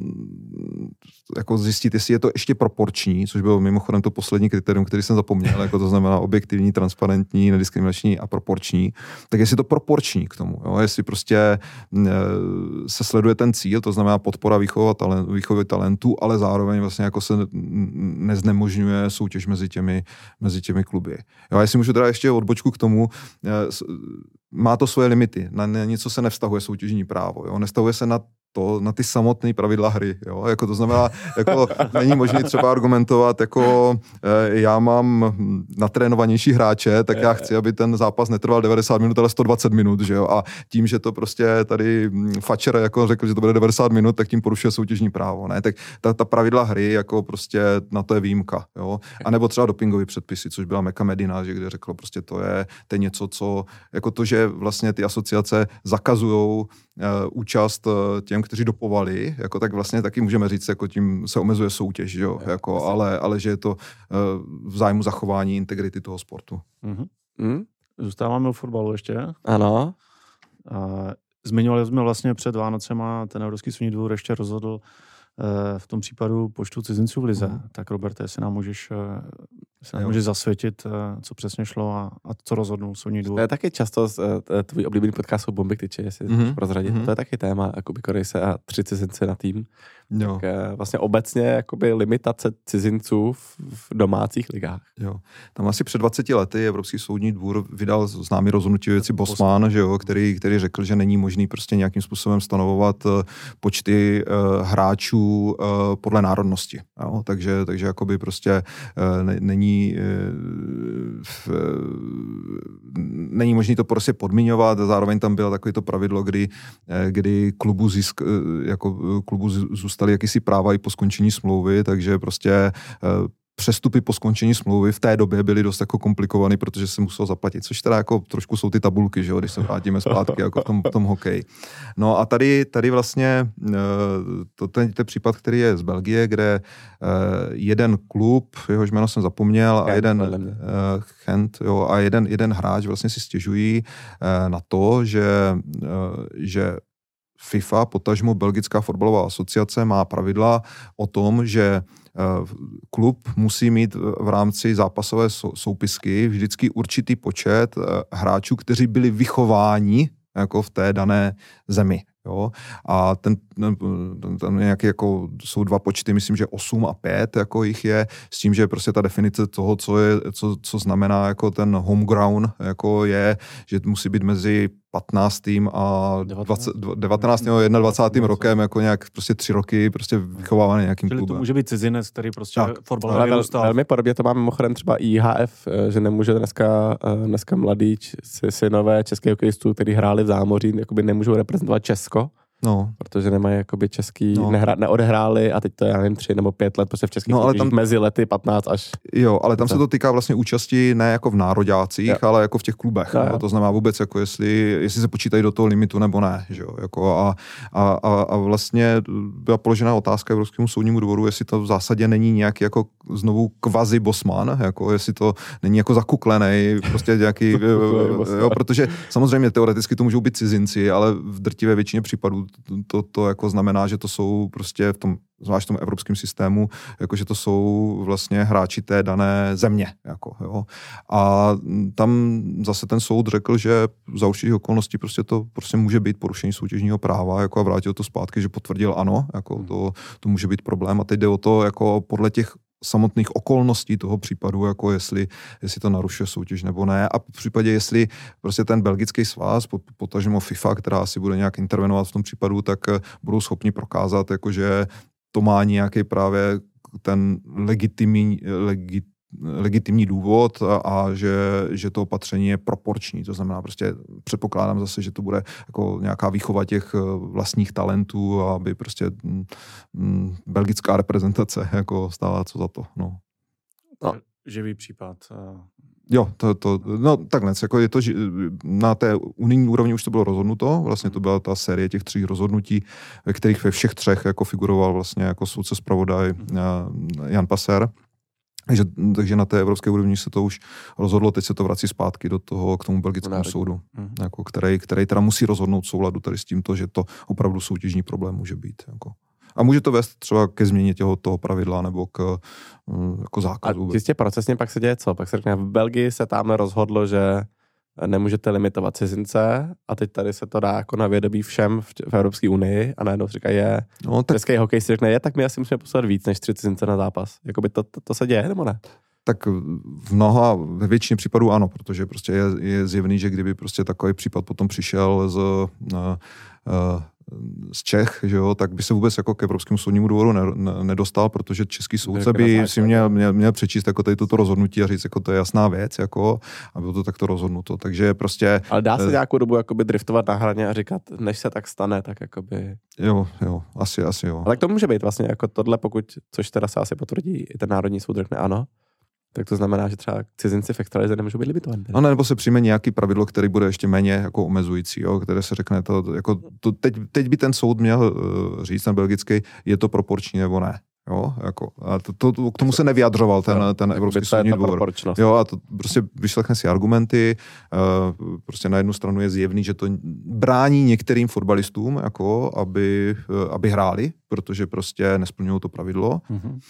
Speaker 3: jako zjistit, jestli je to ještě proporční, což bylo mimochodem to poslední kritérium, který jsem zapomněl, jako to znamená objektivní, transparentní, nediskriminační a proporční, tak jestli je to proporční k tomu, jo, jestli prostě se sleduje ten cíl, to znamená podpora výchovy talentů, ale zároveň vlastně jako se neznemožňuje soutěž mezi těmi kluby. Jo, a jestli můžu teda ještě odbočku k tomu, má to svoje limity, na něco se nevztahuje soutěžní právo, jo, nevztahuje se na ty samotné pravidla hry, jo, jako to znamená, jako není možné třeba argumentovat, jako já mám natrénovanější hráče, tak já chci, aby ten zápas netrval 90 minut, ale 120 minut, že jo, a tím, že to prostě tady Fatscher jako řekl, že to bude 90 minut, tak tím porušuje soutěžní právo, ne, tak ta pravidla hry, jako prostě na to je výjimka, jo, a nebo třeba dopingové předpisy, což byla Meka Medina, že kde řeklo prostě to je něco, co, jako to, že vlastně ty asociace zakazujou účast těm, kteří dopovali, jako tak vlastně taky můžeme říct, jako tím se omezuje soutěž, jo, jako, ale že je to v zájmu zachování integrity toho sportu.
Speaker 1: Zůstáváme u fotbalu ještě.
Speaker 2: Ano.
Speaker 1: Zmiňovali jsme vlastně před Vánocema, ten Evropský soudní dvůr ještě rozhodl v tom případu počtu cizinců v lize. Tak Roberte, jestli nám můžeš Se může zasvětit, co přesně šlo a co rozhodnul soudní dvůr.
Speaker 2: To je taky často tvůj oblíbený podcast jsou bomby tyče, jestli prozradit. To je taky téma, jakoby Korejse a 3 cizinci na tým.
Speaker 3: Jo.
Speaker 2: Tak vlastně obecně jakoby limitace cizinců v domácích ligách.
Speaker 3: Jo. Tam asi před 20 lety Evropský soudní dvůr vydal známý rozhodnutí věci Bosman, že jo, který řekl, že není možný prostě nějakým způsobem stanovovat počty hráčů podle národnosti. Jo. Takže jakoby prostě není možný to prostě podmiňovat. Zároveň tam bylo takový to pravidlo, kdy klubu zůstaly jakýsi práva i po skončení smlouvy, takže prostě přestupy po skončení smlouvy v té době byly dost jako komplikovaný, protože se muselo zaplatit, což teda jako trošku jsou ty tabulky, že jo, když se vrátíme zpátky jako v tom hokeji. No a tady vlastně ten případ, který je z Belgie, kde jeden klub, jehož jméno jsem zapomněl, a jeden hráč vlastně si stěžují na to, že FIFA, potažmo Belgická fotbalová asociace, má pravidla o tom, že klub musí mít v rámci zápasové soupisky vždycky určitý počet hráčů, kteří byli vychováni jako v té dané zemi. Jo? A ten nějaký jako jsou 2 počty, myslím, že 8 a 5 jako jich je, s tím, že prostě ta definice toho, co znamená jako ten home ground, jako je, že musí být mezi 15. a 19. a 21. rokem jako nějak prostě 3 roky prostě vychovávaný nějakým klubem.
Speaker 1: To může být cizinec, který prostě fotbalově vyrůstal.
Speaker 2: Velmi podobně to máme mimochodem třeba IHF, že nemůže dneska mladí synové českých hokejistů, kteří hráli v zámoří, jakoby nemůžou reprezentovat Česko.
Speaker 3: No.
Speaker 2: Protože nemají jakoby český, neodehráli a teď to je, já nevím, 3 nebo 5 let prostě v českých ale tam mezi lety 15 až...
Speaker 3: Jo, ale tam se to týká vlastně účasti ne jako v nároďácích, ale jako v těch klubech. No, to znamená vůbec, jako jestli se počítají do toho limitu nebo ne. Že jo? Jako a vlastně byla položená otázka Evropskému soudnímu dvoru, jestli to v zásadě není nějaký jako znovu kvazi Bosman, jako jestli to není jako zakuklený, prostě nějaký... jo, protože samozřejmě teoreticky to můžou být cizinci, ale v drtivé většině případů to jako znamená, že to jsou prostě v tom, zvlášť v tom evropském systému, jakože to jsou vlastně hráči té dané země. Jako, jo. A tam zase ten soud řekl, že za určitých okolností prostě to prostě může být porušení soutěžního práva, jako a vrátil to zpátky, že potvrdil ano, jako to může být problém. A teď jde o to, jako podle těch samotných okolností toho případu, jako jestli to narušuje soutěž nebo ne. A v případě, jestli prostě ten belgický svaz, potažmo FIFA, která asi bude nějak intervenovat v tom případu, tak budou schopni prokázat, jakože to má nějaký právě ten legitimní důvod a že to opatření je proporční. To znamená prostě předpokládám zase, že to bude jako nějaká výchova těch vlastních talentů, aby prostě belgická reprezentace jako stála co za to. No.
Speaker 1: Živý případ.
Speaker 3: Jo, no takhle, jako je to, na té unijní úrovni už to bylo rozhodnuto, vlastně to byla ta série těch 3 rozhodnutí, ve kterých ve všech 3 jako figuroval vlastně jako soudce zpravodaj Jan Passer. Takže na té evropské úrovni se to už rozhodlo, teď se to vrací zpátky k tomu belgickému soudu, jako který teda musí rozhodnout v souladu tady s tímto, že to opravdu soutěžní problém může být. Jako. A může to vést třeba ke změně toho pravidla nebo jako zákazu.
Speaker 2: A čistě procesně pak se děje co? Pak se řekne, v Belgii se tam rozhodlo, že nemůžete limitovat cizince a teď tady se to dá jako na vědomí všem v Evropské unii a najednou říká český hokej si řekne, tak my asi musíme poslat víc než 3 cizince na zápas. Jakoby to se děje, nebo ne?
Speaker 3: Tak ve většině případů ano, protože prostě je zjevný, že kdyby prostě takový případ potom přišel z Čech, že jo, tak by se vůbec jako k Evropskému soudnímu dvoru nedostal, protože český soudce by si měl přečíst jako tady toto rozhodnutí a říct, jako to je jasná věc, jako, a bylo to takto rozhodnuto. Takže prostě... Ale
Speaker 2: dá se nějakou dobu jakoby driftovat na hraně a říkat, než se tak stane, tak jakoby...
Speaker 3: Jo, asi jo.
Speaker 2: Ale to může být vlastně jako tohle, což teda se asi potvrdí, i ten Národní soud řekne ano, tak to znamená, že třeba cizinci v extralize nemůžou být limitovaní.
Speaker 3: No nebo se přijme nějaký pravidlo, který bude ještě méně jako omezující, jo, které se řekne, teď by ten soud měl říct, ten belgický, je to proporční nebo ne. Jo, jako, a k tomu se nevyjadřoval ten Evropský soudní dvůr. Jo, a to prostě vyšlechne si argumenty, prostě na jednu stranu je zjevný, že to brání některým fotbalistům, jako, aby hráli, protože prostě nesplňují to pravidlo.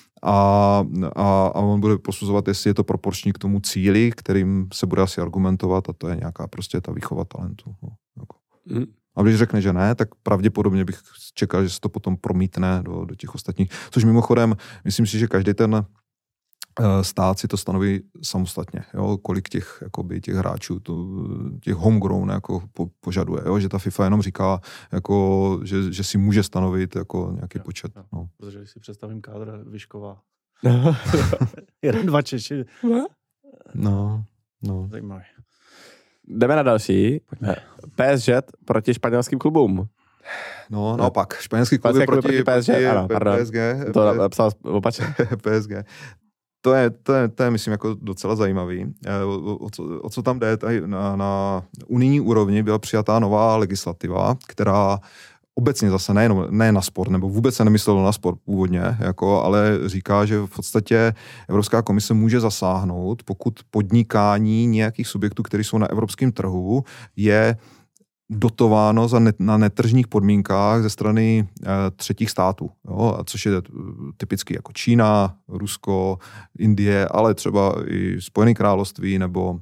Speaker 3: A on bude posuzovat, jestli je to proporční k tomu cíli, kterým se bude asi argumentovat, a to je nějaká prostě ta výchova talentu. No, jako. A když řekne, že ne, tak pravděpodobně bych čekal, že se to potom promítne do těch ostatních. Což mimochodem, myslím si, že každý ten stát si to stanoví samostatně. Jo? Kolik těch hráčů, těch homegrown jako požaduje. Jo? Že ta FIFA jenom říká, jako, že si může stanovit jako nějaký počet. No.
Speaker 1: Protože když si představím kádr Vyšková. 1-2 Češi.
Speaker 3: No.
Speaker 1: Zajímavý.
Speaker 2: Jdeme na další. PSG proti španělským klubům.
Speaker 3: No, naopak. Španělský kluby proti PSG.
Speaker 2: Ano, PSG. To napsal opačně.
Speaker 3: PSG. To je, myslím, jako docela zajímavý. O co tam jde? Na unijní úrovni byla přijatá nová legislativa, která obecně zase ne na sport, nebo vůbec se nemyslelo na sport původně, jako, ale říká, že v podstatě Evropská komise může zasáhnout, pokud podnikání nějakých subjektů, které jsou na evropském trhu, je dotováno na netržních podmínkách ze strany třetích států, jo? Což je typicky jako Čína, Rusko, Indie, ale třeba i Spojené království nebo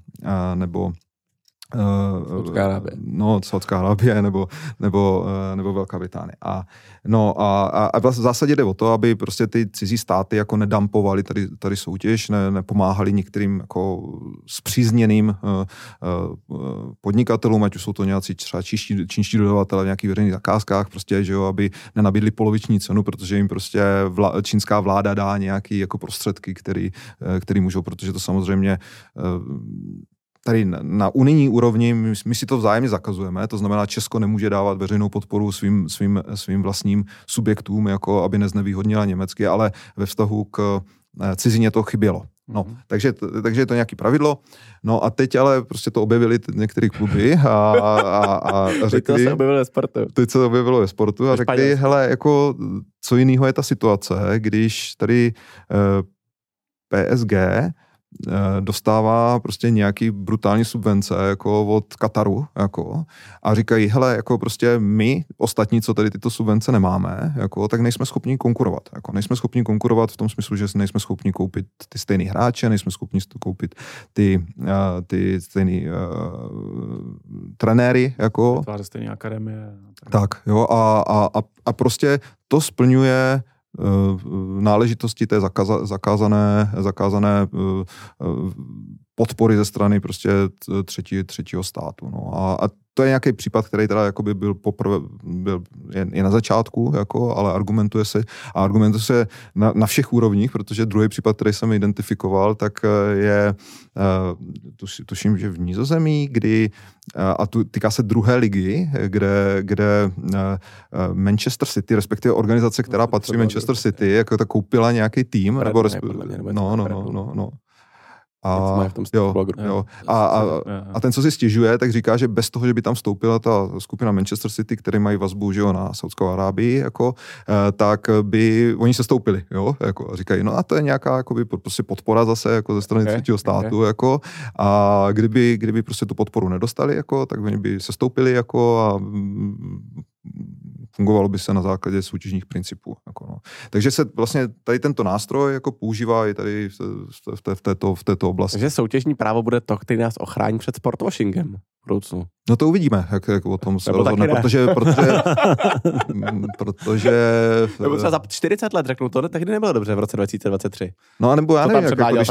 Speaker 3: Saudská Arábie nebo Velká Británie. A v zásadě jde o to, aby prostě ty cizí státy jako nedampovali tady soutěž, nepomáhali některým jako spřízněným podnikatelům, ať už jsou to nějací třeba čínští dodavatelé v nějakých veřejných zakázkách, prostě, že jo, aby nenabídli poloviční cenu, protože jim prostě čínská vláda dá nějaký jako prostředky, který můžou, protože to samozřejmě tady na unijní úrovni my si to vzájemně zakazujeme, to znamená, Česko nemůže dávat veřejnou podporu svým vlastním subjektům, jako aby neznevýhodnila německy, ale ve vztahu k cizině to chybělo. No, takže je to nějaký pravidlo. No a teď ale prostě to objevili některé kluby a řekli...
Speaker 2: Teď se objevilo ve sportu.
Speaker 3: Teď se objevilo ve sportu a řekli, hele, jako co jiného je ta situace, když tady PSG dostává prostě nějaký brutální subvence jako od Kataru, jako, a říkají, hele, jako prostě my, ostatní, co tady tyto subvence nemáme, jako, tak nejsme schopni konkurovat. Jako, nejsme schopni konkurovat v tom smyslu, že nejsme schopni koupit ty stejný hráče, nejsme schopni koupit ty stejný trenéry. Jako.
Speaker 1: Vytvářet stejné akademie.
Speaker 3: Tak, jo, a prostě to splňuje náležitosti té zakázané podpory ze strany prostě třetího státu. No. A to je nějaký případ, který teda jakoby byl na začátku, jako, ale argumentuje se na všech úrovních, protože druhý případ, který jsem identifikoval, tak je, tuším, že v Nizozemí, kdy, a týká se druhé ligy, kde Manchester City, respektive organizace, která patří Manchester City, jako ta koupila nějaký tým, A ten, co si stěžuje, tak říká, že bez toho, že by tam vstoupila ta skupina Manchester City, který mají vazbu, že jo, na Saudskou Arábii, jako, tak by oni se stoupili, jo, jako, a říkají, no a to je nějaká jakoby, prostě podpora zase jako ze strany třetího státu, jako, a kdyby prostě tu podporu nedostali, jako, tak oni by se stoupili, jako, a fungovalo by se na základě soutěžních principů. Jako no. Takže se vlastně tady tento nástroj jako používá i tady v této oblasti. Takže
Speaker 2: soutěžní právo bude to, který nás ochrání před sportwashingem v budoucnu.
Speaker 3: No to uvidíme, jak o tom se rozhodne, protože
Speaker 2: nebo třeba za 40 let řeknu, to tehdy nebylo dobře v roce 2023.
Speaker 3: No a nebo já nevím,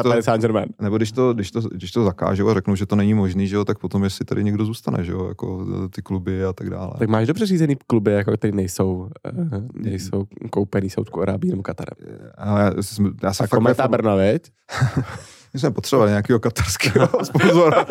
Speaker 3: když to zakážou a řeknou, že to není možný, že jo, tak potom jestli tady někdo zůstane, že jo, jako ty kluby a tak dále.
Speaker 2: Tak máš dobře řízený kluby, jako který nejsou koupený Saudskou Arábií nebo Katarem.
Speaker 3: Já jsem
Speaker 2: Kometa Brno, viď?
Speaker 3: My jsme potřebovali nějakého katarského sponzora.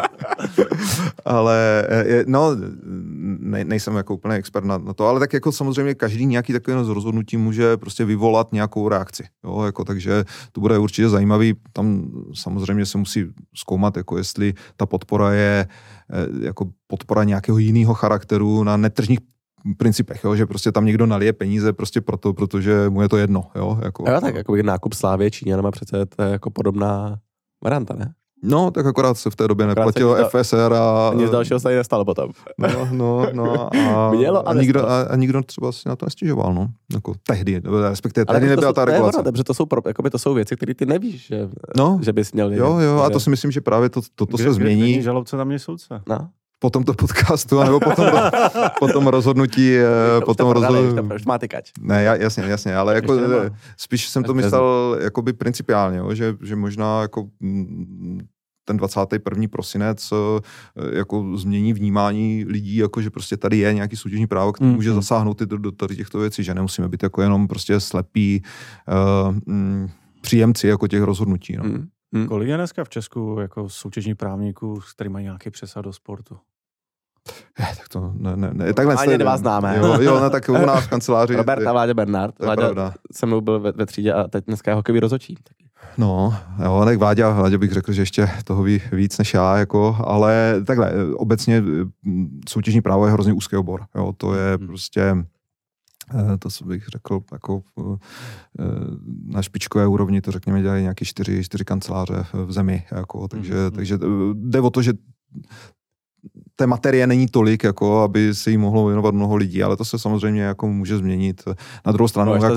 Speaker 3: Ale no, nejsem jako úplný expert na to, ale tak jako samozřejmě každý nějaký takový rozhodnutí může prostě vyvolat nějakou reakci. Jo, jako, takže to bude určitě zajímavý. Tam samozřejmě se musí zkoumat, jako jestli ta podpora je jako podpora nějakého jiného charakteru na netržních principech, jo, že prostě tam někdo nalije peníze prostě proto, protože mu je to jedno, jo. Jako,
Speaker 2: jo, tak jako nákup Slávě Číňanama přece to je jako podobná varianta, ne?
Speaker 3: No, tak akorát se v té době neplatilo FSR a...
Speaker 2: Nic dalšího se nestalo potom.
Speaker 3: No a nikdo třeba si na to nestěžoval, no. Jako tehdy, respektive tehdy nebyla ta regulace.
Speaker 2: Protože to jsou věci, které ty nevíš, že bys měl...
Speaker 3: Jo, a to si myslím, že právě toto se změní.
Speaker 1: Kde žalobce tam soudce.
Speaker 2: No.
Speaker 3: Po tomto podcastu, nebo po tom rozhodnutí...
Speaker 2: Už má tykač.
Speaker 3: Ne, jasně, ale jako spíš jsem to myslel jakoby principiálně, jo, že možná jako ten 21. prosinec jako změní vnímání lidí, jako že prostě tady je nějaký soutěžní právo, který může zasáhnout do tady těchto věcí, že nemusíme být jako jenom prostě slepí příjemci jako těch rozhodnutí. No.
Speaker 1: Kolik je dneska v Česku jako soutěžní právníků, který mají nějaký přesah do sportu?
Speaker 3: Tak to ne. Takhle
Speaker 2: ani dva známe.
Speaker 3: Jo, no, tak u nás v kanceláři.
Speaker 2: Robert a Vláďa Bernard. Vláďa se mnou byl ve třídě a teď dneska je hokejový rozhodčí.
Speaker 3: No, jo, tak Vláďa bych řekl, že ještě toho ví víc než já, jako, ale takhle, obecně soutěžní právo je hrozně úzký obor. Jo, to je prostě, to co bych řekl, jako na špičkové úrovni, to řekněme, dělají nějaké 4 kanceláře v zemi, jako, takže jde o to, že té materie není tolik, jako aby se jí mohlo věnovat mnoho lidí, ale to se samozřejmě jako může změnit. Na druhou stranu, jako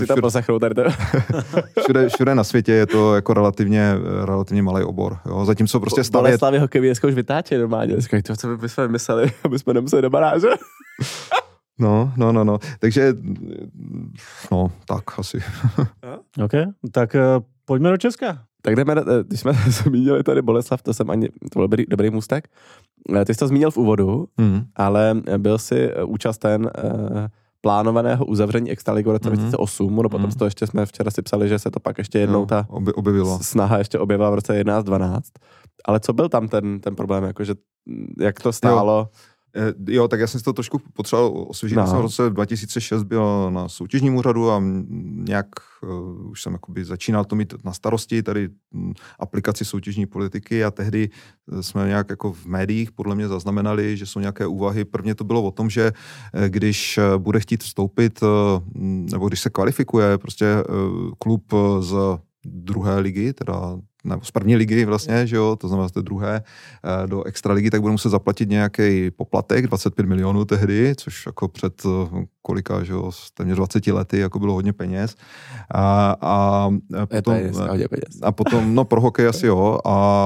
Speaker 3: všude na světě je to jako relativně malý obor. Jo. Zatímco prostě stavět...
Speaker 2: Boleslavy hokejový dneska už vytáče normálně. To, co bychom vymysleli, aby jsme nemuseli do baráže.
Speaker 3: No. Takže, no, tak asi.
Speaker 1: OK, tak pojďme do Česka.
Speaker 2: Tak jdeme, když jsme zmínili tady Boleslav, to byl dobrý můstek. Ty jsi to zmínil v úvodu, ale byl jsi účasten plánovaného uzavření Extraligy v roce 2008, no potom to ještě jsme včera si psali, že se to pak ještě jednou ta snaha ještě objevila v roce 11-12. Ale co byl tam ten problém, jakože jak to stálo?
Speaker 3: Jo, tak já jsem si to trošku potřeboval osvěžit. Já jsem v roce 2006 byl na soutěžním úřadu a nějak už jsem jakoby začínal to mít na starosti, tady aplikaci soutěžní politiky a tehdy jsme nějak jako v médiích podle mě zaznamenali, že jsou nějaké úvahy. Prvně to bylo o tom, že když bude chtít vstoupit, nebo když se kvalifikuje prostě klub z druhé ligy, teda nebo z první ligy vlastně, že jo, to znamená z té druhé do extraligy, tak bude muset zaplatit nějaký poplatek, 25 milionů tehdy, což jako před kolika, že jo, téměř 20 lety, jako bylo hodně peněz. A potom, no pro hokej asi jo,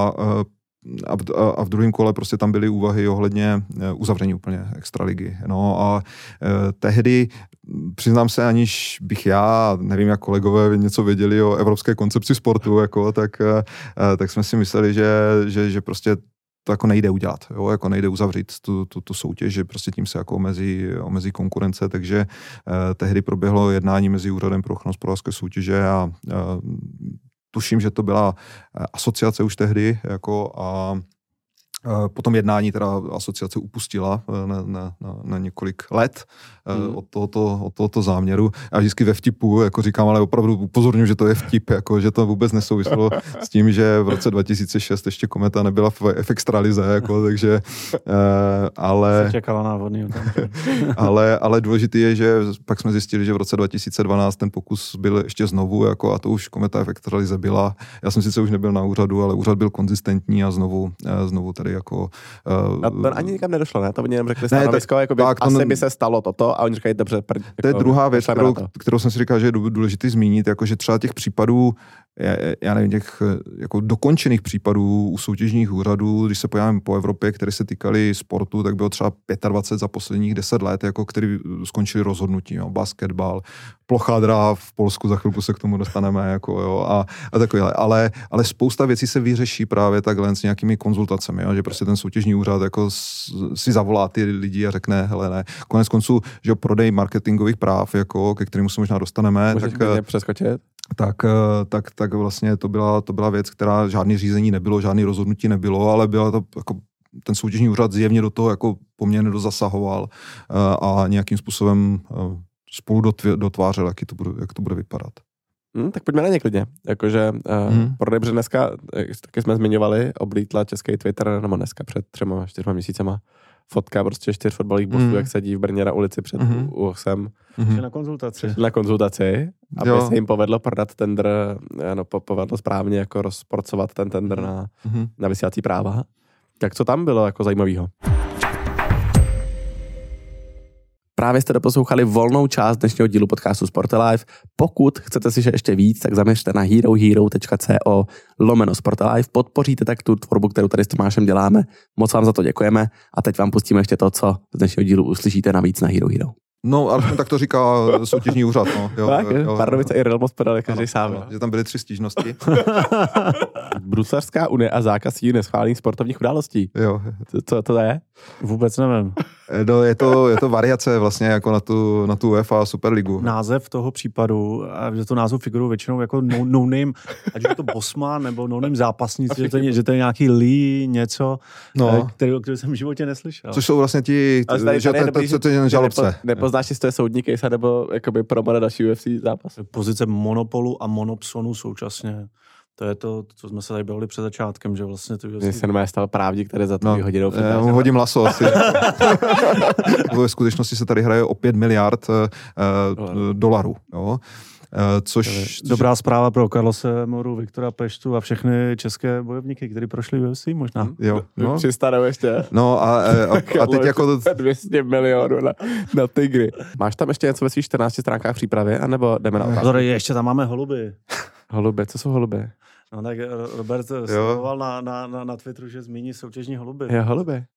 Speaker 3: a v druhém kole prostě tam byly úvahy ohledně uzavření úplně extraligy. No a tehdy, přiznám se, aniž bych já, nevím jak kolegové něco věděli o evropské koncepci sportu, jako, tak jsme si mysleli, že prostě to jako nejde udělat, jo? Jako nejde uzavřít tu soutěž, že prostě tím se jako omezí konkurence, takže tehdy proběhlo jednání mezi Úřadem pro ochranu hospodářské soutěže a tuším, že to byla asociace už tehdy, jako a potom jednání teda asociace upustila na několik let od tohoto záměru. Já vždycky ve vtipu jako říkám, ale opravdu upozorňuji, že to je vtip, jako, že to vůbec nesouvislo s tím, že v roce 2006 ještě Kometa nebyla v extralize, jako, takže ale...
Speaker 1: Se čekala na vodný
Speaker 3: ale důležité je, že pak jsme zjistili, že v roce 2012 ten pokus byl ještě znovu, jako, a to už Kometa v extralize byla. Já jsem sice už nebyl na úřadu, ale úřad byl konzistentní a znovu tady jako...
Speaker 2: A to ani nikam nedošlo, ne? To oni jenom řekli stanovisko, asi by se stalo toto a oni říkají, dobře.
Speaker 3: To je druhá věc, kterou jsem si říkal, že je důležitý zmínit, jako, že třeba těch případů, já nevím, těch jako dokončených případů u soutěžních úřadů, když se podíváme po Evropě, které se týkaly sportu, tak bylo třeba 25 za posledních 10 let, jako, který skončili rozhodnutí, jo, basketbal, plochá dráha v Polsku, za chvilku se k tomu dostaneme, jako, jo, a takovýhle. Ale spousta věcí se vyřeší právě takhle s nějakými konzultacemi, jo, že prostě ten soutěžní úřad jako si zavolá ty lidi a řekne, hele, ne. Konec konců, že prodej marketingových práv, jako, ke kterému se možná dostaneme.
Speaker 2: Můžeš mě přeskočit?
Speaker 3: Tak vlastně to byla věc, která žádný řízení nebylo, žádný rozhodnutí nebylo, ale byla to jako ten soutěžní úřad zjevně do toho jako poměrně dozasahoval a nějakým způsobem spolu dotvářel, jak to bude vypadat.
Speaker 2: Tak pojďme na ně klidně. Jakože prodej, protože dneska, taky jsme zmiňovali, oblítla český Twitter, nebo dneska před 3-4 měsícema, fotka prostě 4 fotbalových bosů, jak sedí v Brně na ulici před UOXem.
Speaker 1: Na konzultaci.
Speaker 2: Na konzultaci, aby se jim povedlo prodat tender, povedlo správně jako rozporcovat ten tender na vysílací práva. Tak co tam bylo jako zajímavého? Právě jste doposlouchali volnou část dnešního dílu podcastu Sportalife. Pokud chcete slyšet ještě víc, tak zaměřte na herohero.co/Sportalife. Podpoříte tak tu tvorbu, kterou tady s Tomášem děláme. Moc vám za to děkujeme a teď vám pustíme ještě to, co z dnešního dílu uslyšíte navíc na Hero Hero.
Speaker 3: No, ale tak to říká soutěžní úřad. No.
Speaker 2: Pardubice i Real Most podali každý sám.
Speaker 3: Že tam byly 3 stížnosti.
Speaker 2: Bruselská unie a zákaz jí neschválených sportovních událostí.
Speaker 3: Jo.
Speaker 2: Co to je?
Speaker 1: Vůbec nevím.
Speaker 3: No, je to variace vlastně jako na tu UEFA Superligu.
Speaker 1: Název toho případu, a že to názvu figurují většinou jako no name, ať je to Bosman nebo no name zápasníci, že to je nějaký Lee něco, který jsem v životě neslyšel.
Speaker 3: Což jsou vlastně ti, že to je žalobce.
Speaker 2: Nepoznáš, jestli to je soudní case, nebo jakoby promo na další UFC zápas.
Speaker 1: Pozice monopolu a monopsonu současně. To je to, co jsme se tady bavili před začátkem, že vlastně to...
Speaker 2: Mně se nemá stal právník, který za to vyhodil.
Speaker 3: Já mu hodím laso asi. V skutečnosti se tady hraje o 5 miliard dolarů. Jo? Což...
Speaker 1: Dobrá zpráva pro Karlose Moru, Viktora Peštu a všechny české bojovníky, kteří prošli UFC možná.
Speaker 3: Jo. No.
Speaker 2: Přistanou ještě.
Speaker 3: No a teď jako...
Speaker 2: 200 milionů na tygry. Máš tam ještě něco ve svých 14 stránkách přípravy, anebo jdeme na otázku?
Speaker 1: Ještě tam máme holuby.
Speaker 2: Holuby, co jsou holuby?
Speaker 1: No tak Robert sledoval na Twitteru, že zmíní soutěžní holuby.
Speaker 2: Je holuby.